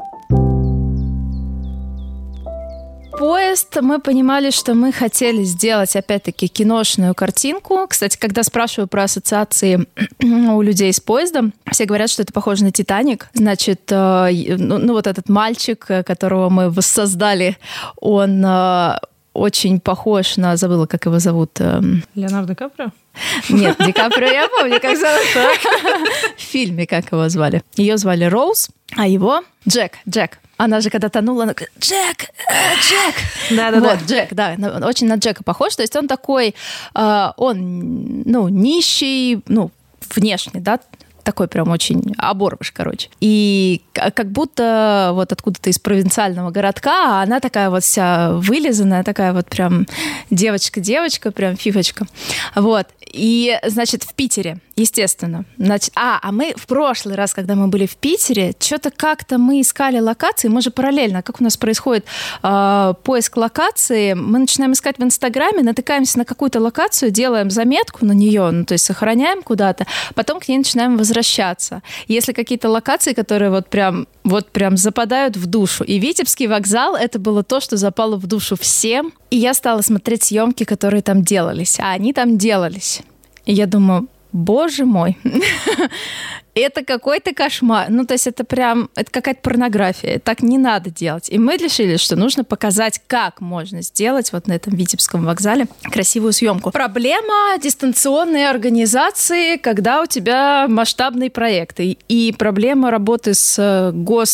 Поезд, мы понимали, что мы хотели сделать, опять-таки, киношную картинку. Кстати, когда спрашиваю про ассоциации у людей с поездом, все говорят, что это похоже на «Титаник». Значит, ну, ну вот этот мальчик, которого мы воссоздали, он очень похож на... Забыла, как его зовут. Леонардо Ди Каприо? Нет, Ди Каприо я помню, как зовут. В фильме как его звали. Ее звали Роуз, а его Джек. Джек. Она же, когда тонула, она говорит: Джек, э, Джек. Да-да-да. Вот, Джек, да, очень на Джека похож. То есть он такой, э, он, ну, нищий, ну, внешне, да, такой прям очень оборвыш, короче. И как будто вот откуда-то из провинциального городка, а она такая вот вся вылизанная, такая вот прям девочка-девочка, прям фифочка. Вот. И, значит, в Питере, естественно. Значит, а, а мы в прошлый раз, когда мы были в Питере, что-то как-то мы искали локации, мы же параллельно, как у нас происходит э, поиск локации, мы начинаем искать в Инстаграме, натыкаемся на какую-то локацию, делаем заметку на нее, ну, то есть сохраняем куда-то, потом к ней начинаем возвращаться. Если какие-то локации, которые вот прям, вот прям западают в душу. И Витебский вокзал — это было то, что запало в душу всем. И я стала смотреть съемки, которые там делались, а они там делались. И я думаю: боже мой. Это какой-то кошмар. Ну, то есть это прям, это какая-то порнография. Так не надо делать. И мы решили, что нужно показать, как можно сделать вот на этом Витебском вокзале красивую съемку. Проблема дистанционной организации, когда у тебя масштабные проекты. И проблема работы с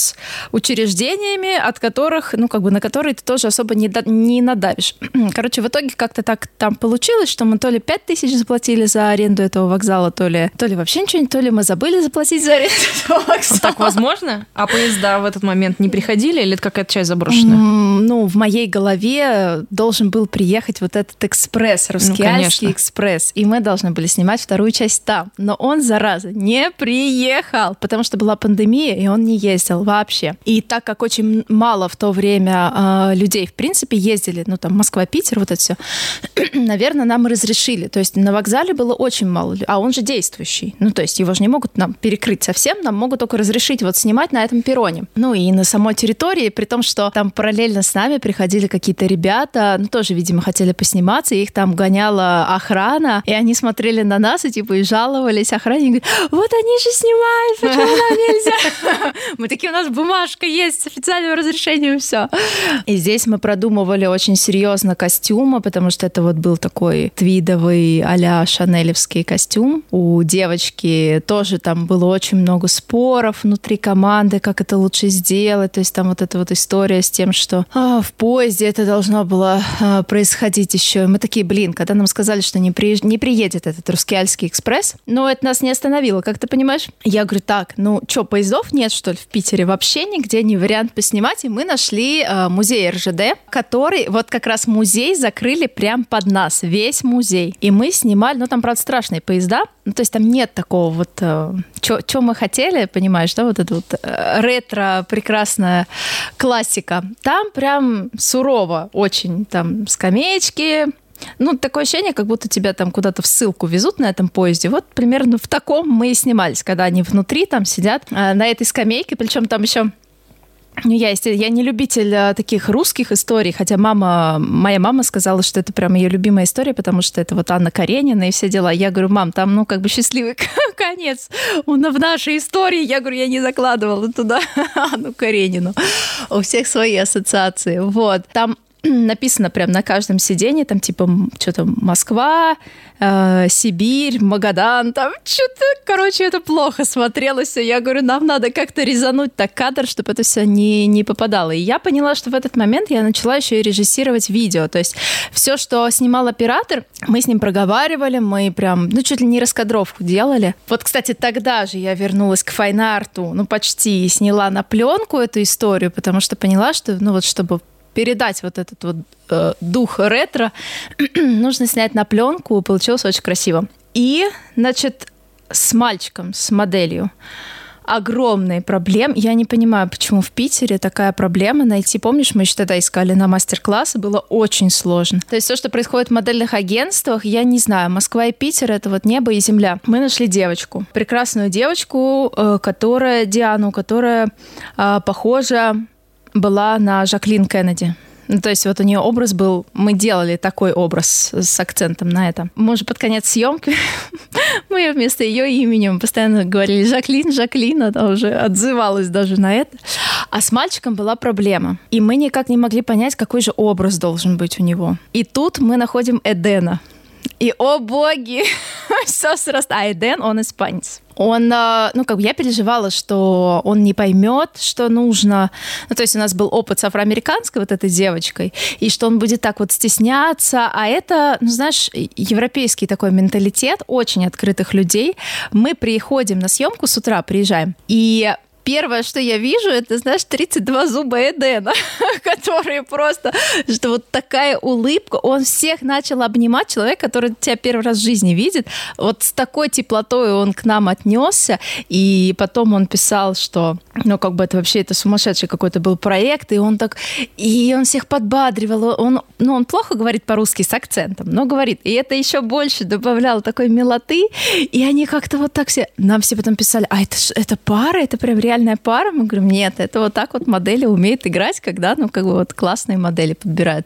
госучреждениями, от которых, ну, как бы на которые ты тоже особо не, до, не надавишь. Короче, в итоге как-то так там получилось, что мы то ли пять тысяч заплатили за аренду этого вокзала, то ли, то ли вообще ничего не, то ли мы забыли заплатить за аренду этого вокзала. Так возможно? А поезда в этот момент не приходили или это какая-то часть заброшенная? Mm, ну, в моей голове должен был приехать вот этот экспресс, Русскеальский ну, экспресс, и мы должны были снимать вторую часть там. Но он, зараза, не приехал, потому что была пандемия, и он не ездил вообще. И так как очень мало в то время э, людей, в принципе, ездили, ну, там, Москва, Питер, вот это все, наверное, нам разрешили. То есть на вокзале было очень мало людей, а он же действующий. Ну, то есть его же не могут нам перекрыть совсем, нам могут только разрешить вот снимать на этом перроне. Ну, и на самой территории, при том, что там параллельно с нами приходили какие-то ребята, ну, тоже, видимо, хотели посниматься, их там гоняла охрана, и они смотрели на нас и, типа, и жаловались охране, и говорят, вот они же снимают, почему нам нельзя? Мы такие, у нас бумажка есть с официальным разрешением, все. И здесь мы продумывали очень серьезно костюмы, потому что это вот был такой твидовый а-ля шанелевский костюм. У девочки тоже там было очень много споров внутри команды, как это лучше сделать. То есть там вот эта вот история с тем, что а, в поезде это должно было а, происходить еще. Мы такие, блин, когда нам сказали, что не, при... не приедет этот Русскеальский экспресс, но это нас не остановило, как ты понимаешь? Я говорю, так, ну что, поездов нет, что ли, в Питере? Вообще нигде не вариант поснимать. И мы нашли а, музей эр жэ дэ, который, вот как раз музей закрыли прям под нас, весь музей. И мы снимали, ну там, правда, страшные поезда, ну то есть там нет такого вот, э, что мы хотели, понимаешь, да, вот это вот э, ретро, прекрасная классика. Там прям сурово очень, там скамеечки. Ну, такое ощущение, как будто тебя там куда-то в ссылку везут на этом поезде. Вот примерно в таком мы и снимались, когда они внутри там сидят э, на этой скамейке, причем там еще... Ну, я, я не любитель а, таких русских историй, хотя мама, моя мама сказала, что это прям ее любимая история, потому что это вот Анна Каренина и все дела. Я говорю, мам, там, ну, как бы счастливый конец в нашей истории. Я говорю, я не закладывала туда Анну Каренину. У всех свои ассоциации. Вот. Там написано прям на каждом сиденье, там типа что-то Москва, э, Сибирь, Магадан, там что-то, короче, это плохо смотрелось. Я говорю, нам надо как-то резануть так кадр, чтобы это все не, не попадало. И я поняла, что в этот момент я начала еще и режиссировать видео. То есть все, что снимал оператор, мы с ним проговаривали, мы прям, ну, чуть ли не раскадровку делали. Вот, кстати, тогда же я вернулась к файн-арту, ну, почти, и сняла на пленку эту историю, потому что поняла, что, ну, вот чтобы передать вот этот вот э, дух ретро, нужно снять на пленку, получилось очень красиво. И, значит, с мальчиком, с моделью огромные проблемы. Я не понимаю, почему в Питере такая проблема найти. Помнишь, мы еще тогда искали на мастер-классы, было очень сложно. То есть все, что происходит в модельных агентствах, я не знаю, Москва и Питер — это вот небо и земля. Мы нашли девочку, прекрасную девочку, которая, Диану, которая похожа была на Жаклин Кеннеди. Ну, то есть вот у нее образ был, мы делали такой образ с акцентом на это. Мы уже под конец съемки, мы вместо ее имени постоянно говорили Жаклин, Жаклин, она уже отзывалась даже на это. А с мальчиком была проблема. И мы никак не могли понять, какой же образ должен быть у него. И тут мы находим Эдена. И, о боги, все срастает. А Эден, он испанец. Он, ну, как бы я переживала, что он не поймет, что нужно. Ну, то есть у нас был опыт с афроамериканской вот этой девочкой, и что он будет так вот стесняться. А это, ну, знаешь, европейский такой менталитет очень открытых людей. Мы приходим на съемку с утра, приезжаем, и первое, что я вижу, это, знаешь, тридцать два зуба Эдена, которые просто, что вот такая улыбка. Он всех начал обнимать, человек, который тебя первый раз в жизни видит. Вот с такой теплотой он к нам отнесся. И потом он писал, что, ну, как бы это вообще, это сумасшедший какой-то был проект. И он так, и он всех подбадривал. Он, ну, он плохо говорит по-русски с акцентом, но говорит. И это еще больше добавляло такой милоты. И они как-то вот так все, нам все потом писали, а это, это пара, это прям реально пара. Мы говорим, нет, это вот так вот модели умеют играть, когда, ну, как бы вот классные модели подбираются.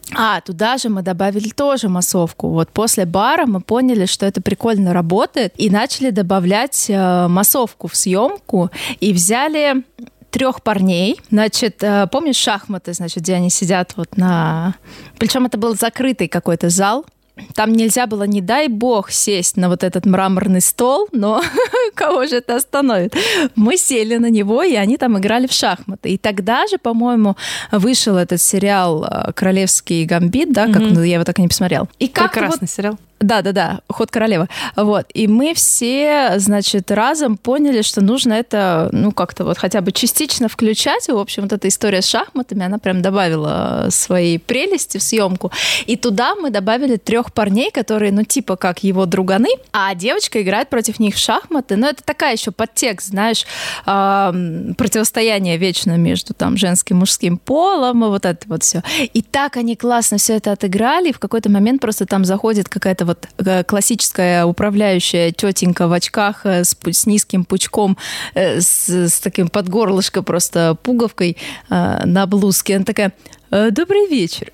А, туда же мы добавили тоже массовку. Вот после бара мы поняли, что это прикольно работает, и начали добавлять э, массовку в съемку, и взяли трех парней. Значит, помнишь шахматы, значит, где они сидят вот на... Причем это был закрытый какой-то зал. Там нельзя было, не дай бог, сесть на вот этот мраморный стол, но кого же это остановит? Мы сели на него, и они там играли в шахматы. И тогда же, по-моему, вышел этот сериал «Королевский гамбит», да, как, mm-hmm. ну, я его так и не посмотрела. И как Прекрасный вот... сериал. Да-да-да, «Ход королевы». Вот. И мы все, значит, разом поняли, что нужно это, ну, как-то вот хотя бы частично включать. И, в общем, вот эта история с шахматами, она прям добавила своей прелести в съемку. И туда мы добавили трех парней, которые, ну, типа как его друганы, а девочка играет против них в шахматы. Но это такая еще подтекст, знаешь, э, противостояние вечно между там женским и мужским полом, и вот это вот все. И так они классно все это отыграли, и в какой-то момент просто там заходит какая-то вот классическая управляющая тетенька в очках с, с низким пучком, с, с таким под горлышко просто пуговкой на блузке. Она такая: «Добрый вечер».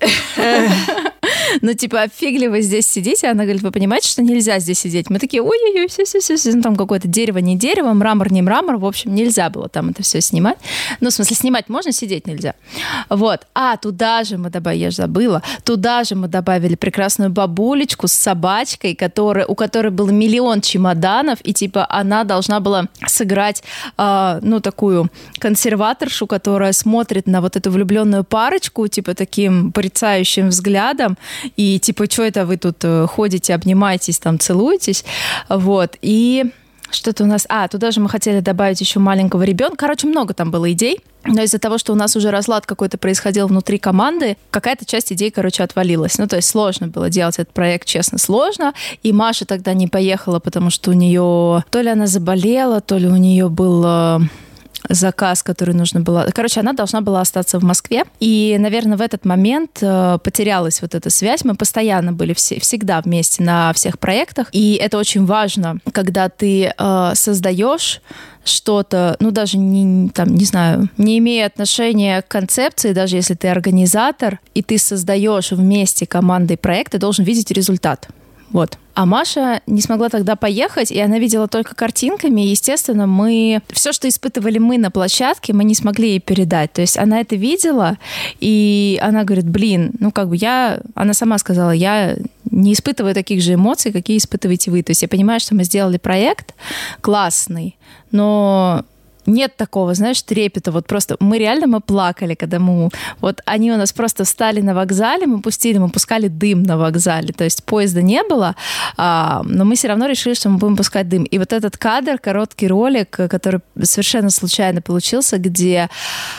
Ну, типа, фиг ли вы здесь сидите? Она говорит: вы понимаете, что нельзя здесь сидеть? Мы такие: ой-ой-ой, все-все-все. Ну, там какое-то дерево, не дерево, мрамор, не мрамор. В общем, нельзя было там это все снимать. Ну, в смысле, снимать можно, сидеть нельзя. Вот. А туда же мы добавили, я же забыла, туда же мы добавили прекрасную бабулечку с собачкой, которая, у которой был миллион чемоданов, и, типа, она должна была сыграть, э, ну, такую консерваторшу, которая смотрит на вот эту влюбленную парочку, типа, таким порицающим взглядом, и типа, что это вы тут ходите, обнимаетесь, там, целуетесь, вот, и что-то у нас... А, туда же мы хотели добавить еще маленького ребенка. Короче, много там было идей, но из-за того, что у нас уже разлад какой-то происходил внутри команды, какая-то часть идей, короче, отвалилась. Ну, то есть сложно было делать этот проект, честно, сложно, и Маша тогда не поехала, потому что у нее... То ли она заболела, то ли у нее был... заказ, который нужно было... Короче, она должна была остаться в Москве. И, наверное, в этот момент потерялась вот эта связь. Мы постоянно были все, всегда вместе на всех проектах. И это очень важно, когда ты э, создаешь что-то, ну, даже не, там, не знаю, не имея отношения к концепции, даже если ты организатор, и ты создаешь вместе командой проект, ты должен видеть результат. Вот. А Маша не смогла тогда поехать, и она видела только картинками. И, естественно, мы... Все, что испытывали мы на площадке, мы не смогли ей передать. То есть она это видела, и она говорит: блин, ну как бы я... Она сама сказала: я не испытываю таких же эмоций, какие испытываете вы. То есть я понимаю, что мы сделали проект классный, но... Нет такого, знаешь, трепета. Вот просто мы реально мы плакали, когда мы... Вот они у нас просто встали на вокзале, мы пустили, мы пускали дым на вокзале. То есть поезда не было, а, но мы все равно решили, что мы будем пускать дым. И вот этот кадр, короткий ролик, который совершенно случайно получился, где...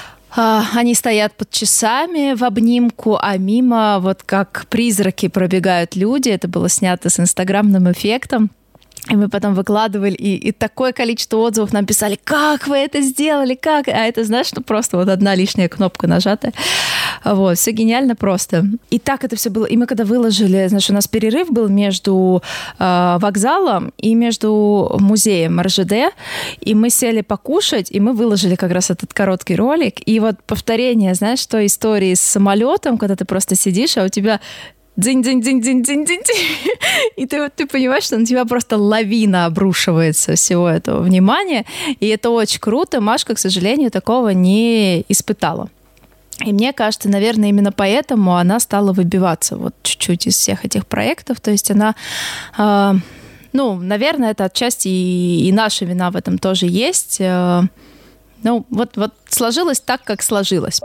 Они стоят под часами в обнимку, а мимо вот как призраки пробегают люди. Это было снято с инстаграмным эффектом. И мы потом выкладывали, и, и такое количество отзывов нам писали: как вы это сделали, как? А это, знаешь, ну просто вот одна лишняя кнопка нажата. Вот, все гениально просто. И так это все было. И мы когда выложили, знаешь, у нас перерыв был между э, вокзалом и между музеем эр жэ дэ, и мы сели покушать, и мы выложили как раз этот короткий ролик. И вот повторение, знаешь, той истории с самолетом, когда ты просто сидишь, а у тебя... дзынь-дзынь-дзынь-дзынь-дзынь-дзынь. И ты, ты понимаешь, что на тебя просто лавина обрушивается всего этого внимания. И это очень круто. Машка, к сожалению, такого не испытала. И мне кажется, наверное, именно поэтому она стала выбиваться вот чуть-чуть из всех этих проектов. То есть она... Э, ну, наверное, это отчасти и, и наша вина в этом тоже есть. Э, ну, вот, вот сложилось так, как сложилось.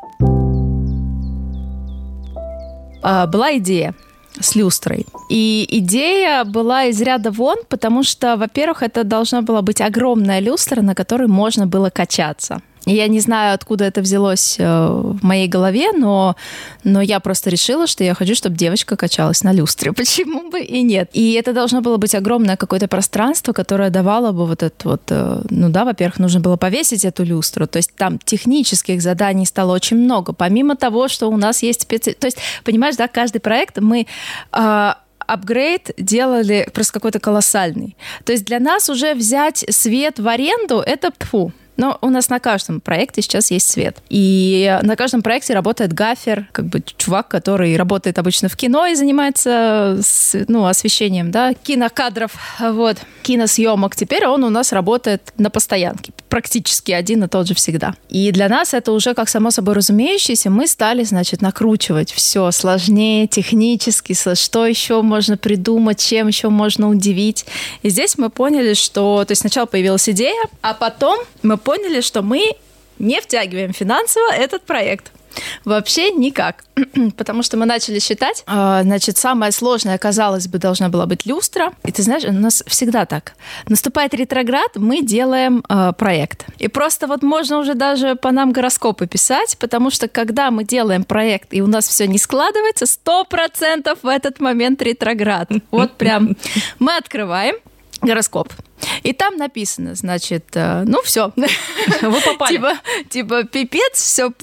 Была идея с люстрой. И идея была из ряда вон, потому что, во-первых, это должна была быть огромная люстра, на которой можно было качаться. И я не знаю, откуда это взялось в моей голове, но, но я просто решила, что я хочу, чтобы девочка качалась на люстре. Почему бы и нет? И это должно было быть огромное какое-то пространство, которое давало бы вот это вот... Ну да, во-первых, нужно было повесить эту люстру. То есть там технических заданий стало очень много. Помимо того, что у нас есть специ... То есть, понимаешь, да, каждый проект мы... апгрейд делали просто какой-то колоссальный. То есть для нас уже взять свет в аренду — это фу. Но у нас на каждом проекте сейчас есть свет. И на каждом проекте работает гафер, как бы чувак, который работает обычно в кино и занимается с, ну, освещением, да, кинокадров, вот, киносъемок. Теперь он у нас работает на постоянке, практически один и тот же всегда. И для нас это уже как само собой разумеющееся. Мы стали, значит, накручивать все сложнее, технически, что еще можно придумать, чем еще можно удивить. И здесь мы поняли, что... То есть сначала появилась идея, а потом мы поняли, что мы не втягиваем финансово этот проект. Вообще никак. Потому что мы начали считать, значит, самое сложное, казалось бы, должна была быть люстра. И ты знаешь, у нас всегда так. Наступает ретроград, мы делаем э, проект. И просто вот можно уже даже по нам гороскопы писать, потому что когда мы делаем проект, и у нас все не складывается, сто процентов в этот момент ретроград. Вот прям мы открываем гороскоп. И там написано, значит, э, ну все. Вы попали. Типа, типа пипец, все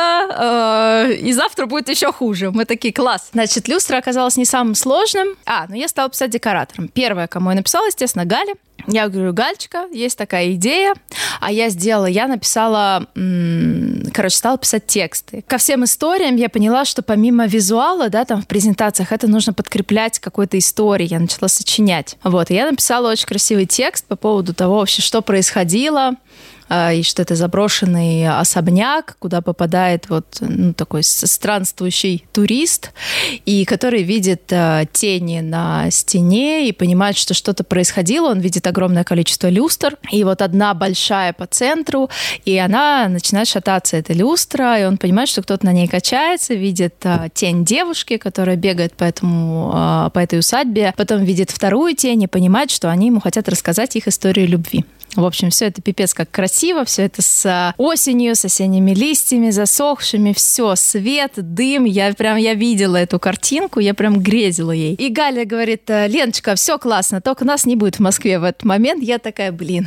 плохо, э, и завтра будет еще хуже. Мы такие, класс. Значит, люстра оказалась не самым сложным. А, ну я стала писать декоратором. Первое, кому я написала, естественно, Галя. Я говорю, Галечка, есть такая идея. А я сделала, я написала, м- короче, стала писать тексты. Ко всем историям я поняла, что помимо визуала, да, там в презентациях, это нужно подкреплять какой-то историей. Я начала сочинять. Вот, и я написала очень красивый текст по поводу того вообще, что происходило, и что это заброшенный особняк, куда попадает вот, ну, такой странствующий турист, и который видит э, тени на стене и понимает, что что-то происходило. Он видит огромное количество люстр, и вот одна большая по центру, и она начинает шататься, эта люстра, и он понимает, что кто-то на ней качается, видит э, тень девушки, которая бегает по, этому, э, по этой усадьбе, потом видит вторую тень и понимает, что они ему хотят рассказать их историю любви. В общем, все это пипец как красиво, все это с осенью, с осенними листьями, засохшими, все, свет, дым. Я прям, я видела эту картинку, я прям грезила ей. И Галя говорит, Леночка, все классно, только нас не будет в Москве в этот момент. Я такая, блин.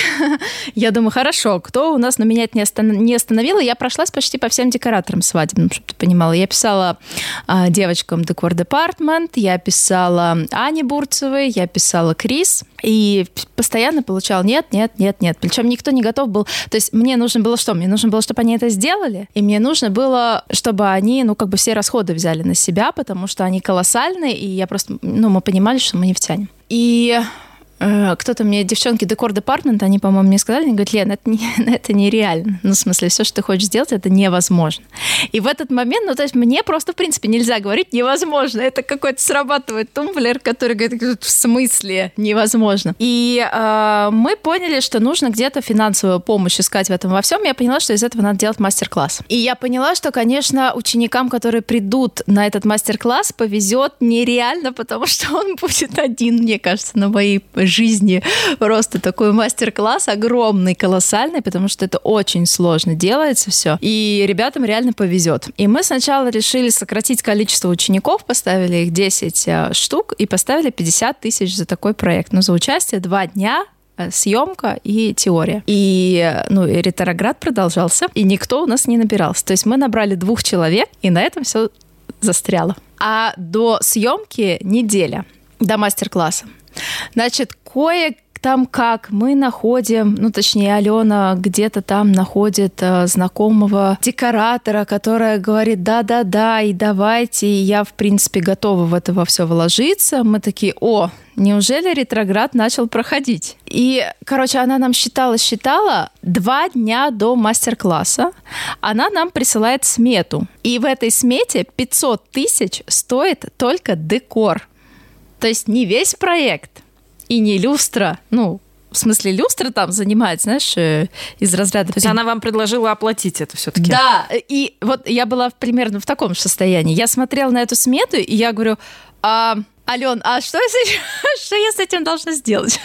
Я думаю, хорошо, кто у нас, но меня это не остановило. Я прошлась почти по всем декораторам свадебным, чтобы ты понимала. Я писала а, девочкам Decor Department, я писала Ане Бурцевой, я писала Крис. И постоянно получал нет, нет, нет, нет. Причем никто не готов был. То есть мне нужно было что? Мне нужно было, чтобы они это сделали. И мне нужно было, чтобы они, ну, как бы все расходы взяли на себя, потому что они колоссальные. И я просто, ну, мы понимали, что мы не втянем. И кто-то мне, девчонки Decor Department, они, по-моему, мне сказали, они говорят, Лен, это, не, это нереально. Ну, в смысле, все, что ты хочешь сделать, это невозможно. И в этот момент, ну, то есть мне просто, в принципе, нельзя говорить невозможно. Это какой-то срабатывает тумблер, который говорит, в смысле невозможно. И э, мы поняли, что нужно где-то финансовую помощь искать в этом во всем. Я поняла, что из этого надо делать мастер-класс. И я поняла, что, конечно, ученикам, которые придут на этот мастер-класс, повезет нереально, потому что он будет один, мне кажется, на моей жизни. Просто такой мастер-класс огромный, колоссальный, потому что это очень сложно делается все. И ребятам реально повезет. И мы сначала решили сократить количество учеников, поставили их десять штук и поставили пятьдесят тысяч за такой проект. Но за участие два дня, съемка и теория. И, ну, и ретроград продолжался, и никто у нас не набирался. То есть мы набрали двух человек, и на этом все застряло. А до съемки неделя, до мастер-класса. Значит, кое там как мы находим, ну, точнее, Алена где-то там находит э, знакомого декоратора, которая говорит, да-да-да, и давайте, и я, в принципе, готова в это во все вложиться. Мы такие, о, неужели ретроград начал проходить? И, короче, она нам считала-считала два дня до мастер-класса. Она нам присылает смету. И в этой смете пятьсот тысяч стоит только декор. То есть не весь проект и не люстра. Ну, в смысле, люстра там занимает, знаешь, из разряда... То есть она вам предложила оплатить это все-таки? Да, и вот я была примерно в таком же состоянии. Я смотрела на эту смету, и я говорю, а, Ален, а что я, с этим, что я с этим должна сделать?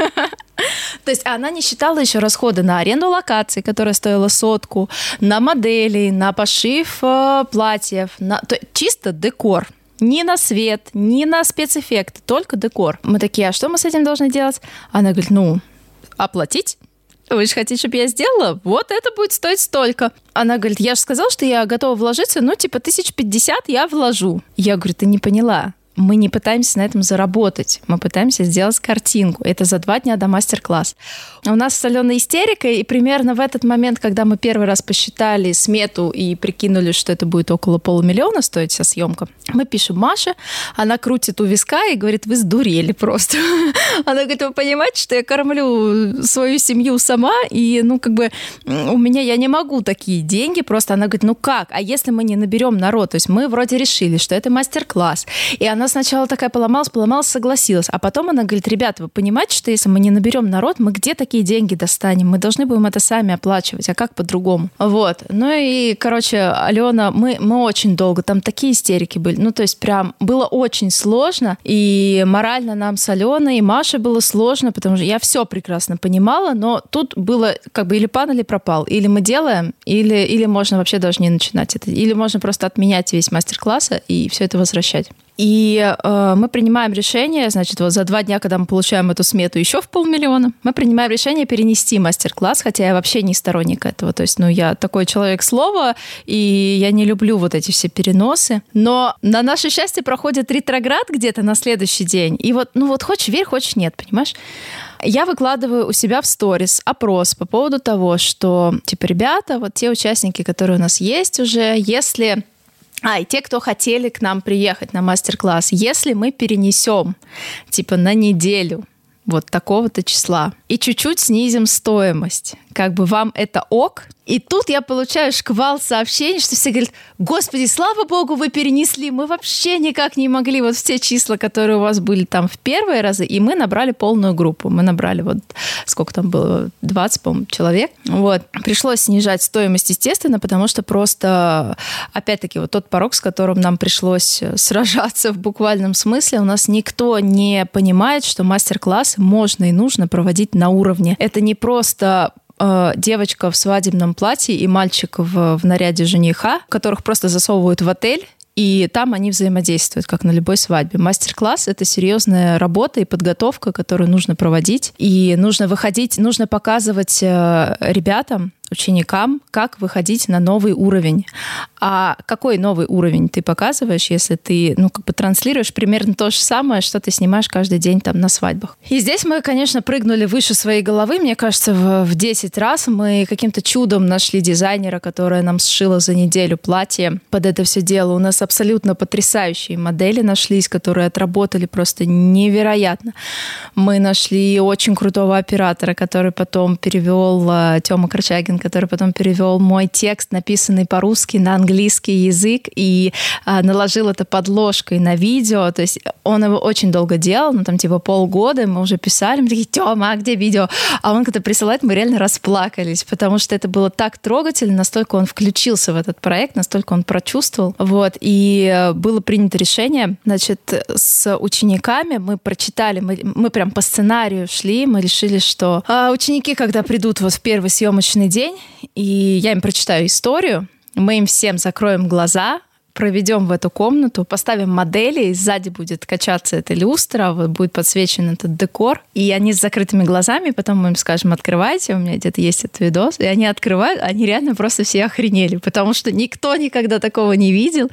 То есть она не считала еще расходы на аренду локации, которая стоила сотку, на модели, на пошив э, платьев, на... То, чисто декор. Ни на свет, ни на спецэффекты, только декор. Мы такие, а что мы с этим должны делать? Она говорит, ну, оплатить? Вы же хотите, чтобы я сделала? Вот это будет стоить столько. Она говорит, я же сказала, что я готова вложиться, ну, типа, тысяч пятьдесят я вложу. Я говорю, ты не поняла. мы не пытаемся на этом заработать, мы пытаемся сделать картинку. Это за два дня до мастер-класса. У нас с Аленой истерика, и примерно в этот момент, когда мы первый раз посчитали смету и прикинули, что это будет около полумиллиона стоить вся съемка, мы пишем Маше, она крутит у виска и говорит: вы сдурели просто. Она говорит: вы понимаете, что я кормлю свою семью сама, и, ну, как бы, у меня, я не могу такие деньги просто. Она говорит: ну как? А если мы не наберем народ? То есть мы вроде решили, что это мастер-класс. И она сначала такая поломалась, поломалась, согласилась. А потом она говорит: ребята, вы понимаете, что если мы не наберем народ, мы где такие деньги достанем? Мы должны будем это сами оплачивать. А как по-другому? Вот. Ну и, короче, Алена, мы, мы очень долго, там такие истерики были. Ну, то есть прям было очень сложно. И морально нам с Аленой и Машей было сложно, потому что я все прекрасно понимала, но тут было как бы или пан, или пропал. Или мы делаем, или, или можно вообще даже не начинать это. Или можно просто отменять весь мастер-класс и все это возвращать. И э, мы принимаем решение, значит, вот за два дня, когда мы получаем эту смету еще в полмиллиона, мы принимаем решение перенести мастер-класс, хотя я вообще не сторонник этого. То есть, ну, я такой человек слова, и я не люблю вот эти все переносы. Но на наше счастье проходит ретроград где-то на следующий день. И вот, ну вот хочешь верь, хочешь нет, понимаешь? Я выкладываю у себя в сторис опрос по поводу того, что, типа, ребята, вот те участники, которые у нас есть уже, если... А, и те, кто хотели к нам приехать на мастер-класс, если мы перенесем, типа, на неделю вот такого-то числа и чуть-чуть снизим стоимость, как бы вам это ок? И тут я получаю шквал сообщений, что все говорят: господи, слава богу, вы перенесли, мы вообще никак не могли, вот все числа, которые у вас были там в первые разы, и мы набрали полную группу. Мы набрали вот, сколько там было, двадцать, по-моему, человек. Вот. Пришлось снижать стоимость, естественно, потому что просто, опять-таки, вот тот порог, с которым нам пришлось сражаться в буквальном смысле, у нас никто не понимает, что мастер-классы можно и нужно проводить на уровне. Это не просто девочка в свадебном платье и мальчик в, в наряде жениха, которых просто засовывают в отель, и там они взаимодействуют, как на любой свадьбе. Мастер-класс — это серьезная работа и подготовка, которую нужно проводить. И нужно выходить, нужно показывать ребятам, ученикам, как выходить на новый уровень. А какой новый уровень ты показываешь, если ты, ну, как бы транслируешь примерно то же самое, что ты снимаешь каждый день там на свадьбах. И здесь мы, конечно, прыгнули выше своей головы, мне кажется, в, в десять раз. Мы каким-то чудом нашли дизайнера, которая нам сшила за неделю платье под это все дело. У нас абсолютно потрясающие модели нашлись, которые отработали просто невероятно. Мы нашли очень крутого оператора, который потом перевел, Тёма Корчагин, который потом перевел мой текст, написанный по-русски, на английский язык, и а, наложил это подложкой на видео. То есть он его очень долго делал, ну там типа полгода, мы уже писали, мы такие: Тёма, а где видео? А он когда присылает, мы реально расплакались, потому что это было так трогательно, настолько он включился в этот проект, настолько он прочувствовал. Вот. И было принято решение, значит, с учениками мы прочитали, мы, мы прям по сценарию шли, мы решили, что а, ученики, когда придут вот в первый съемочный день, и я им прочитаю историю, мы им всем закроем глаза, проведем в эту комнату, поставим модели, и сзади будет качаться эта люстра, вот будет подсвечен этот декор, и они с закрытыми глазами, потом мы им скажем: открывайте, у меня где-то есть этот видос, и они открывают, они реально просто все охренели, потому что никто никогда такого не видел,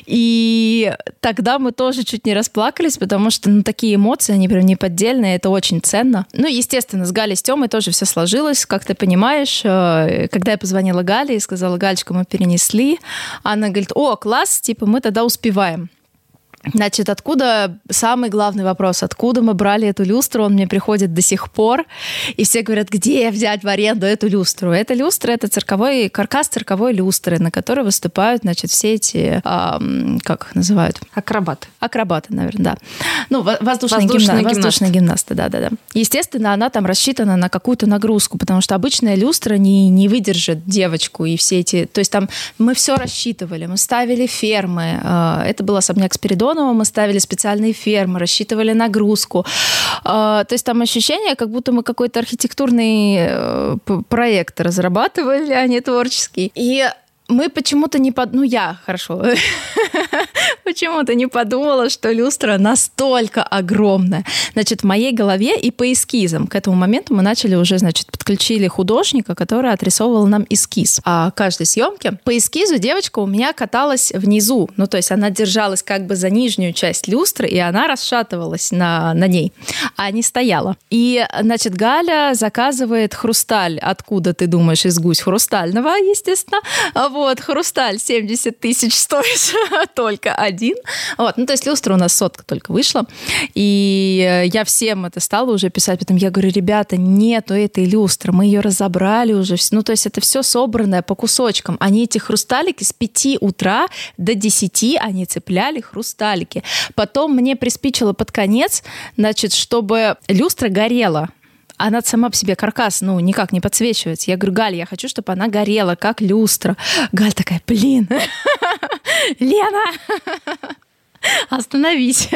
и тогда мы тоже чуть не расплакались, потому что, ну, такие эмоции, они прям неподдельные, это очень ценно. Ну, естественно, с Галей, с Тёмой тоже все сложилось, как ты понимаешь, когда я позвонила Гале и сказала: Галечка, мы перенесли, она говорит: о, класс, типа, мы тогда успеваем. Значит, откуда самый главный вопрос? Откуда мы брали эту люстру? Он мне приходит до сих пор. И все говорят: где взять в аренду эту люстру? Эта люстра — это цирковой, каркас цирковой люстры, на которой выступают, значит, все эти, э, как их называют? Акробаты. Акробаты, наверное, да. Ну, воздушные, воздушные, гимна... воздушные гимнасты, да-да-да. Естественно, она там рассчитана на какую-то нагрузку, потому что обычная люстра не, не выдержит девочку и все эти... То есть там мы все рассчитывали, мы ставили фермы. Это был особняк Спиридонова, мы ставили специальные фермы, рассчитывали нагрузку. То есть там ощущение, как будто мы какой-то архитектурный проект разрабатывали, а не творческий. И мы почему-то не под... Ну, я, хорошо, почему-то не подумала, что люстра настолько огромная. Значит, в моей голове и по эскизам к этому моменту мы начали уже, значит, подключили художника, который отрисовывал нам эскиз. А каждой съемке по эскизу девочка у меня каталась внизу. Ну, то есть она держалась как бы за нижнюю часть люстры, и она расшатывалась на, на ней, а не стояла. И, значит, Галя заказывает хрусталь. Откуда, ты думаешь, из гусь хрустального, естественно. Вот, хрусталь семьдесят тысяч стоит только один. Вот, ну, то есть люстра у нас сотка только вышла. И я всем это стала уже писать. Потом я говорю, ребята, нету этой люстры, мы ее разобрали уже. Ну, то есть это все собранное по кусочкам. Они эти хрусталики с пяти утра до десяти они цепляли хрусталики. Потом мне приспичило под конец, значит, чтобы люстра горела. Она сама по себе каркас, ну, никак не подсвечивается. Я говорю, Галь, я хочу, чтобы она горела, как люстра. Галь такая, блин, Лена, остановись.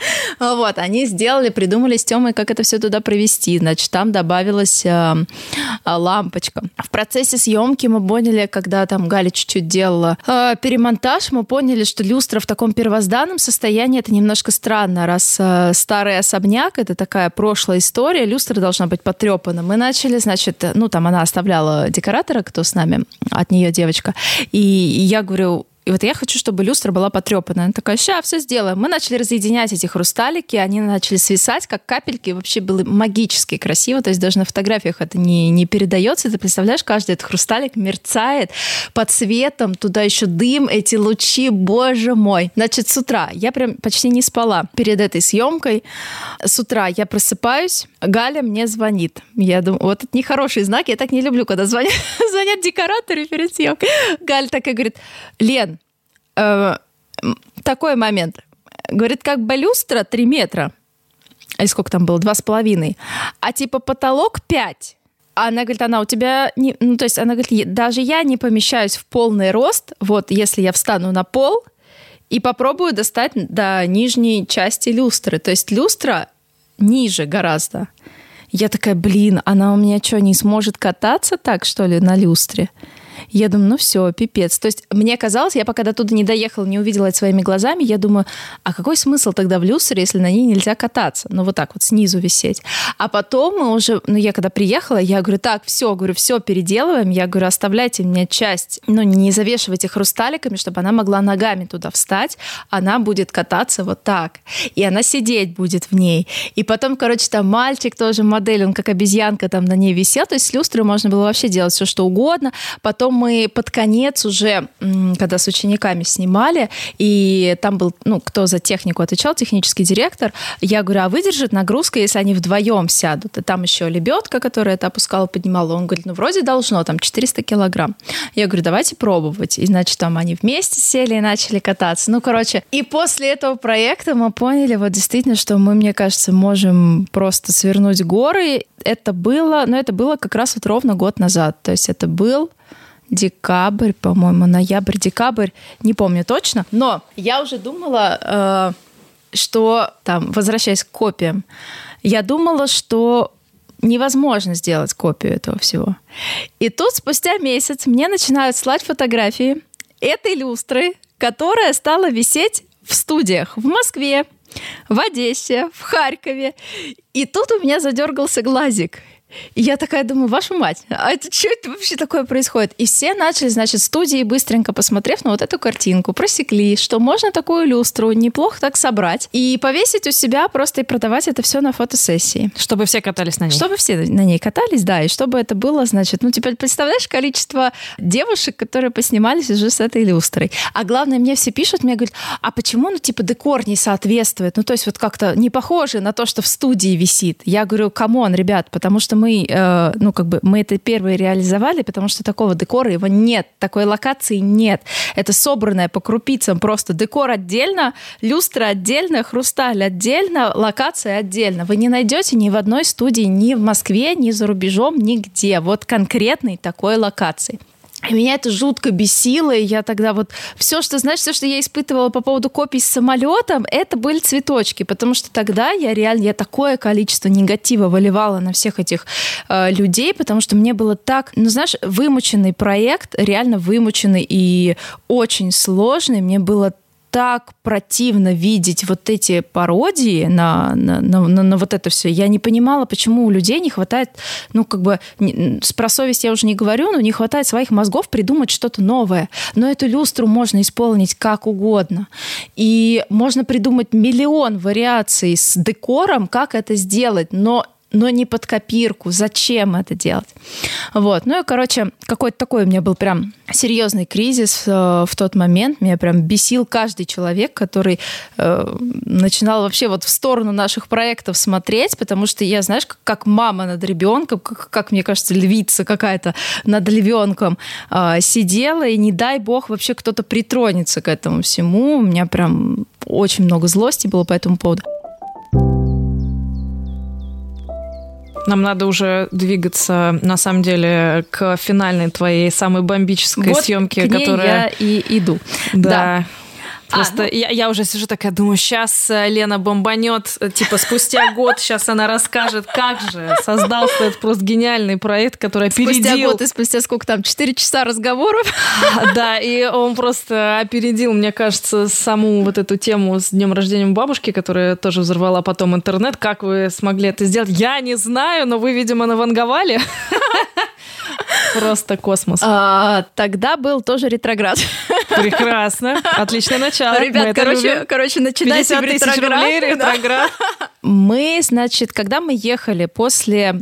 Вот, они сделали, придумали с Тёмой, как это все туда провести. Значит, там добавилась э, лампочка. В процессе съемки мы поняли, когда там Галя чуть-чуть делала э, перемонтаж, мы поняли, что люстра в таком первозданном состоянии, это немножко странно, раз э, старый особняк, это такая прошлая история, люстра должна быть потрепана. Мы начали, значит, ну, там она оставляла декоратора, кто с нами, от нее девочка, и, и я говорю, и вот я хочу, чтобы люстра была потрепанная. Она такая, ща, все сделаем. Мы начали разъединять эти хрусталики, они начали свисать, как капельки. Вообще было магически красиво. То есть даже на фотографиях это не, не передается. Ты представляешь, каждый этот хрусталик мерцает под светом, туда еще дым, эти лучи, боже мой. Значит, с утра я прям почти не спала перед этой съемкой. С утра я просыпаюсь, Галя мне звонит. Я думаю, вот это нехороший знак. Я так не люблю, когда звонят, звонят декораторы перед съемкой. Галя такая говорит, Лен, Э, такой момент. Говорит, как бы люстра три метра. Или сколько там было? Два с половиной. А типа потолок пять. А она говорит, она у тебя... Не... Ну, то есть она говорит, даже я не помещаюсь в полный рост, вот если я встану на пол и попробую достать до нижней части люстры. То есть люстра ниже гораздо. Я такая, блин, она у меня что, не сможет кататься так, что ли, на люстре? Я думаю, ну все, пипец. То есть мне казалось, я пока до туда не доехала, не увидела это своими глазами, я думаю, а какой смысл тогда в люстре, если на ней нельзя кататься? Ну вот так вот снизу висеть. А потом мы уже, ну я когда приехала, я говорю, так, все, говорю, все переделываем. Я говорю, оставляйте мне часть, ну не завешивайте хрусталиками, чтобы она могла ногами туда встать. Она будет кататься вот так. И она сидеть будет в ней. И потом, короче, там мальчик тоже модель, он как обезьянка там на ней висел. То есть с люстрой можно было вообще делать все, что угодно. Потом мы под конец уже, когда с учениками снимали, и там был, ну, кто за технику отвечал, технический директор, я говорю, а выдержит нагрузка, если они вдвоем сядут? И там еще лебедка, которая это опускала, поднимала. Он говорит, ну, вроде должно, там четыреста килограмм. Я говорю, давайте пробовать. И, значит, там они вместе сели и начали кататься. Ну, короче, и после этого проекта мы поняли, вот действительно, что мы, мне кажется, можем просто свернуть горы. Это было, ну, это было как раз вот ровно год назад. То есть это был декабрь, по-моему, ноябрь, декабрь, не помню точно. Но я уже думала, э, что, там, возвращаясь к копиям, я думала, что невозможно сделать копию этого всего. И тут спустя месяц мне начинают слать фотографии этой люстры, которая стала висеть в студиях в Москве, в Одессе, в Харькове. И тут у меня задергался глазик. И я такая думаю, вашу мать, а это что это вообще такое происходит? И все начали, значит, студии, быстренько посмотрев на вот эту картинку, просекли, что можно такую люстру неплохо так собрать и повесить у себя просто и продавать это все на фотосессии. Чтобы все катались на ней. Чтобы все на ней катались, да, и чтобы это было, значит, ну, теперь представляешь количество девушек, которые поснимались уже с этой люстрой. А главное, мне все пишут, мне говорят, а почему, ну, типа, декор не соответствует? Ну, то есть вот как-то не похоже на то, что в студии висит. Я говорю, камон, ребят, потому что мы Мы, э, ну, как бы, мы это первые реализовали, потому что такого декора его нет, такой локации нет. Это собранное по крупицам просто декор отдельно, люстра отдельно, хрусталь отдельно, локация отдельно. Вы не найдете ни в одной студии, ни в Москве, ни за рубежом, нигде. Вот конкретной такой локации. И меня это жутко бесило, и я тогда вот... Все, что, знаешь, все, что я испытывала по поводу копий с самолетом, это были цветочки, потому что тогда я реально, я такое количество негатива выливала на всех этих э, людей, потому что мне было так... Ну, знаешь, вымученный проект, реально вымученный и очень сложный, мне было так противно видеть вот эти пародии на, на, на, на, на вот это все. Я не понимала, почему у людей не хватает, ну, как бы, не, про совесть я уже не говорю, но не хватает своих мозгов придумать что-то новое. Но эту люстру можно исполнить как угодно. И можно придумать миллион вариаций с декором, как это сделать, но но не под копирку. Зачем это делать? Вот. Ну и, короче, какой-то такой у меня был прям серьезный кризис э, в тот момент. Меня прям бесил каждый человек, который э, начинал вообще вот в сторону наших проектов смотреть, потому что я, знаешь, как, как мама над ребенком, как, как мне кажется, львица какая-то над львенком э, сидела, и не дай бог вообще кто-то притронется к этому всему. У меня прям очень много злости было по этому поводу. Нам надо уже двигаться, на самом деле, к финальной твоей самой бомбической вот съемке, к ней которая... я и иду. Да. да. Просто а, ну... я, я уже сижу такая, думаю, сейчас Лена бомбанет, типа спустя год, сейчас она расскажет, как же создался этот просто гениальный проект, который опередил... Спустя год и спустя сколько там, четыре часа разговоров? Да, и он просто опередил, мне кажется, саму вот эту тему с днем рождения бабушки, которая тоже взорвала потом интернет. Как вы смогли это сделать? Я не знаю, но вы, видимо, наванговали. Просто космос. А, тогда был тоже ретроград. Прекрасно. Отличное начало. Ребят, короче, короче, начинайте в ретроград. Рублей, ретроград. Мы, значит, когда мы ехали после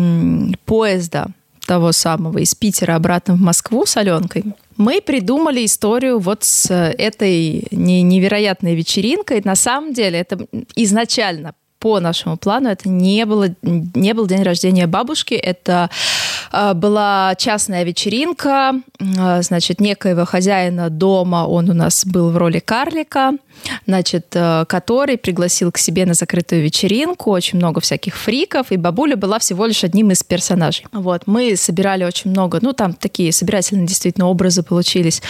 м, поезда того самого из Питера обратно в Москву с Аленкой, мы придумали историю вот с этой невероятной вечеринкой. На самом деле это изначально по нашему плану это не, было, не был день рождения бабушки, это э, была частная вечеринка, э, значит, некоего хозяина дома, он у нас был в роли карлика, значит, э, который пригласил к себе на закрытую вечеринку очень много всяких фриков, и бабуля была всего лишь одним из персонажей. Вот, мы собирали очень много, ну, там такие собирательные действительно образы получились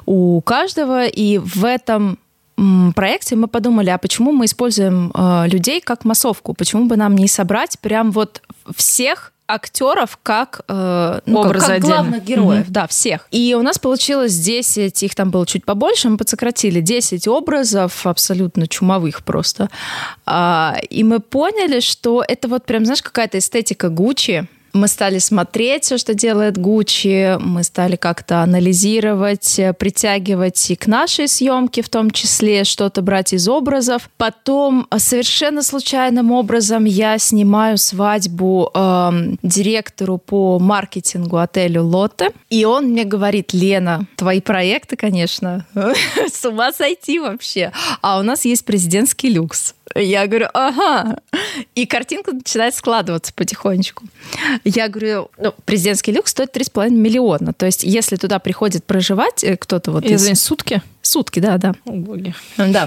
у каждого, и в этом проекте мы подумали, а почему мы используем э, людей как массовку? Почему бы нам не собрать прям вот всех актеров как, э, ну, как, как главных героев, mm-hmm. да, всех. И у нас получилось десять, их там было чуть побольше, мы подсократили десять образов абсолютно чумовых просто. А, и мы поняли, что это вот прям, знаешь, какая-то эстетика Гуччи. Мы стали смотреть все, что делает Гуччи, мы стали как-то анализировать, притягивать и к нашей съемке в том числе, что-то брать из образов. Потом совершенно случайным образом я снимаю свадьбу э, директору по маркетингу отелю «Лотте», и он мне говорит: Лена, твои проекты, конечно, с ума сойти вообще, а у нас есть президентский люкс. Я говорю, ага. И картинка начинает складываться потихонечку. Я говорю, ну, президентский люкс стоит три с половиной миллиона. То есть, если туда приходит проживать кто-то вот из... из... Сутки? Сутки, да, да. О, боги. Да.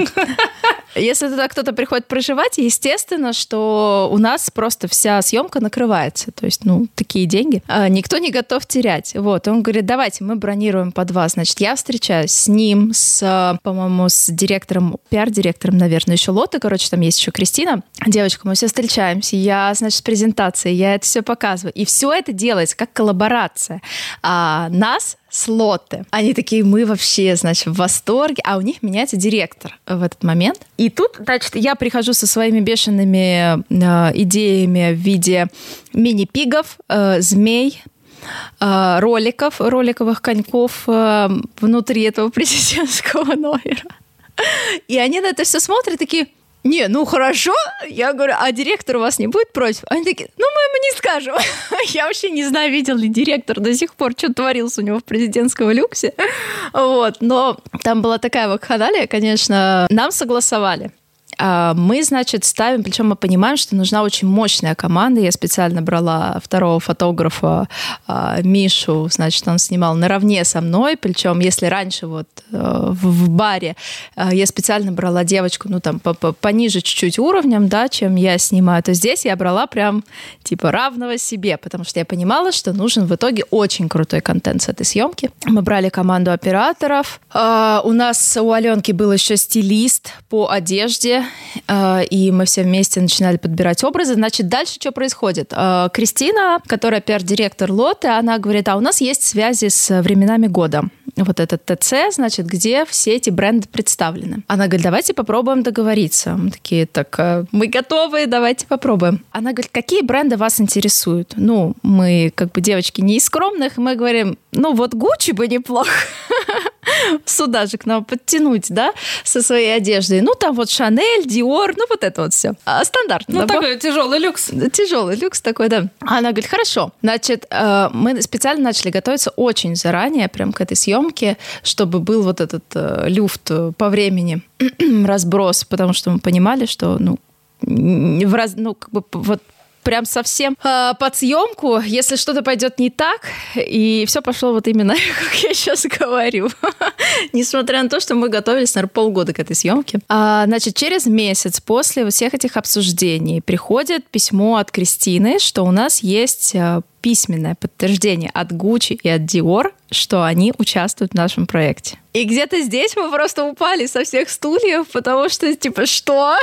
Если туда кто-то приходит проживать, естественно, что у нас просто вся съемка накрывается. То есть, ну, такие деньги а, никто не готов терять. Вот, он говорит, давайте мы бронируем под вас. Значит, я встречаюсь с ним, с, по-моему, с директором, пиар-директором, наверное, еще Лотте, короче, там есть еще Кристина. Девочка, мы все встречаемся. Я, значит, с презентацией, я это все показываю. И все это делается как коллаборация. А нас с Лотте. Они такие, мы вообще, значит, в восторге, а у них меняется директор в этот момент. И тут, значит, я прихожу со своими бешеными э, идеями в виде мини-пигов, э, змей, э, роликов, роликовых коньков э, внутри этого президентского номера. И они на это все смотрят, такие... Не, ну хорошо. Я говорю, а директор у вас не будет против? Они такие, ну мы ему не скажем. Я вообще не знаю, видел ли директор до сих пор, что творился у него в президентском люксе. Вот. Но там была такая вакханалия, конечно. Нам согласовали. Мы, значит, ставим, причем мы понимаем, что нужна очень мощная команда. Я специально брала второго фотографа Мишу, значит, он снимал наравне со мной, причем если раньше вот в баре я специально брала девочку, ну, там, пониже чуть-чуть уровнем, да, чем я снимаю, то здесь я брала прям, типа, равного себе, потому что я понимала, что нужен в итоге очень крутой контент с этой съемки. Мы брали команду операторов. У нас у Аленки был еще стилист по одежде, и мы все вместе начинали подбирать образы. Значит, дальше что происходит? Кристина, которая пиар-директор Лотте, она говорит, а у нас есть связи с временами года. Вот этот ТЦ, значит, где все эти бренды представлены. Она говорит, давайте попробуем договориться. Мы такие, так, мы готовы, давайте попробуем. Она говорит, какие бренды вас интересуют? Ну, мы, как бы, девочки не из скромных, мы говорим, ну, вот Гуччи бы неплохо сюда же к нам подтянуть, да, со своей одеждой. Ну, там вот Шанель, Диор, ну, вот это вот все. А, стандартно. Ну, такой тяжелый люкс. Тяжелый люкс такой, да. Она говорит, хорошо. Значит, мы специально начали готовиться очень заранее, прям к этой съемке, чтобы был вот этот люфт по времени, разброс, потому что мы понимали, что, ну, в раз, ну, как бы вот прям совсем э, под съемку, если что-то пойдет не так, и все пошло вот именно, как я сейчас говорю. Несмотря на то, что мы готовились, наверное, полгода к этой съемке. А, значит, через месяц после всех этих обсуждений приходит письмо от Кристины, что у нас есть письменное подтверждение от Гуччи и от Dior, что они участвуют в нашем проекте. И где-то здесь мы просто упали со всех стульев, потому что, типа, что?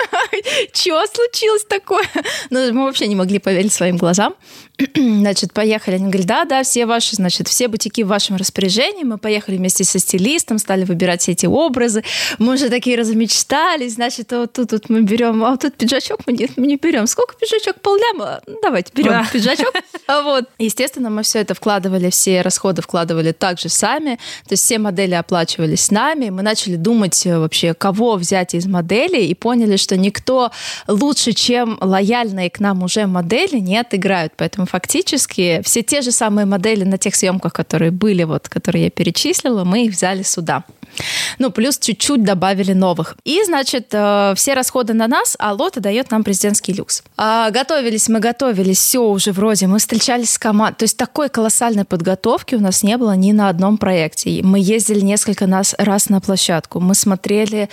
Чего случилось такое? Ну, мы вообще не могли поверить своим глазам. Значит, поехали. Они говорят, да, да, все ваши, значит, все бутики в вашем распоряжении. Мы поехали вместе со стилистом, стали выбирать все эти образы. Мы уже такие размечтались. Значит, вот тут вот мы берем, а вот тут пиджачок мы не, мы не берем. Сколько пиджачок? Полляма? Ну, давайте берем да. пиджачок. Вот. Естественно, мы все это вкладывали, все расходы вкладывали также сами. То есть все модели оплачивались с нами. Мы начали думать вообще, кого взять из моделей, и поняли, что никто лучше, чем лояльные к нам уже модели, не отыграют. Поэтому фактически все те же самые модели на тех съемках, которые были, вот, которые я перечислила, мы их взяли сюда. Ну, плюс чуть-чуть добавили новых. И, значит, все расходы на нас, а Лотте дает нам президентский люкс. А, готовились мы, готовились, все уже вроде, мы встречались с командой. То есть такой колоссальной подготовки у нас не было ни на одном проекте. Мы ездили несколько раз на площадку, мы смотрели,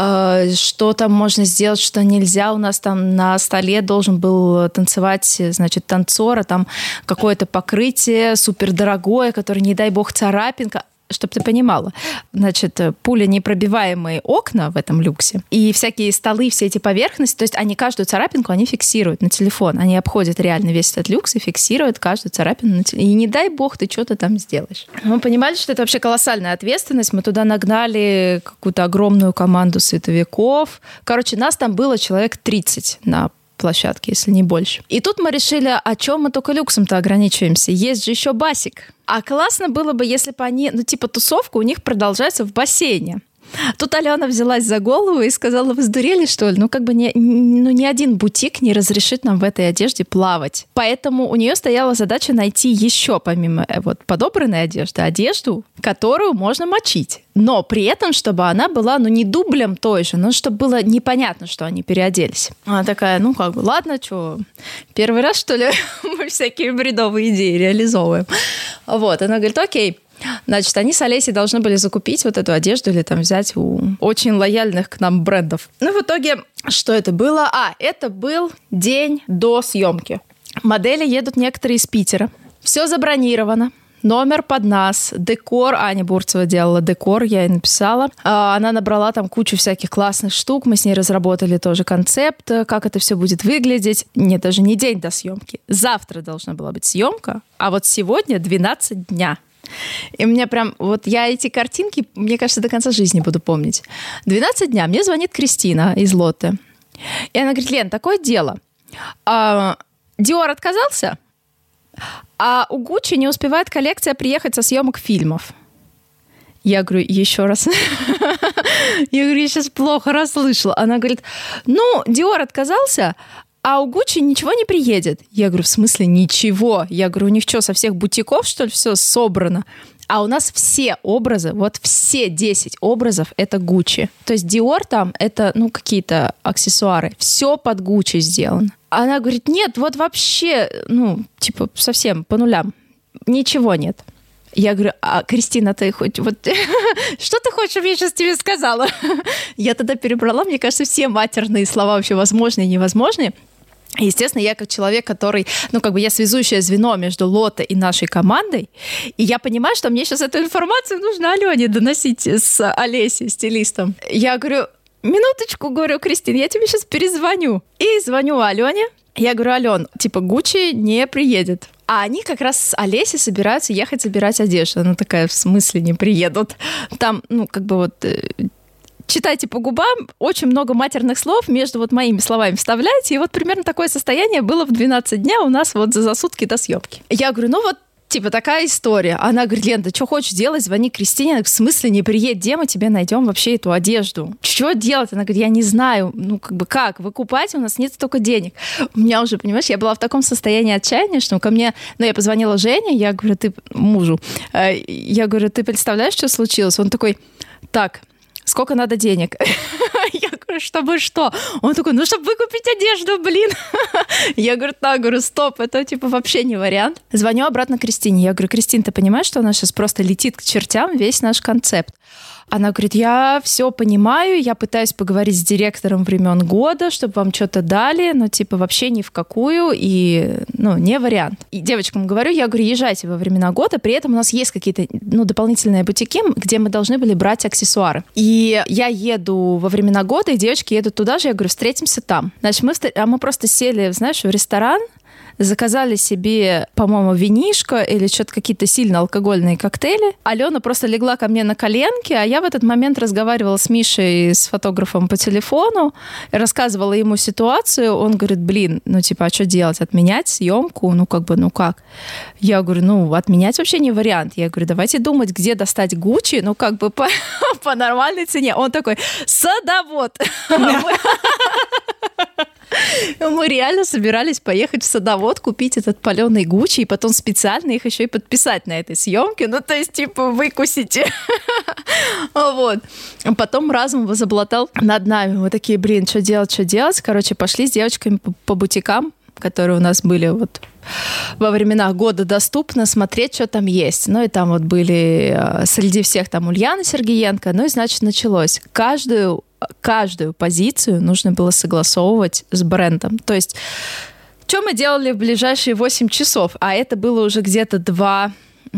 что там можно сделать, что нельзя. У нас там на столе должен был танцевать, значит, танцор, а там какое-то покрытие супердорогое, которое, не дай бог, царапинка. Чтобы ты понимала, значит, пуленепробиваемые окна в этом люксе и всякие столы, все эти поверхности, то есть они каждую царапинку они фиксируют на телефон, они обходят реально весь этот люкс и фиксируют каждую царапину на телефон. И не дай бог ты что-то там сделаешь. Мы понимали, что это вообще колоссальная ответственность. Мы туда нагнали какую-то огромную команду световиков. Короче, нас там было человек тридцать на площадке, если не больше. И тут мы решили, о чем мы только люксом-то ограничиваемся. Есть же еще басик. А классно было бы, если бы они, ну, типа, тусовка у них продолжается в бассейне. Тут Алена взялась за голову и сказала, вы сдурели, что ли? Ну, как бы ни, ну, ни один бутик не разрешит нам в этой одежде плавать. Поэтому у нее стояла задача найти еще, помимо вот, подобранной одежды, одежду, которую можно мочить. Но при этом, чтобы она была, ну, не дублем той же, но чтобы было непонятно, что они переоделись. Она такая, ну, как бы, ладно, что, первый раз, что ли, мы всякие бредовые идеи реализовываем. Вот, она говорит, окей. Значит, они с Олесей должны были закупить вот эту одежду или там взять у очень лояльных к нам брендов. Ну, в итоге, что это было? А, это был день до съемки. Модели едут некоторые из Питера. Все забронировано. Номер под нас, декор. Аня Бурцева делала декор, я ей написала. Она набрала там кучу всяких классных штук. Мы с ней разработали тоже концепт, как это все будет выглядеть. Нет, даже не день до съемки. Завтра должна была быть съемка, а вот сегодня двенадцать дня. И мне прям, вот я эти картинки, мне кажется, до конца жизни буду помнить. двенадцать дня, мне звонит Кристина из Лотте. И она говорит, Лен, такое дело. А, Диор отказался, а у Гуччи не успевает коллекция приехать со съемок фильмов. Я говорю, еще раз. Я говорю, я сейчас плохо расслышала. Она говорит, ну, Диор отказался, а у Гуччи ничего не приедет. Я говорю, в смысле ничего? Я говорю, у них что, со всех бутиков, что ли, все собрано? А у нас все образы, вот все десять образов — это Gucci. То есть Dior там — это, ну, какие-то аксессуары. Все под Gucci сделано. Она говорит, нет, вот вообще, ну, типа, совсем по нулям. Ничего нет. Я говорю, а, Кристина, ты хоть вот... Что ты хочешь, чтобы я сейчас тебе сказала? Я тогда перебрала, мне кажется, все матерные слова вообще возможные и невозможные. Естественно, я как человек, который, ну, как бы я связующее звено между Лотте и нашей командой, и я понимаю, что мне сейчас эту информацию нужно Алене доносить с Олесей, стилистом. Я говорю, минуточку, говорю, Кристина, я тебе сейчас перезвоню. И звоню Алене. Я говорю, Ален, типа, Gucci не приедет. А они как раз с Олесей собираются ехать забирать одежду. Она такая, в смысле не приедут? Там, ну, как бы вот... Читайте по губам, очень много матерных слов между вот моими словами вставляйте. И вот примерно такое состояние было в двенадцать дня у нас вот за сутки до съемки. Я говорю, ну вот, типа, такая история. Она говорит, Лен, да что хочешь делать, звони Кристине. Она говорит, в смысле не приедь, где мы тебе найдем вообще эту одежду? Что делать? Она говорит, я не знаю, ну как бы как, выкупать у нас нет столько денег. У меня уже, понимаешь, я была в таком состоянии отчаяния, что ко мне, ну я позвонила Жене, я говорю, ты, мужу, я говорю, ты представляешь, что случилось? Он такой, так, сколько надо денег? Я говорю, чтобы что? Он такой, ну, чтобы выкупить одежду, блин. Я говорю, так, говорю, стоп, это типа вообще не вариант. Звоню обратно Кристине. Я говорю, Кристин, ты понимаешь, что у нас сейчас просто летит к чертям весь наш концепт? Она говорит, я все понимаю, я пытаюсь поговорить с директором времен года, чтобы вам что-то дали, но типа вообще ни в какую, и, ну, не вариант. И девочкам говорю, я говорю, езжайте во времена года, при этом у нас есть какие-то, ну, дополнительные бутики, где мы должны были брать аксессуары. И я еду во времена года, и девочки едут туда же, я говорю, встретимся там. Значит, мы, а мы просто сели, знаешь, в ресторан, заказали себе, по-моему, винишко или что-то, какие-то сильно алкогольные коктейли. Алена просто легла ко мне на коленки, а я в этот момент разговаривала с Мишей, с фотографом по телефону, рассказывала ему ситуацию. Он говорит, блин, ну типа, а что делать? Отменять съемку? Ну как бы, ну как? Я говорю, ну отменять вообще не вариант. Я говорю, давайте думать, где достать Gucci, ну как бы по, по нормальной цене. Он такой, садовод. Мы реально собирались поехать в Садовод, купить этот паленый Gucci, и потом специально их еще и подписать на этой съемке. Ну, то есть, типа, выкусите. Вот. Потом разум возоблатал над нами. Мы такие, блин, что делать, что делать? Короче, пошли с девочками по, по бутикам, которые у нас были вот во времена года доступно, смотреть, что там есть. Ну и там вот были среди всех там Ульяна Сергеенко. Ну и, значит, началось. Каждую Каждую позицию нужно было согласовывать с брендом. То есть, что мы делали в ближайшие восемь часов? А это было уже где-то два,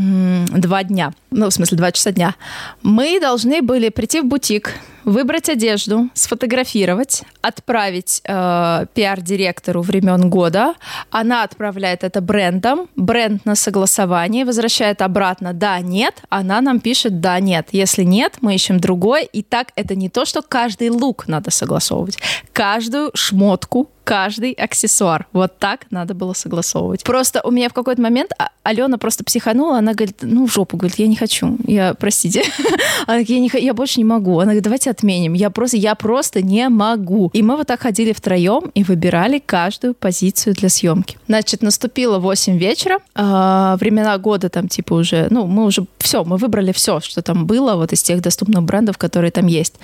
два дня. Ну, в смысле, два часа дня. Мы должны были прийти в бутик, выбрать одежду, сфотографировать, отправить э, пиар-директору времен года. Она отправляет это брендам. Бренд на согласование возвращает обратно «да», «нет». Она нам пишет «да», «нет». Если нет, мы ищем другой. И так это не то, что каждый лук надо согласовывать. Каждую шмотку, каждый аксессуар. Вот так надо было согласовывать. Просто у меня в какой-то момент Алена просто психанула. Она говорит, ну, в жопу. Говорит, я не хочу. Я, простите. Она говорит, я, не, я больше не могу. Она говорит, давайте отменим. Я просто, я просто не могу. И мы вот так ходили втроем и выбирали каждую позицию для съемки. Значит, наступило восемь вечера. Э, времена года там типа уже, ну, мы уже все, мы выбрали все, что там было, вот из тех доступных брендов, которые там есть.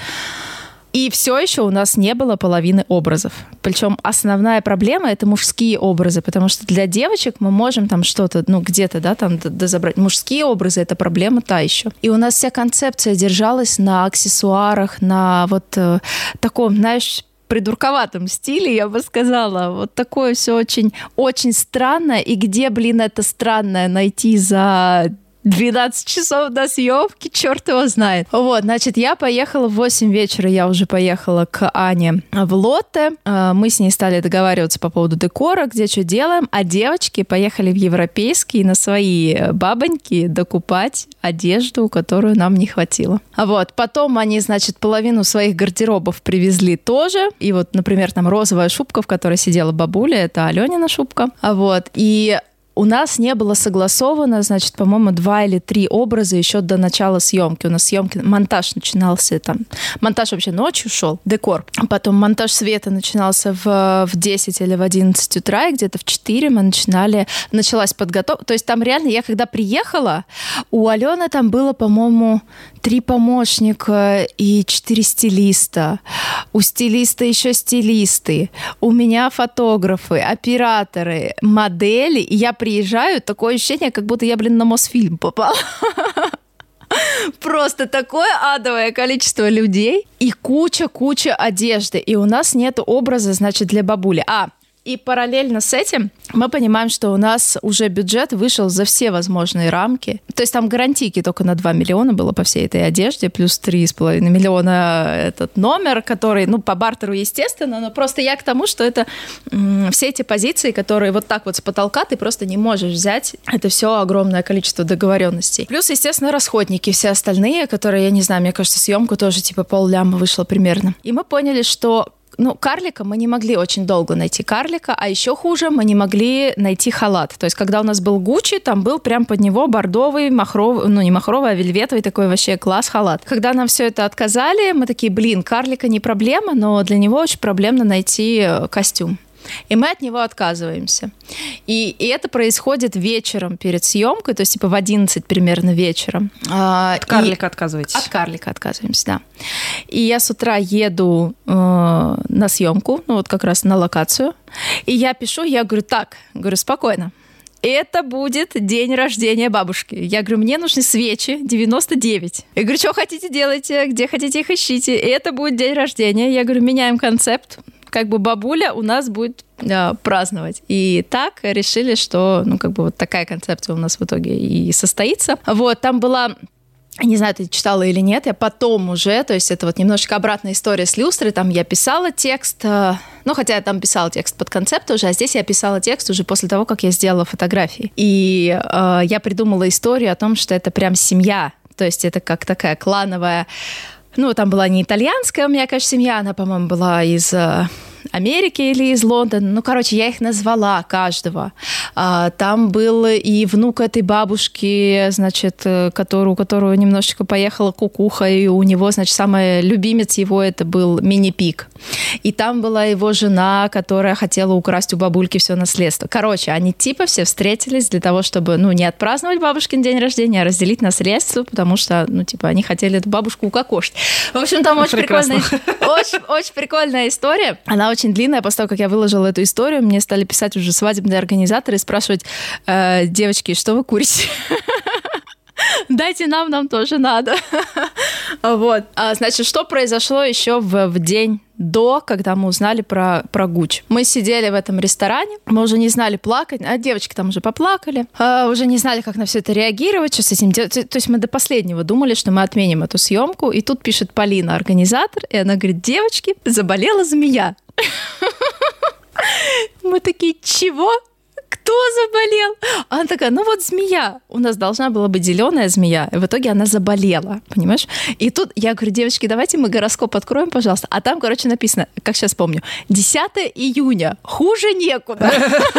И все еще у нас не было половины образов. Причем основная проблема — это мужские образы, потому что для девочек мы можем там что-то, ну, где-то, да, там дозабрать. Мужские образы — это проблема та еще. И у нас вся концепция держалась на аксессуарах, на вот э, таком, знаешь, придурковатом стиле, я бы сказала. Вот такое все очень, очень странное. И где, блин, это странное найти за двенадцать часов до съемки, черт его знает. Вот, значит, я поехала в восемь вечера, я уже поехала к Ане в Лотте. Мы с ней стали договариваться по поводу декора, где что делаем, а девочки поехали в Европейский на свои бабоньки докупать одежду, которую нам не хватило. Вот, потом они, значит, половину своих гардеробов привезли тоже. И вот, например, там розовая шубка, в которой сидела бабуля, это Аленина шубка. Вот, и у нас не было согласовано, значит, по-моему, два или три образа еще до начала съемки. У нас съемки, монтаж начинался там, монтаж вообще ночью шел, декор. Потом монтаж света начинался в, в десять или в одиннадцать утра, и где-то в четыре мы начинали, началась подготовка. То есть там реально, я когда приехала, у Алены там было, по-моему, три помощника и четыре стилиста. У стилиста еще стилисты. У меня фотографы, операторы, модели. И я приезжаю, такое ощущение, как будто я, блин, на Мосфильм попала. Просто такое адовое количество людей и куча-куча одежды. И у нас нет образа, значит, для бабули. А, и параллельно с этим мы понимаем, что у нас уже бюджет вышел за все возможные рамки. То есть там гарантийки только на два миллиона было по всей этой одежде, плюс три с половиной миллиона этот номер, который, ну, по бартеру, естественно, но просто я к тому, что это м- все эти позиции, которые вот так вот с потолка ты просто не можешь взять. Это все огромное количество договоренностей. Плюс, естественно, расходники все остальные, которые, я не знаю, мне кажется, съемку тоже типа полляма вышло примерно. И мы поняли, что Ну, карлика мы не могли очень долго найти карлика, а еще хуже, мы не могли найти халат. То есть, когда у нас был Гуччи, там был прям под него бордовый, махровый, ну, не махровый, а вельветовый такой вообще класс халат. Когда нам все это отказали, мы такие, блин, карлика не проблема, но для него очень проблемно найти костюм. И мы от него отказываемся. И, и это происходит вечером перед съемкой, то есть типа в одиннадцать примерно вечером. От карлика и... отказываетесь? От карлика отказываемся, да. И я с утра еду э, на съемку, ну вот как раз на локацию, и я пишу, я говорю, так, говорю, спокойно. Это будет день рождения бабушки. Я говорю, мне нужны свечи девяносто девять. Я говорю, что хотите делайте, где хотите их ищите. И это будет день рождения. Я говорю, меняем концепт. Как бы бабуля у нас будет э, праздновать. И так решили, что, ну, как бы вот такая концепция у нас в итоге и состоится. Вот, там была... Не знаю, ты читала или нет, я потом уже, то есть это вот немножечко обратная история с люстрой, там я писала текст, ну, хотя я там писала текст под концепт уже, а здесь я писала текст уже после того, как я сделала фотографии. И э, я придумала историю о том, что это прям семья, то есть это как такая клановая, ну, там была не итальянская у меня, конечно, семья, она, по-моему, была из... Америки или из Лондона. Ну, короче, я их назвала каждого. Там был и внук этой бабушки, значит, который, у которого немножечко поехала кукуха, и у него, значит, самый любимец его это был мини-пик. И там была его жена, которая хотела украсть у бабульки все наследство. Короче, они типа все встретились для того, чтобы, ну, не отпраздновать бабушкин день рождения, а разделить наследство, потому что, ну, типа, они хотели эту бабушку укокошить. В общем, там очень прикольная, очень, очень прикольная история. Она очень длинная. После того, как я выложила эту историю, мне стали писать уже свадебные организаторы и спрашивать, э, девочки, что вы курите? Дайте нам, нам тоже надо. Вот. А, значит, что произошло еще в, в день до, когда мы узнали про, про Гуччи. Мы сидели в этом ресторане, мы уже не знали плакать, а девочки там уже поплакали, а, уже не знали, как на все это реагировать, что с этим делать. То есть мы до последнего думали, что мы отменим эту съемку, и тут пишет Полина, организатор, и она говорит, девочки, заболела змея. Мы такие, чего? Кто заболел? Она такая, ну вот змея. У нас должна была быть зеленая змея, и в итоге она заболела, понимаешь? И тут я говорю, девочки, давайте мы гороскоп откроем, пожалуйста. А там, короче, написано, как сейчас помню, десятое июня, хуже некуда.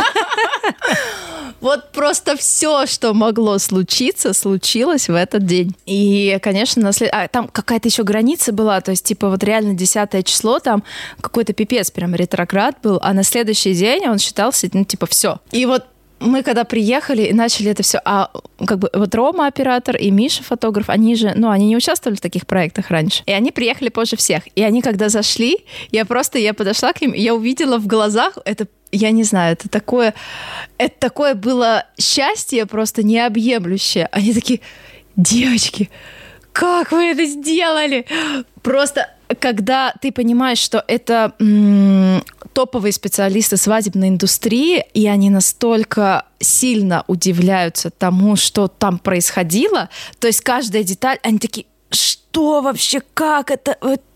Вот просто все, что могло случиться, случилось в этот день. И, конечно, наслед... а, там какая-то еще граница была, то есть, типа, вот реально десятое число, там какой-то пипец, прям ретроград был, а на следующий день он считался, ну, типа, все. И вот мы когда приехали и начали это все, а как бы вот Рома оператор и Миша фотограф, они же, ну, они не участвовали в таких проектах раньше. И они приехали позже всех. И они когда зашли, я просто, я подошла к ним, я увидела в глазах, это, я не знаю, это такое, это такое было счастье просто необъемлющее. Они такие, девочки, как вы это сделали? Просто когда ты понимаешь, что это м- топовые специалисты свадебной индустрии, и они настолько сильно удивляются тому, что там происходило, то есть каждая деталь, они такие, что вообще, как это?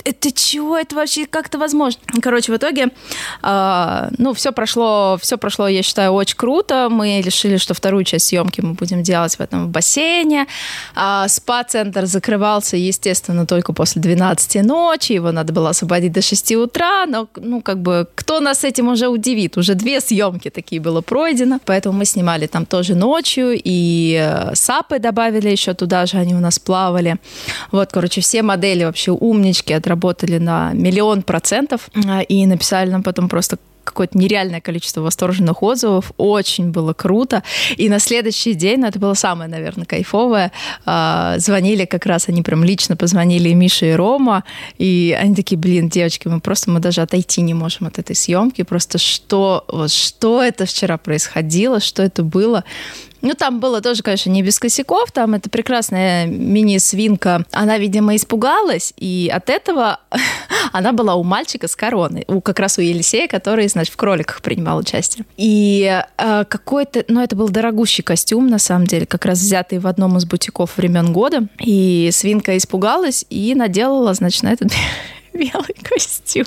это чего, это вообще как-то возможно? Короче, в итоге, э, ну, все прошло, все прошло, я считаю, очень круто. Мы решили, что вторую часть съемки мы будем делать в этом бассейне. Э, спа-центр закрывался, естественно, только после двенадцати ночи. Его надо было освободить до шести утра. Но, ну, как бы, кто нас этим уже удивит? Уже две съемки такие было пройдено. Поэтому мы снимали там тоже ночью. И сапы добавили еще туда же, они у нас плавали. Вот, короче, все модели вообще умнички, отработали на миллион процентов. И написали нам потом просто какое-то нереальное количество восторженных отзывов. Очень было круто. И на следующий день, ну, это было самое, наверное, кайфовое, э, звонили как раз, они прям лично позвонили и Миша, и Рома, и они такие, блин, девочки, мы просто, мы даже отойти не можем от этой съемки, просто что, вот, что это вчера происходило, что это было. Ну, там было тоже, конечно, не без косяков. Там эта прекрасная мини-свинка, она, видимо, испугалась, и от этого она была у мальчика с короной, у, как раз у Елисея, который, значит, в кроликах принимал участие. И э, какой-то, ну, это был дорогущий костюм, на самом деле, как раз взятый в одном из бутиков времен года. И свинка испугалась и наделала, значит, на этот белый костюм.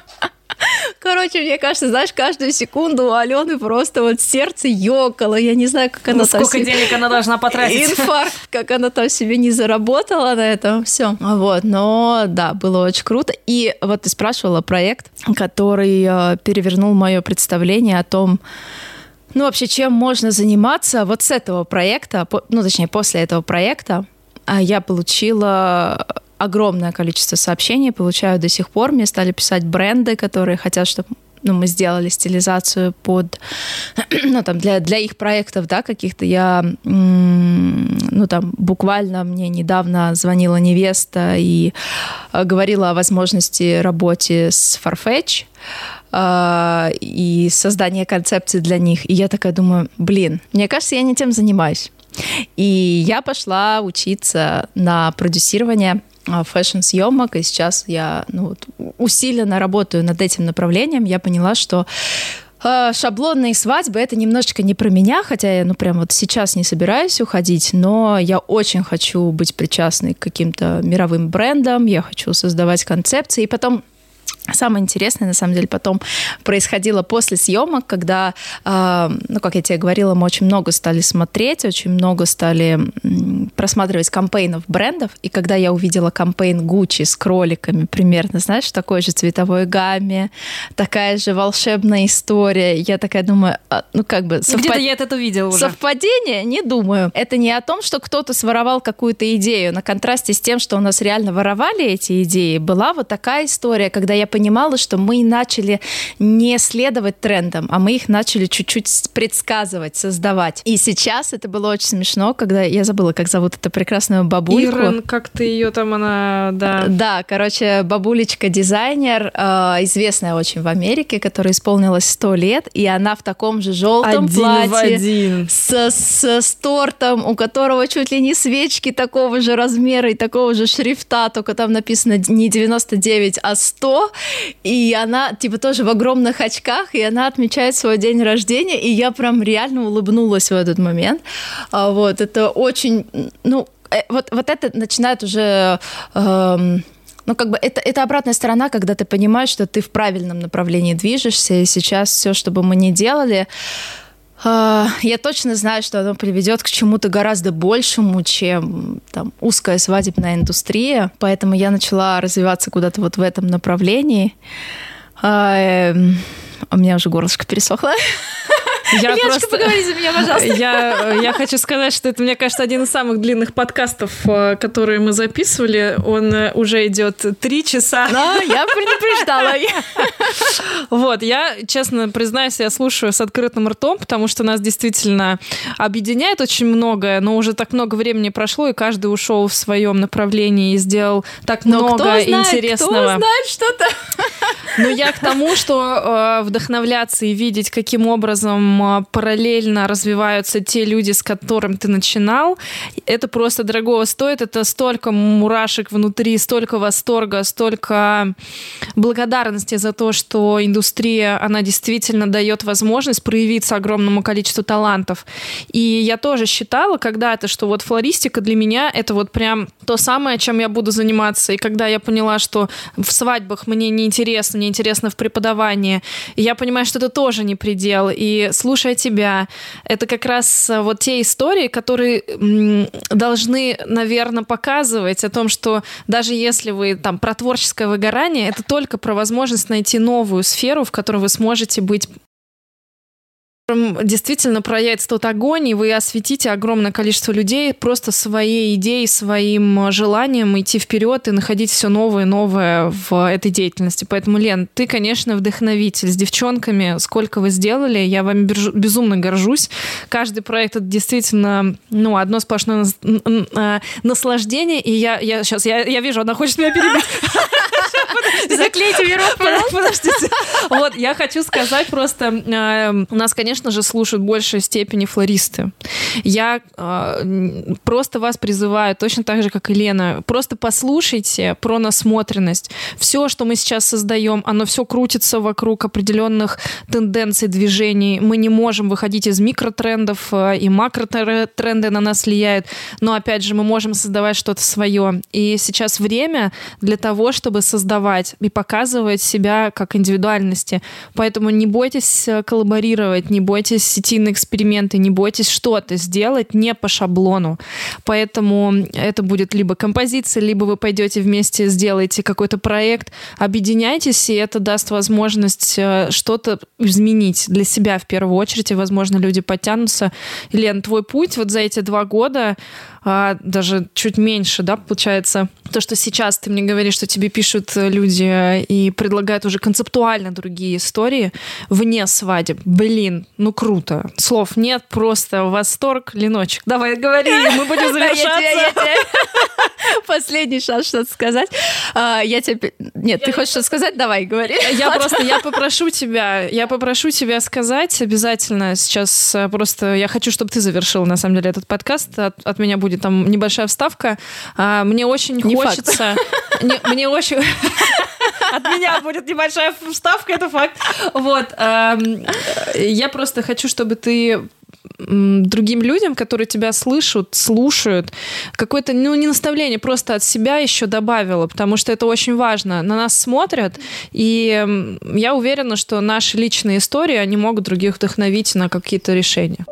Короче, мне кажется, знаешь, каждую секунду у Алены просто вот сердце ёкало. Я не знаю, как она ну, там... Сколько себе... денег она должна потратить. Инфаркт, как она там себе не заработала на этом. Все. Вот. Но да, было очень круто. И вот ты спрашивала проект, который э, перевернул мое представление о том, ну, вообще, чем можно заниматься. Вот с этого проекта, ну, точнее, после этого проекта я получила... огромное количество сообщений получаю до сих пор. Мне стали писать бренды, которые хотят, чтобы, ну, мы сделали стилизацию под, ну, там, для, для их проектов, да, каких-то. Я, ну, там, буквально мне недавно звонила невеста и говорила о возможности работы с Farfetch и создания концепции для них. И я такая думаю, блин, мне кажется, я не тем занимаюсь. И я пошла учиться на продюсирование фэшн-съемок, и сейчас я, ну, вот, усиленно работаю над этим направлением. Я поняла, что э, шаблонные свадьбы — это немножечко не про меня, хотя я, ну, прям вот сейчас не собираюсь уходить, но я очень хочу быть причастной к каким-то мировым брендам, я хочу создавать концепции, и потом... Самое интересное, на самом деле, потом происходило после съемок, когда, э, ну, как я тебе говорила, мы очень много стали смотреть, очень много стали м, просматривать кампейнов брендов, и когда я увидела кампейн Gucci с кроликами, примерно, знаешь, в такой же цветовой гамме, такая же волшебная история, я такая думаю, а, ну, как бы... Совпад... Где-то я это увидела уже. Совпадение? Не думаю. Это не о том, что кто-то своровал какую-то идею. На контрасте с тем, что у нас реально воровали эти идеи, была вот такая история, когда я понимала, что мы начали не следовать трендам, а мы их начали чуть-чуть предсказывать, создавать. И сейчас это было очень смешно, когда я забыла, как зовут эту прекрасную бабульку. Ирен, как ты ее там, она, да. Да, короче, бабулечка-дизайнер, э, известная очень в Америке, которая исполнилась сто лет, и она в таком же желтом один платье в один. С, с, с тортом, у которого чуть ли не свечки такого же размера и такого же шрифта, только там написано не девяносто девять, а сто. И она, типа, тоже в огромных очках, и она отмечает свой день рождения, и я прям реально улыбнулась в этот момент. Вот, это очень, ну, вот, вот это начинает уже... Эм, ну, как бы это, это обратная сторона, когда ты понимаешь, что ты в правильном направлении движешься, и сейчас все, что бы мы ни делали, я точно знаю, что оно приведет к чему-то гораздо большему, чем там узкая свадебная индустрия. Поэтому я начала развиваться куда-то вот в этом направлении. А, у меня уже горлышко пересохло. Я Леночка, просто... поговори за меня, пожалуйста. Я, я хочу сказать, что это, мне кажется, один из самых длинных подкастов, которые мы записывали. Он уже идет три часа. Но я предупреждала. Вот, я, честно признаюсь, я слушаю с открытым ртом, потому что нас действительно объединяет очень многое, но уже так много времени прошло, и каждый ушел в своем направлении и сделал так но много кто знает, интересного. Кто знает что-то? Но я к тому, что э, вдохновляться и видеть, каким образом э, параллельно развиваются те люди, с которыми ты начинал, это просто дорогого стоит. Это столько мурашек внутри, столько восторга, столько благодарности за то, что индустрия, она действительно дает возможность проявиться огромному количеству талантов. И я тоже считала когда-то, что вот флористика для меня это вот прям то самое, чем я буду заниматься. И когда я поняла, что в свадьбах мне неинтересно, мне интересно в преподавании, и я понимаю, что это тоже не предел. И слушая тебя, это как раз вот те истории, которые м, должны, наверное, показывать о том, что даже если вы там про творческое выгорание, это только про возможность найти новую сферу, в которой вы сможете быть действительно проявится тот огонь, и вы осветите огромное количество людей просто своей идеей, своим желанием идти вперед и находить все новое и новое в этой деятельности. Поэтому, Лен, ты, конечно, вдохновитель. С девчонками сколько вы сделали, я вами безумно горжусь. Каждый проект — это действительно ну, одно сплошное наслаждение, и я, я сейчас, я, я вижу, она хочет меня перебить. Заклейте веру, подождите. Вот, я хочу сказать просто, э, нас, конечно же, слушают в большей степени флористы. Я э, просто вас призываю, точно так же, как и Лена, просто послушайте про насмотренность. Все, что мы сейчас создаем, оно все крутится вокруг определенных тенденций, движений. Мы не можем выходить из микротрендов, э, и макротренды на нас влияют, но, опять же, мы можем создавать что-то свое. И сейчас время для того, чтобы создавать и показывать себя как индивидуальности. Поэтому не бойтесь коллаборировать, не бойтесь идти на эксперименты, не бойтесь что-то сделать не по шаблону. Поэтому это будет либо композиция, либо вы пойдете вместе, сделаете какой-то проект, объединяйтесь, и это даст возможность что-то изменить для себя в первую очередь, и, возможно, люди подтянутся. Лен, твой путь вот за эти два года, даже чуть меньше, да, получается, то, что сейчас ты мне говоришь, что тебе пишут люди и предлагают уже концептуально другие истории вне свадеб. Блин, ну круто. Слов нет, просто восторг. Леночек, давай говори, мы будем завершаться. Последний шанс что-то сказать. Я тебе... Нет, ты хочешь что-то сказать? Давай, говори. Я просто, я попрошу тебя, я попрошу тебя сказать обязательно сейчас просто, я хочу, чтобы ты завершила, на самом деле, этот подкаст. От, от меня будет там небольшая вставка. Мне очень Не хочется... Не, мне очень... От меня будет небольшая вставка, это факт. Вот. Я просто хочу, чтобы ты другим людям, которые тебя слышат, слушают, какое-то, ну, не наставление, просто от себя еще добавила, потому что это очень важно. На нас смотрят, и я уверена, что наши личные истории, они могут других вдохновить на какие-то решения.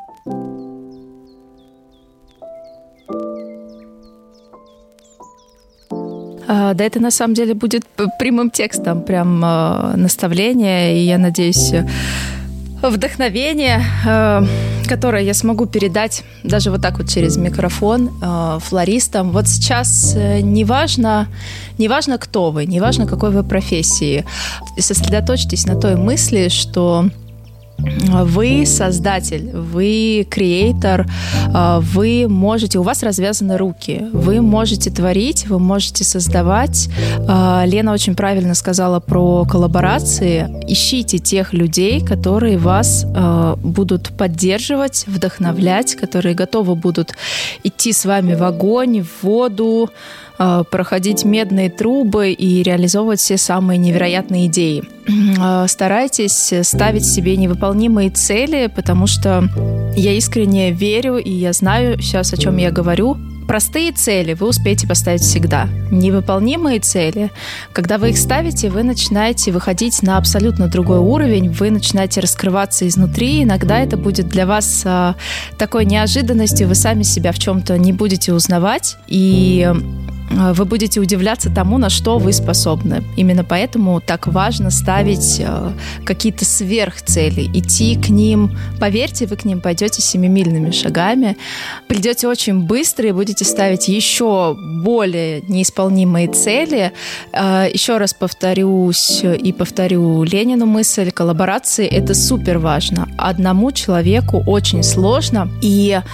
Да, это на самом деле будет прямым текстом, прям наставление, и я надеюсь, вдохновение, которое я смогу передать даже вот так вот через микрофон флористам. Вот сейчас неважно, неважно, кто вы, неважно, какой вы профессии, сосредоточьтесь на той мысли, что вы создатель, вы креатор, вы можете, у вас развязаны руки, вы можете творить, вы можете создавать. Лена очень правильно сказала про коллаборации. Ищите тех людей, которые вас будут поддерживать, вдохновлять, которые готовы будут идти с вами в огонь, в воду, проходить медные трубы и реализовывать все самые невероятные идеи. Старайтесь ставить себе невыполнимые цели, потому что я искренне верю, и я знаю сейчас, о чем я говорю. Простые цели вы успеете поставить всегда. Невыполнимые цели, когда вы их ставите, вы начинаете выходить на абсолютно другой уровень, вы начинаете раскрываться изнутри. Иногда это будет для вас такой неожиданностью, вы сами себя в чем-то не будете узнавать, и вы будете удивляться тому, на что вы способны. Именно поэтому так важно ставить какие-то сверхцели, идти к ним. Поверьте, вы к ним пойдете семимильными шагами, придете очень быстро и будете ставить еще более неисполнимые цели. Еще раз повторюсь и повторю Ленину мысль, коллаборации — это супер важно. Одному человеку очень сложно, и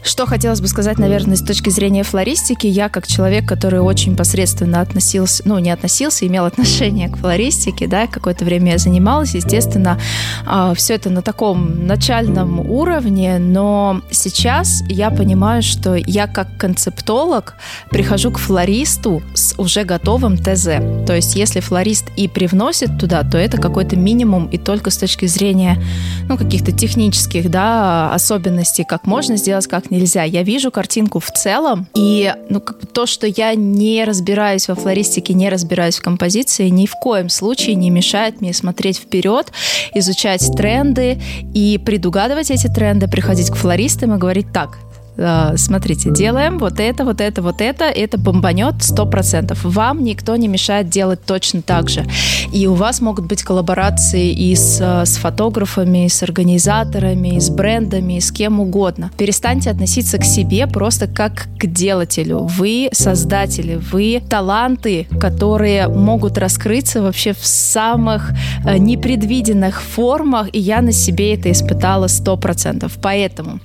Что хотелось бы сказать, наверное, с точки зрения флористики, я как человек, который очень посредственно относился, ну, не относился, имел отношение к флористике, да, какое-то время я занималась, естественно, все это на таком начальном уровне, но сейчас я понимаю, что я как концептолог прихожу к флористу с уже готовым ТЗ. То есть если флорист и привносит туда, то это какой-то минимум, и только с точки зрения, ну, каких-то технических, да, особенностей, как можно сделать, как нельзя. Я вижу картинку в целом, и ну, как бы то, что я не разбираюсь во флористике, не разбираюсь в композиции, ни в коем случае не мешает мне смотреть вперед, изучать тренды и предугадывать эти тренды, приходить к флористам и говорить: так, смотрите, делаем вот это, вот это, вот это, это бомбанет сто процентов. Вам никто не мешает делать точно так же. И у вас могут быть коллаборации и с, с фотографами, и с организаторами, и с брендами, и с кем угодно. Перестаньте относиться к себе просто как к делателю. Вы создатели, вы таланты, которые могут раскрыться вообще в самых непредвиденных формах, и я на себе это испытала сто процентов. Поэтому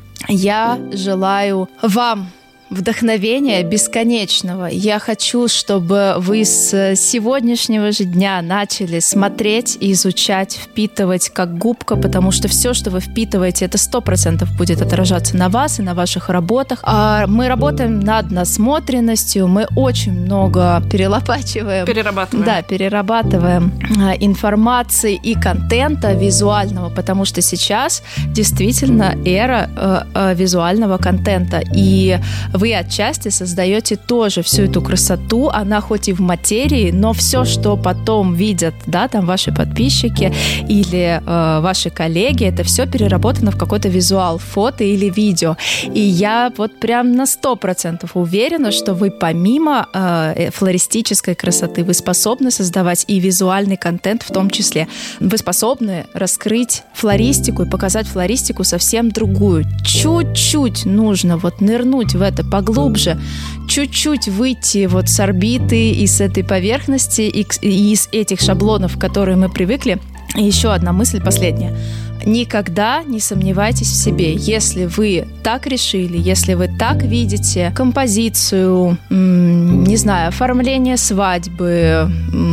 я желаю вам вдохновения бесконечного. Я хочу, чтобы вы с сегодняшнего же дня начали смотреть, изучать, впитывать как губка, потому что все, что вы впитываете, это сто процентов будет отражаться на вас и на ваших работах. А мы работаем над насмотренностью, мы очень много перелопачиваем. Перерабатываем. Да, перерабатываем информации и контента визуального, потому что сейчас действительно эра э, э, визуального контента. И вы отчасти создаете тоже всю эту красоту, она хоть и в материи, но все, что потом видят, да, там ваши подписчики или э, ваши коллеги, это все переработано в какой-то визуал, фото или видео. И я вот прям на сто процентов уверена, что вы помимо э, флористической красоты, вы способны создавать и визуальный контент в том числе. Вы способны раскрыть флористику и показать флористику совсем другую. Чуть-чуть нужно вот нырнуть в это поглубже, чуть-чуть выйти вот с орбиты и с этой поверхности, и, и из этих шаблонов, к которым мы привыкли. И еще одна мысль, последняя. Никогда не сомневайтесь в себе. Если вы так решили, если вы так видите композицию, не знаю, оформление свадьбы,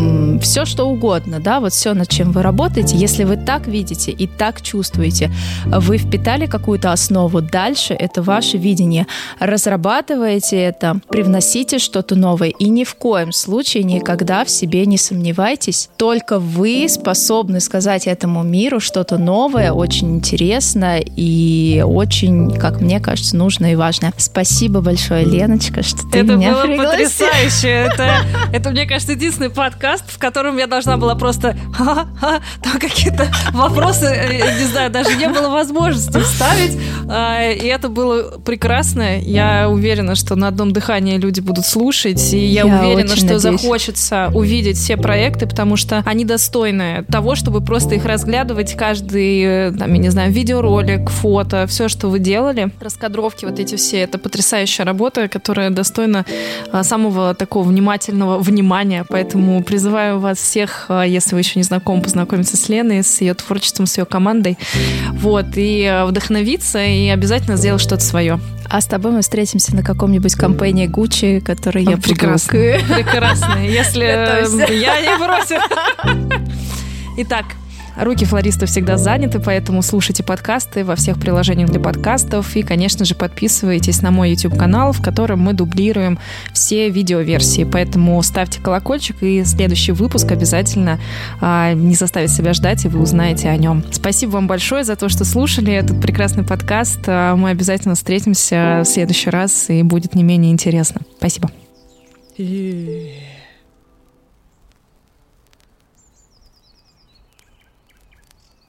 все что угодно, да, вот все, над чем вы работаете, если вы так видите и так чувствуете, вы впитали какую-то основу, дальше это ваше видение. Разрабатывайте это, привносите что-то новое и ни в коем случае никогда в себе не сомневайтесь. Только вы способны сказать этому миру что-то новое, очень интересно и очень, как мне кажется, нужно и важно. Спасибо большое, Леночка, что ты это меня пригласила. Это было пригласила. потрясающе. Это, это, мне кажется, единственный подкаст, в котором я должна была просто ха-ха, там какие-то вопросы, не знаю, даже не было возможности вставить. И это было прекрасно. Я уверена, что на одном дыхании люди будут слушать. И я, я уверена, что надеюсь. Захочется увидеть все проекты, потому что они достойны того, чтобы просто их разглядывать каждый, там, я не знаю, видеоролик, фото, все, что вы делали. Раскадровки вот эти все. Это потрясающая работа, которая достойна самого такого внимательного внимания. Поэтому призываю вас всех, если вы еще не знакомы, познакомиться с Леной, с ее творчеством, с ее командой. Вот. И вдохновиться, и обязательно сделать что-то свое. А с тобой мы встретимся на каком-нибудь кампейне Гуччи, который я прекрасно. Прекрасно. Если я не против. Итак, руки флориста всегда заняты, поэтому слушайте подкасты во всех приложениях для подкастов и, конечно же, подписывайтесь на мой YouTube-канал, в котором мы дублируем все видеоверсии. Поэтому ставьте колокольчик, и следующий выпуск обязательно а, не заставит себя ждать, и вы узнаете о нем. Спасибо вам большое за то, что слушали этот прекрасный подкаст. Мы обязательно встретимся в следующий раз, и будет не менее интересно. Спасибо. Yeah.